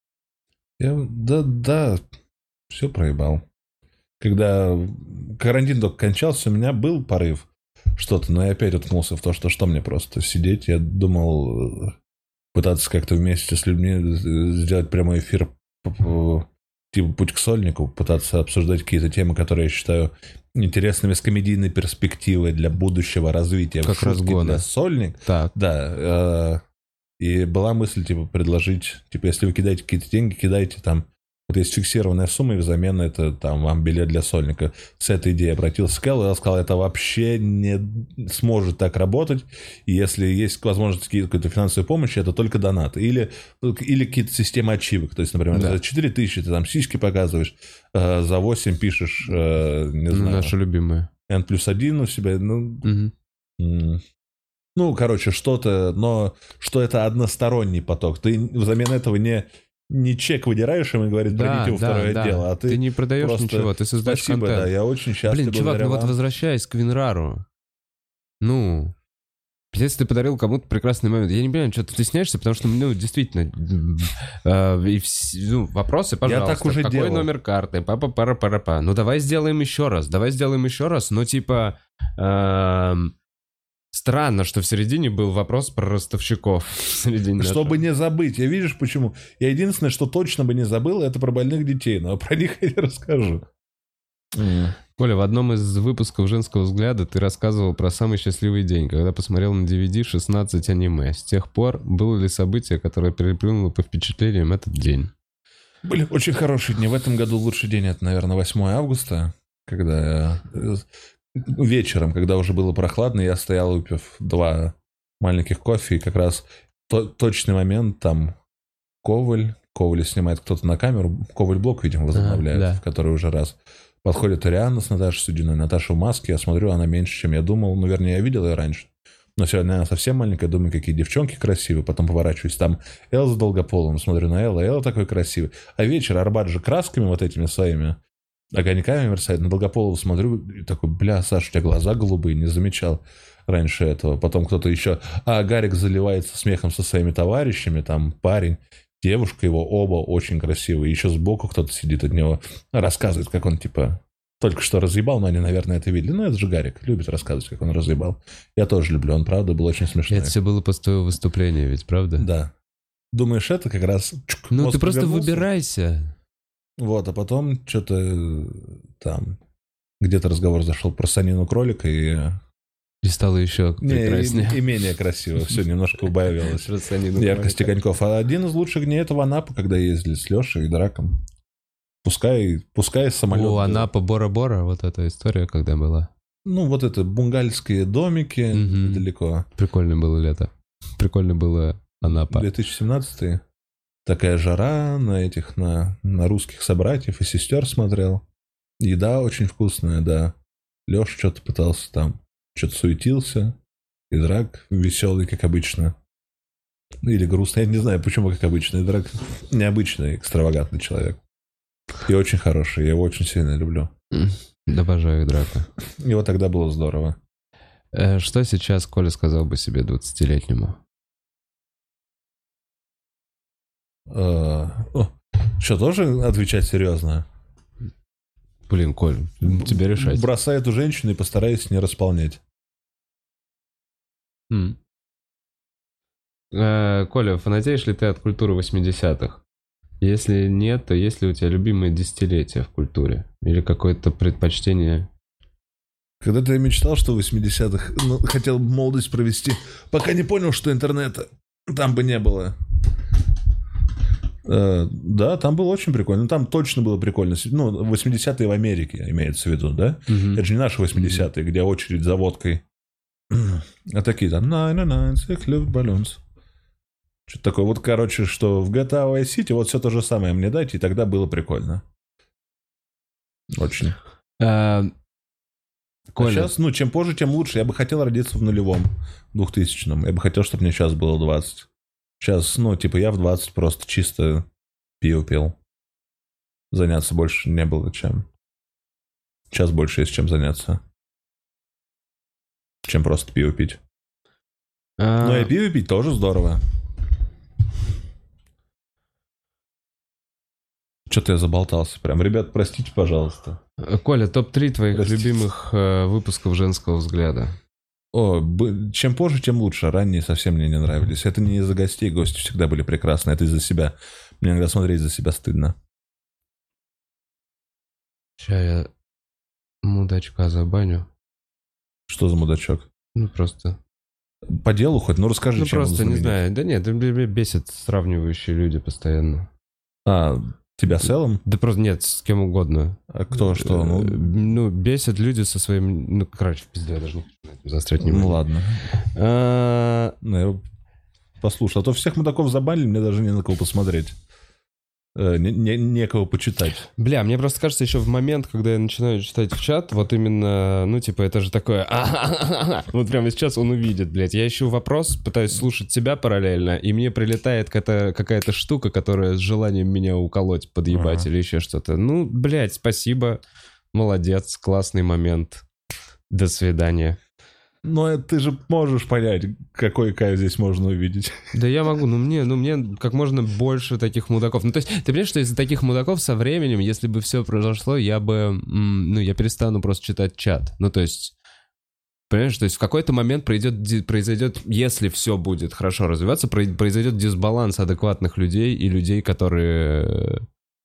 Да, все проебал. Когда карантин только кончался, у меня был порыв что-то, но я опять уткнулся в то, что мне просто сидеть. Я думал пытаться как-то вместе с людьми сделать прямой эфир типа «Путь к сольнику», пытаться обсуждать какие-то темы, которые я считаю интересными с комедийной перспективой для будущего развития. Как разгоны. Для сольник. Так. Да. И была мысль, типа, предложить, типа, если вы кидаете какие-то деньги, кидайте там, вот есть фиксированная сумма, и взамен это там вам билет для сольника. С этой идеей обратился к Эллу, и он сказал, это вообще не сможет так работать, и если есть возможность какой-то финансовой помощи, это только донаты. Или какие-то системы ачивок, то есть, например, за 4000 ты там сиськи показываешь, за 8 пишешь, не знаю. Наши любимые. N+1 у себя, ну, короче, что-то, но что это односторонний поток. Ты взамен этого не чек выдираешь им и говорит, пройдите во второе дело, а ты не продаешь просто... ничего, ты создаешь Спасибо, контент. да, я очень счастлив. Блин, чувак, ну вот возвращаясь к Винрару, если ты подарил кому-то прекрасный момент, я не понимаю, что ты стесняешься, потому что, действительно, вопросы, пожалуйста. Я так уже какой делал. Номер карты? Папа-пара-пара-па. Ну, давай сделаем еще раз. Но, типа, странно, что в середине был вопрос про ростовщиков. Чтобы не забыть. Я видишь, почему? Я единственное, что точно бы не забыл, это про больных детей, но про них я не расскажу. Коля, в одном из выпусков «Женского взгляда» ты рассказывал про самый счастливый день, когда посмотрел на DVD 16 аниме. С тех пор было ли событие, которое переплюнуло по впечатлениям этот день? Были очень хорошие дни. В этом году лучший день, это, наверное, 8 августа, когда вечером, когда уже было прохладно, я стоял, выпив 2 маленьких кофе, и как раз точный момент, там Коваль снимает кто-то на камеру, Коваль-блок, видимо, возобновляет, в который уже раз. Подходит Ариана с Наташей Судиной, Наташа в маске, я смотрю, она меньше, чем я думал. Ну, вернее, я видел ее раньше. Но сегодня она совсем маленькая, думаю, какие девчонки красивые. Потом поворачиваюсь, там Эл с Долгополовым, смотрю на Элла, Элла такой красивый. А вечер Арбат же красками вот этими своими огоньками мерцает. На Долгополова смотрю и такой, бля, Саша, у тебя глаза голубые, не замечал раньше этого. Потом кто-то еще... Гарик заливается смехом со своими товарищами, там парень, девушка его, оба очень красивые. Еще сбоку кто-то сидит от него, рассказывает, как он, типа, только что разъебал, но они, наверное, это видели. Ну, это же Гарик, любит рассказывать, как он разъебал. Я тоже люблю, он, правда, был очень смешной. Это все было после твоего выступления, ведь, правда? Да. Думаешь, это как раз... Ну, ты просто выбирайся. Вот, а потом что-то там... Где-то разговор зашел про Санину кролика, и стало еще прекраснее. И менее красиво. Все немножко убавилось. Яркости коньков. А один из лучших дней это в Анапу, когда ездили с Лешей и Драком. Пускай самолет... О, Анапа, Бора-Бора, вот эта история, когда была. Ну, вот это бунгальские домики недалеко. Прикольно было лето. Прикольно было Анапа. 2017-й. Такая жара на русских собратьев и сестер смотрел. Еда очень вкусная, да. Леша что-то пытался там, что-то суетился. И Драк веселый, как обычно. Или грустный, я не знаю, почему как обычно. И Драк необычный, экстравагантный человек. И очень хороший, я его очень сильно люблю. Обожаю Драка. И вот тогда было здорово. Что сейчас Коля сказал бы себе 20-летнему? Что, тоже отвечать серьезно? Блин, Коль, тебе решать. Бросай эту женщину и постарайся не располнять. Коля, фанатеешь ли ты от культуры 80-х? Если нет, то есть ли у тебя любимые десятилетия в культуре? Или какое-то предпочтение? Когда-то я мечтал, что в 80-х хотел молодость провести, пока не понял, что интернета там бы не было. Да, там было очень прикольно. Там точно было прикольно. Ну, 80-е в Америке, имеется в виду, да? Это же не наши 80-е, где очередь за водкой. А такие там balloons. Что-то такое. Вот, короче, что в GTA Vice City вот все то же самое мне дайте, и тогда было прикольно. Очень. Коля. А сейчас, чем позже, тем лучше. Я бы хотел родиться в нулевом, 2000-м. Я бы хотел, чтобы мне сейчас было 20. Сейчас, я в 20 просто чисто пиво пил. Заняться больше не было чем. Сейчас больше есть чем заняться. чем просто пиво пить. Но и пиво пить тоже здорово. Что-то я заболтался прям. Ребят, простите, пожалуйста. Коля, топ-3 твоих любимых выпусков «Женского взгляда». Чем позже, тем лучше. Ранние совсем мне не нравились. Это не из-за гостей. Гости всегда были прекрасны. Это из-за себя. Мне иногда смотреть за себя стыдно. Сейчас я мудачка забаню. Что за мудачок? Ну, просто... По делу хоть? Ну, расскажи, ну, чем просто, он не знаменит. знаю. Да нет, меня бесят сравнивающие люди постоянно. Тебя с Эллом? Да просто нет, с кем угодно. А кто что? Ну, бесят люди со своим... Ну, короче, в пизде, я даже не хочу на этом заострять внимание. Ну, ладно. Я послушал. А то всех мудаков забанили, мне даже не на кого посмотреть. Некого почитать. Бля, мне просто кажется, еще в момент, когда я начинаю читать в чат, вот именно, ну, типа, это же такое... Вот прямо сейчас он увидит, блядь. Я ищу вопрос, пытаюсь слушать тебя параллельно, и мне прилетает какая-то штука, которая с желанием меня уколоть, подъебать или еще что-то. Ну, блядь, спасибо. Молодец, классный момент. До свидания. Но ты же можешь понять, какой кайф здесь можно увидеть. Да я могу, но мне как можно больше таких мудаков. Ну, то есть, ты понимаешь, что из-за таких мудаков со временем, если бы все произошло, я бы, я перестану просто читать чат. Ну, то есть, понимаешь, то есть в какой-то момент произойдет, если все будет хорошо развиваться, произойдет дисбаланс адекватных людей и людей, которые...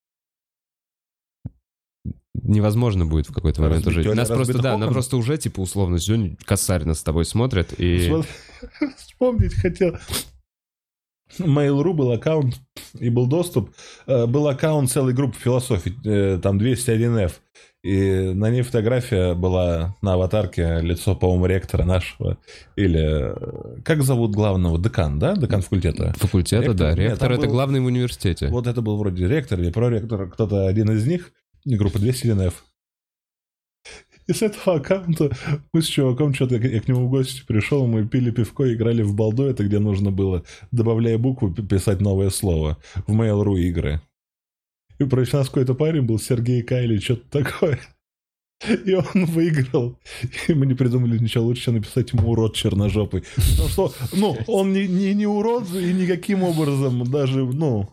невозможно будет в какой-то момент уже. Нас просто уже, типа, условно, сегодня косарь нас с тобой смотрят, и... Вспомнить хотел. Mail.ru был аккаунт, и был доступ. Был аккаунт целой группы философии, там 201F. И на ней фотография была на аватарке, лицо, по-моему, ректора нашего. Или... Как зовут главного? Декан, да? Декан факультета? Факультета, ректор? Да. Ректор — это главный в университете. Вот это был вроде ректор или проректор, кто-то один из них. Группа 201F. И с этого аккаунта мы с чуваком, что-то я к нему в гости пришел, мы пили пивко, играли в балду, это где нужно было, добавляя букву, писать новое слово в Mail.ru игры. И прочь нас какой-то парень был, Сергей Кайли, что-то такое. И он выиграл. И мы не придумали ничего лучше, чем написать ему урод черножопый. Потому что, он не урод и никаким образом даже,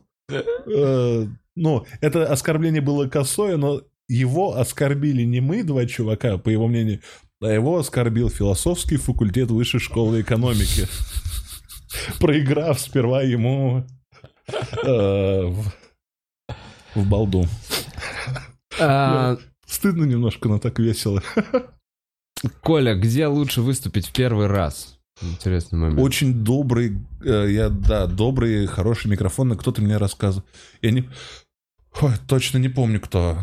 это оскорбление было косое, но его оскорбили не мы, два чувака, по его мнению, а его оскорбил философский факультет Высшей школы экономики, проиграв сперва ему в балду. Стыдно немножко, но так весело. Коля, где лучше выступить в первый раз? Интересный момент. Очень добрый, добрый, хороший микрофон, и кто-то мне рассказывал. Точно не помню, кто.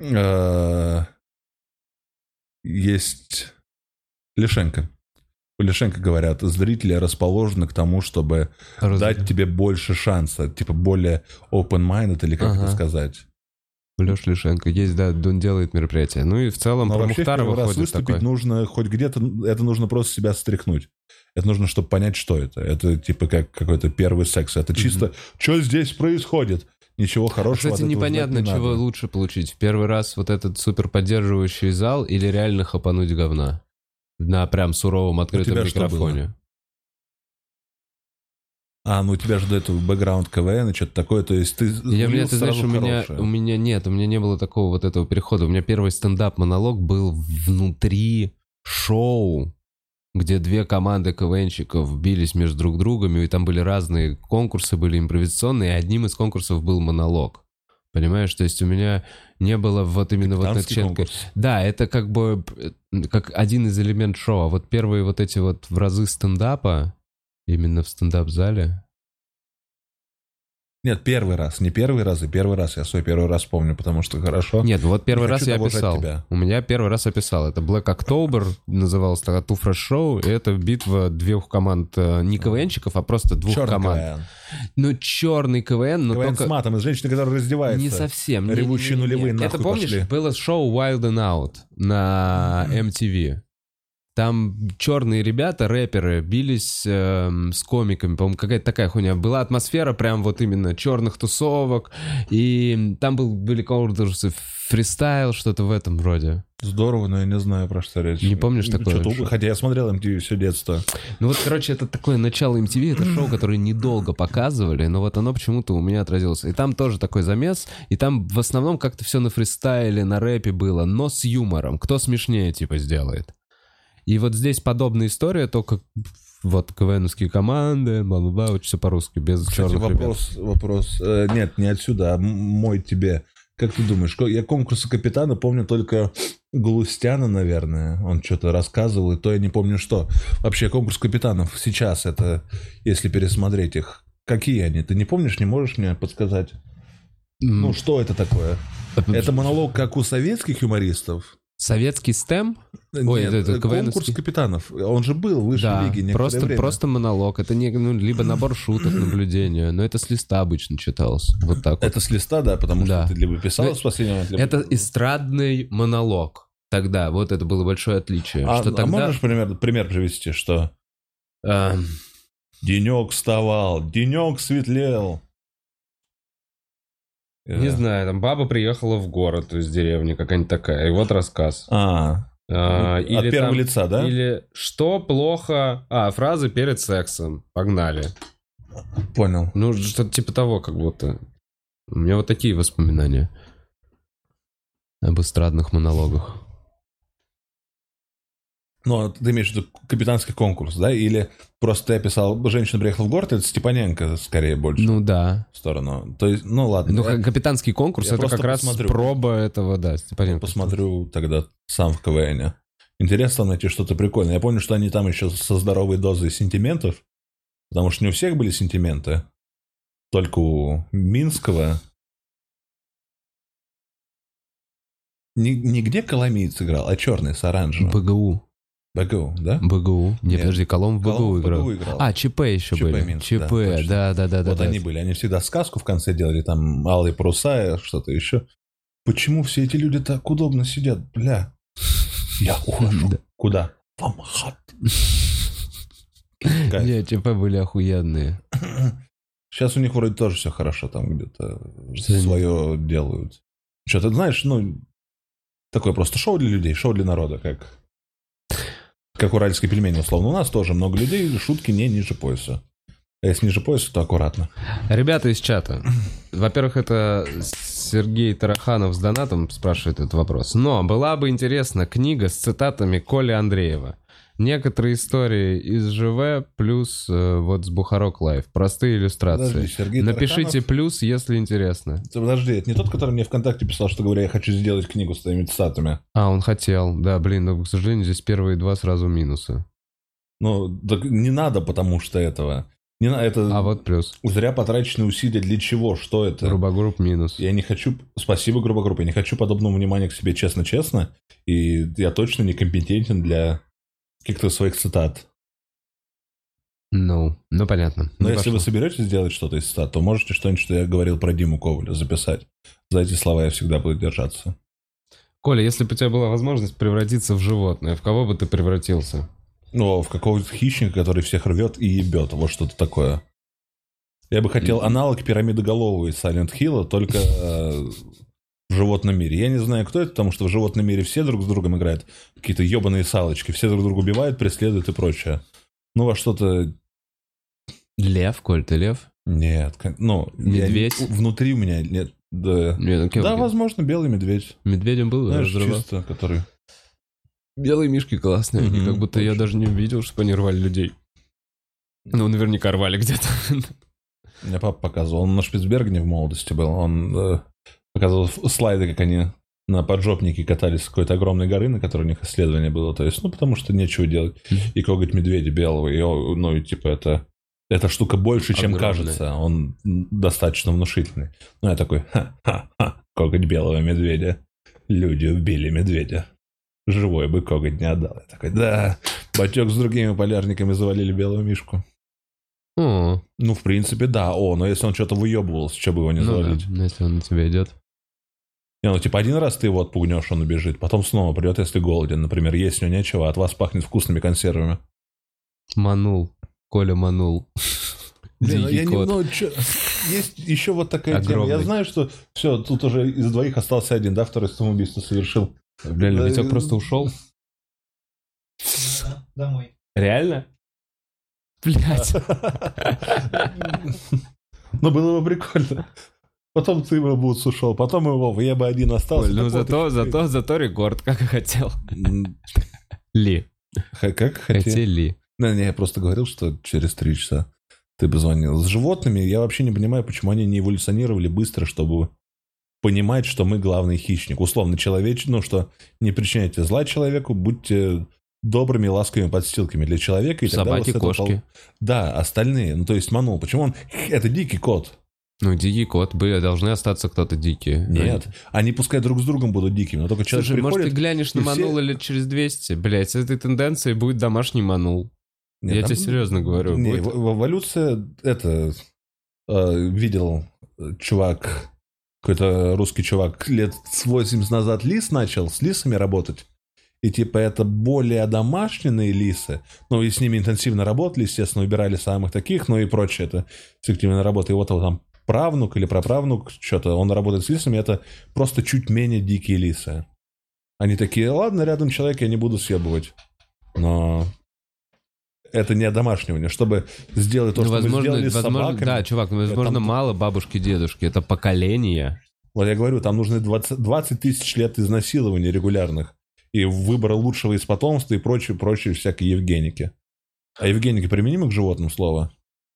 Есть Лишенко. У Лишенко говорят, зрители расположены к тому, чтобы дать тебе больше шанса. Типа более open-minded, или как это сказать. Леша Лишенко есть, да, он делает мероприятия. Ну и в целом про Мухтарова ходит выступить такое. Нужно хоть где-то, это нужно просто себя стряхнуть. Это нужно, чтобы понять, что это. Это типа как какой-то первый секс. Это чисто, что здесь происходит. Ничего хорошего. Кстати, непонятно, чего лучше получить. В первый раз вот этот супер поддерживающий зал или реально хапануть говна на прям суровом открытом микрофоне. У тебя же до этого бэкграунд КВН и что-то такое, то есть ты знаешь, у меня не было такого вот этого перехода. У меня первый стендап-монолог был внутри шоу, где две команды КВНщиков бились между друг другом, и там были разные конкурсы, были импровизационные, и одним из конкурсов был монолог. Понимаешь, то есть у меня не было вот именно вот начинка. Да, это как бы как один из элементов шоу. А вот первые вот эти вот разы стендапа, именно в стендап-зале. Нет, первый раз. Не первый раз, и первый раз. Я свой первый раз помню, потому что хорошо. Нет, вот первый раз я описал. У меня первый раз описал. Это Black October, называлось тогда Two Fresh Show, и это битва двух команд, не КВНщиков, а просто двух черный команд. КВН. Ну, черный КВН, но КВН только... с матом, из женщины, которая раздевается. Не совсем. Ревущие нулевые нахуй это, помнишь, пошли. было шоу Wild 'N Out на MTV. Там черные ребята, рэперы, бились с комиками. По-моему, какая-то такая хуйня. Была атмосфера прям вот именно черных тусовок. И там были конкурсы фристайл, что-то в этом роде. Здорово, но я не знаю, про что речь. Не помнишь такое? Хотя я смотрел MTV все детство. Ну вот, короче, это такое начало MTV. Это шоу, которое недолго показывали, но вот оно почему-то у меня отразилось. И там тоже такой замес. И там в основном как-то все на фристайле, на рэпе было, но с юмором. Кто смешнее, типа, сделает. И вот здесь подобная история, только вот КВНовские команды, бла-бла-бла, вот все по-русски, без черных вопрос. Нет, не отсюда, а мой тебе. Как ты думаешь, я конкурсы капитана помню только Галустяна, наверное. Он что-то рассказывал, и то я не помню что. Вообще конкурс капитанов сейчас, это, если пересмотреть их, какие они? Ты не помнишь, не можешь мне подсказать? Ну, что это такое? Это монолог, как у советских юмористов? Советский стем? Ой, это конкурс капитанов. Он же был в высшей лиге некоторое время. Просто монолог. Это не, либо набор шуток, наблюдения. Но это с листа обычно читалось. Вот так вот. Это с листа, да? Потому что ты либо писал с последнего... Это эстрадный монолог. Тогда. Вот это было большое отличие. А можешь пример привести, что... Денек вставал, денек светлел. Не знаю, там баба приехала в город из деревни, какая-нибудь такая, и вот рассказ. Или от первого лица, да? Или что плохо... фразы перед сексом. Погнали. Понял. Ну, что-то типа того, как будто. У меня вот такие воспоминания об эстрадных монологах. Ну, ты имеешь в виду капитанский конкурс, да? Или просто я писал, женщина приехала в город, это Степаненко скорее больше. Ну да. В сторону. То есть, ну ладно. Ну, капитанский конкурс, это как раз проба этого, да, Степаненко. Посмотрю тогда сам в КВН. Интересно найти что-то прикольное. Я помню, что они там еще со здоровой дозой сентиментов, потому что не у всех были сентименты, только у Минского. Нигде Коломиец играл, а черный с оранжевым. БГУ, да? БГУ. Нет, подожди, Колом в БГУ играл. ЧП еще были. Минск, ЧП, да. Вот они были. Они всегда сказку в конце делали, там алые паруса, что-то еще. Почему все эти люди так удобно сидят? Бля. Я ухожу. Куда? В Амхат. Не, ЧП были охуенные. Сейчас у них вроде тоже все хорошо, там где-то свое делают. Что, ты знаешь, такое просто шоу для людей, шоу для народа, как уральские пельмени, условно. У нас тоже много людей, шутки не ниже пояса. А если ниже пояса, то аккуратно. Ребята из чата. Во-первых, это Сергей Тараханов с донатом спрашивает этот вопрос. Но была бы интересна книга с цитатами Коли Андреева. Некоторые истории из ЖВ плюс вот с Бухарок Лайв. Простые иллюстрации. Подожди, Сергей Напишите Тараханов... плюс, если интересно. Подожди, это не тот, который мне ВКонтакте писал, что говоря, я хочу сделать книгу с твоими цитатами. Он хотел. Да, блин, но, к сожалению, здесь первые два сразу минусы. Ну, так не надо, потому что этого. Не надо, это вот плюс. Зря потраченные усилия для чего? Что это? Грубогрупп минус. Я не хочу... Спасибо, Грубогрупп. Я не хочу подобного внимания к себе честно-честно. И я точно некомпетентен для каких-то своих цитат. Ну, понятно. Но если вы соберетесь сделать что-то из цитат, то можете что-нибудь, что я говорил про Диму Коваля, записать. За эти слова я всегда буду держаться. Коля, если бы у тебя была возможность превратиться в животное, в кого бы ты превратился? В какого-то хищника, который всех рвет и ебет. Вот что-то такое. Я бы хотел аналог пирамидоголового из Silent Hill, только в животном мире. Я не знаю, кто это, потому что в животном мире все друг с другом играют. Какие-то ебаные салочки. Все друг друга убивают, преследуют и прочее. Во что-то... Лев, Коль, ты лев? Нет. Медведь? Внутри у меня нет. Да, возможно, белый медведь. Медведем был? Знаешь, чисто, который... Белые мишки классные. Они как будто я даже не видел, чтобы они рвали людей. Наверняка рвали где-то. Мне папа показывал. Он на Шпицбергене в молодости был. Он показывал слайды, как они на поджопнике катались с какой-то огромной горы, на которой у них исследование было. То есть, потому что нечего делать. И коготь медведя белого. И, типа, эта штука больше, чем кажется. Он достаточно внушительный. Я такой, коготь белого медведя. Люди убили медведя. Живой бы коготь не отдал. Я такой, да, батек с другими полярниками завалили белого мишку. В принципе, да. Но если он что-то выебывался, что бы его не завалить? Да. Если он на тебя идет. И ну, типа, один раз ты его отпугнешь, он убежит, потом снова придет, если голоден, например, есть у него нечего, от вас пахнет вкусными консервами. Манул. Коля манул. Блин, есть еще вот такая тема. Я знаю, что все, тут уже из двоих остался один, да, второй самоубийство совершил. Реально, Витек просто ушел? Домой. Реально? Блять. Ну, было бы прикольно. Потом ты его Бутс ушел, потом его, я бы один остался. Ну, зато рекорд, как и хотел. Ли. Как хотели. Не, я просто говорил, что через 3 часа ты бы звонил. С животными я вообще не понимаю, почему они не эволюционировали быстро, чтобы понимать, что мы главный хищник. Условно, ну, что не причиняйте зла человеку, будьте добрыми, ласковыми подстилками для человека. И собаки, кошки. Да, остальные. Ну, то есть манул. Почему он... Это дикий кот. Ну, дикий кот. Должны остаться кто-то дикие. Нет. Они пускай друг с другом будут дикими, но только человек приходит... может, ты глянешь на манула лет через 200? Блять, с этой тенденцией будет домашний манул. Нет, я тебе серьезно говорю. Не, эволюция... видел чувак... Какой-то русский чувак лет с 80 назад с лисами работать. И типа это более одомашненные лисы. Ну, и с ними интенсивно работали, естественно, убирали самых таких, ну и прочее. Это эффективная работа. И вот там правнук или праправнук, что-то, он работает с лисами, это просто чуть менее дикие лисы. Они такие, ладно, рядом человек, я не буду съебывать. Но... Это не одомашнивание. Чтобы сделать то, что мы сделали с собаками... Да, чувак, возможно, мало бабушки, дедушки. Это поколение. Вот я говорю, там нужны 20 тысяч лет изнасилований регулярных. И выбора лучшего из потомства и прочие всякие евгеники. А евгеники применимы к животным слово?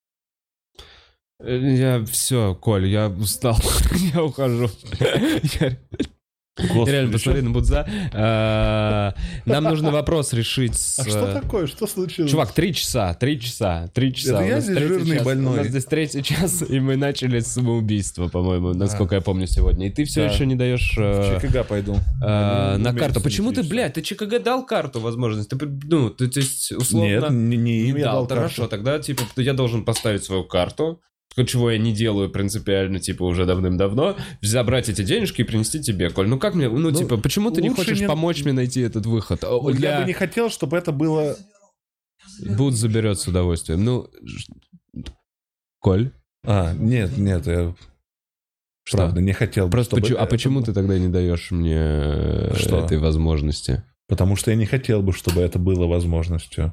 Все, Коль, я устал. Я ухожу. Господи, реально, посмотри на Будза. Нам нужно вопрос решить. А что такое? Что случилось? Чувак, 3 часа. Это я здесь жирный больной. У нас здесь 3-й час, и мы начали с самоубийства, по-моему, насколько я помню сегодня. И ты все еще не даешь... В ЧКГ пойду. На карту. Почему ты, блядь, ты ЧКГ дал карту возможность? Ну, ты условно... Нет, не им я дал карту. Хорошо, тогда, типа, я должен поставить свою карту, чего я не делаю принципиально, типа, уже давным-давно, забрать эти денежки и принести тебе, Коль. Ну как мне, типа, почему ты не хочешь помочь мне найти этот выход? Я бы не хотел, чтобы это было... Буд заберет с удовольствием. Ну, Коль? Нет, я... Что? Правда, не хотел. Просто почему ты тогда не даешь мне этой возможности? Потому что я не хотел бы, чтобы это было возможностью.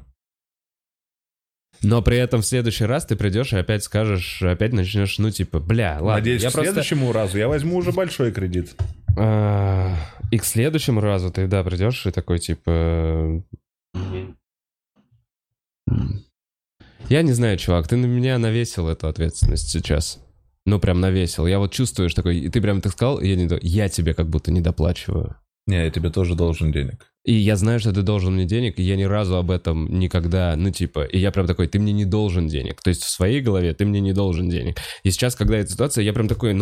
Но при этом в следующий раз ты придешь и опять скажешь, опять начнешь, ну типа, бля, ладно. Надеюсь, к следующему разу я возьму уже большой кредит. И к следующему разу ты, да, придешь и такой, типа... Я не знаю, чувак, ты на меня навесил эту ответственность сейчас. Ну, прям навесил. Я вот чувствуешь такой, и ты прям так сказал, я тебе как будто не доплачиваю. Не, я тебе тоже должен денег. И я знаю, что ты должен мне денег, и я ни разу об этом никогда, и я прям такой, ты мне не должен денег. То есть в своей голове ты мне не должен денег. И сейчас, когда эта ситуация, я прям такой,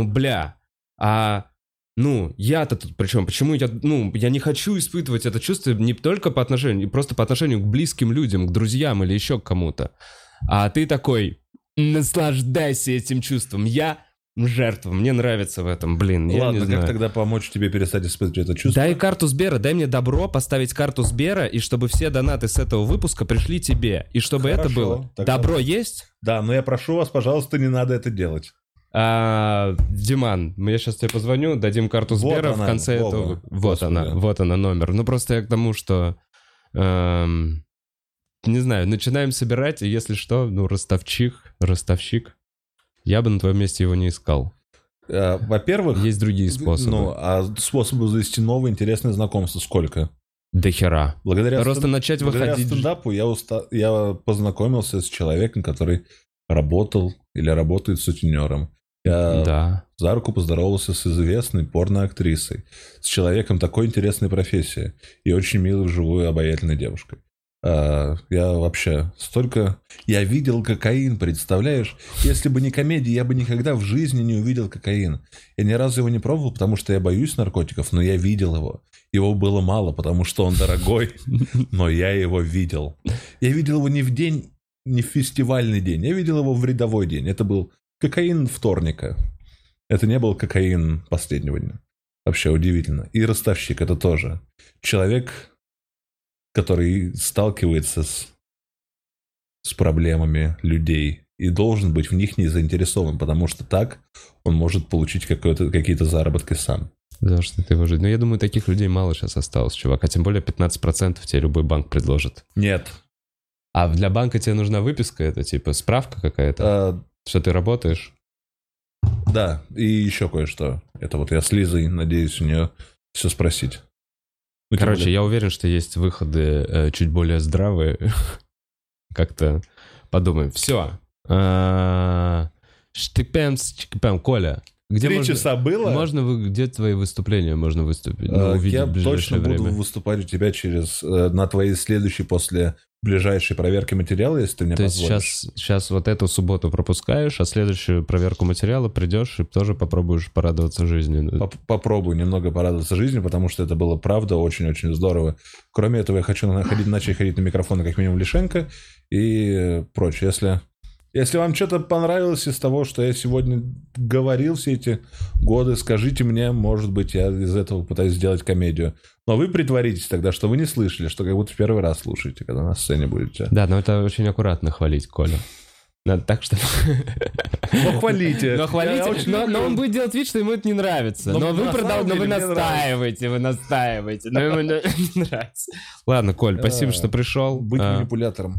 я-то тут причем, почему я не хочу испытывать это чувство не только по отношению, просто по отношению к близким людям, к друзьям или еще к кому-то. А ты такой, наслаждайся этим чувством, я... жертва. Мне нравится в этом, блин. Ладно, я не знаю. Как тогда помочь тебе перестать испытывать это чувство? Дай карту Сбера, дай мне добро поставить карту Сбера, и чтобы все донаты с этого выпуска пришли тебе. И чтобы это было. Добро есть? Да, но я прошу вас, пожалуйста, не надо это делать. Диман, я сейчас тебе позвоню, дадим карту Сбера в конце этого. Вот она номер. Ну просто я к тому, что... не знаю, начинаем собирать, и если что, ростовщик. Я бы на твоем месте его не искал. Во-первых... Есть другие способы. Способы завести новые интересные знакомства сколько? До хера. Просто начать выходить... Благодаря стендапу я познакомился с человеком, который работал или работает сутенером. Я за руку поздоровался с известной порноактрисой. С человеком такой интересной профессии. И очень милой вживую обаятельной девушкой. Я вообще столько... Я видел кокаин, представляешь? Если бы не комедия, я бы никогда в жизни не увидел кокаин. Я ни разу его не пробовал, потому что я боюсь наркотиков, но я видел его. Его было мало, потому что он дорогой, но я его видел. Я видел его не в день, не в фестивальный день, я видел его в рядовой день. Это был кокаин вторника. Это не был кокаин последнего дня. Вообще удивительно. И ростовщик это тоже. Человек, который сталкивается с проблемами людей и должен быть в них не заинтересован, потому что так он может получить какие-то заработки сам. За что ты его жить? Ну, я думаю, таких людей мало сейчас осталось, чувак. А тем более 15% тебе любой банк предложит. Нет. А для банка тебе нужна выписка? Это типа справка какая-то? Что ты работаешь? Да, и еще кое-что. Это вот я с Лизой, надеюсь, у нее все спросить. Ну, короче, я уверен, что есть выходы чуть более здравые. Как-то подумаем. Все. Штыпем, Коля. Где 3 часа было? Где твои выступления можно выступить? Я точно буду выступать у тебя на твоей следующей после ближайшей проверки материала, если ты мне позволишь. То есть сейчас вот эту субботу пропускаешь, а следующую проверку материала придешь и тоже попробуешь порадоваться жизни. Попробую немного порадоваться жизни, потому что это было, правда, очень-очень здорово. Кроме этого, я хочу начать ходить на микрофоны как минимум Лишенко и прочее. Если вам что-то понравилось из того, что я сегодня говорил все эти годы, скажите мне, может быть, я из этого пытаюсь сделать комедию. Но вы притворитесь тогда, что вы не слышали, что как будто в первый раз слушаете, когда на сцене будете. Да, но это очень аккуратно хвалить, Коля. Надо так, что... Но хвалите. Но он будет делать вид, что ему это не нравится. Но вы настаиваете. Но ему не нравится. Ладно, Коль, спасибо, что пришел. Быть манипулятором.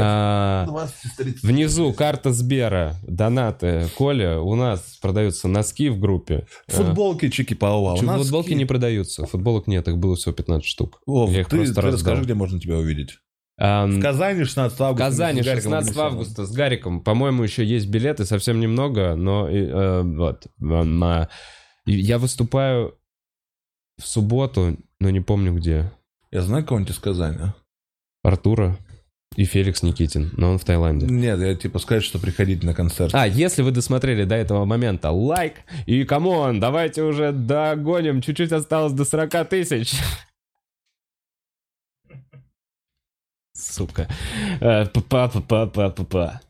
Внизу карта Сбера, донаты. Коля, у нас продаются носки в группе. Футболки Чики-Пау-Вау. Футболки не продаются. Футболок нет, их было всего 15 штук. Ты расскажи, где можно тебя увидеть. В Казани 16 августа. В Казани 16 августа с Гариком. По-моему, еще есть билеты, совсем немного, но вот. Я выступаю в субботу, но не помню где. Я знаю кого-нибудь из Казани. Артура и Феликс Никитин, но он в Таиланде. Нет, я типа сказать, что приходите на концерт. Если вы досмотрели до этого момента, лайк. И камон, давайте уже догоним. Чуть-чуть осталось до 40 тысяч. Сука. Па-па-па-па-па-па.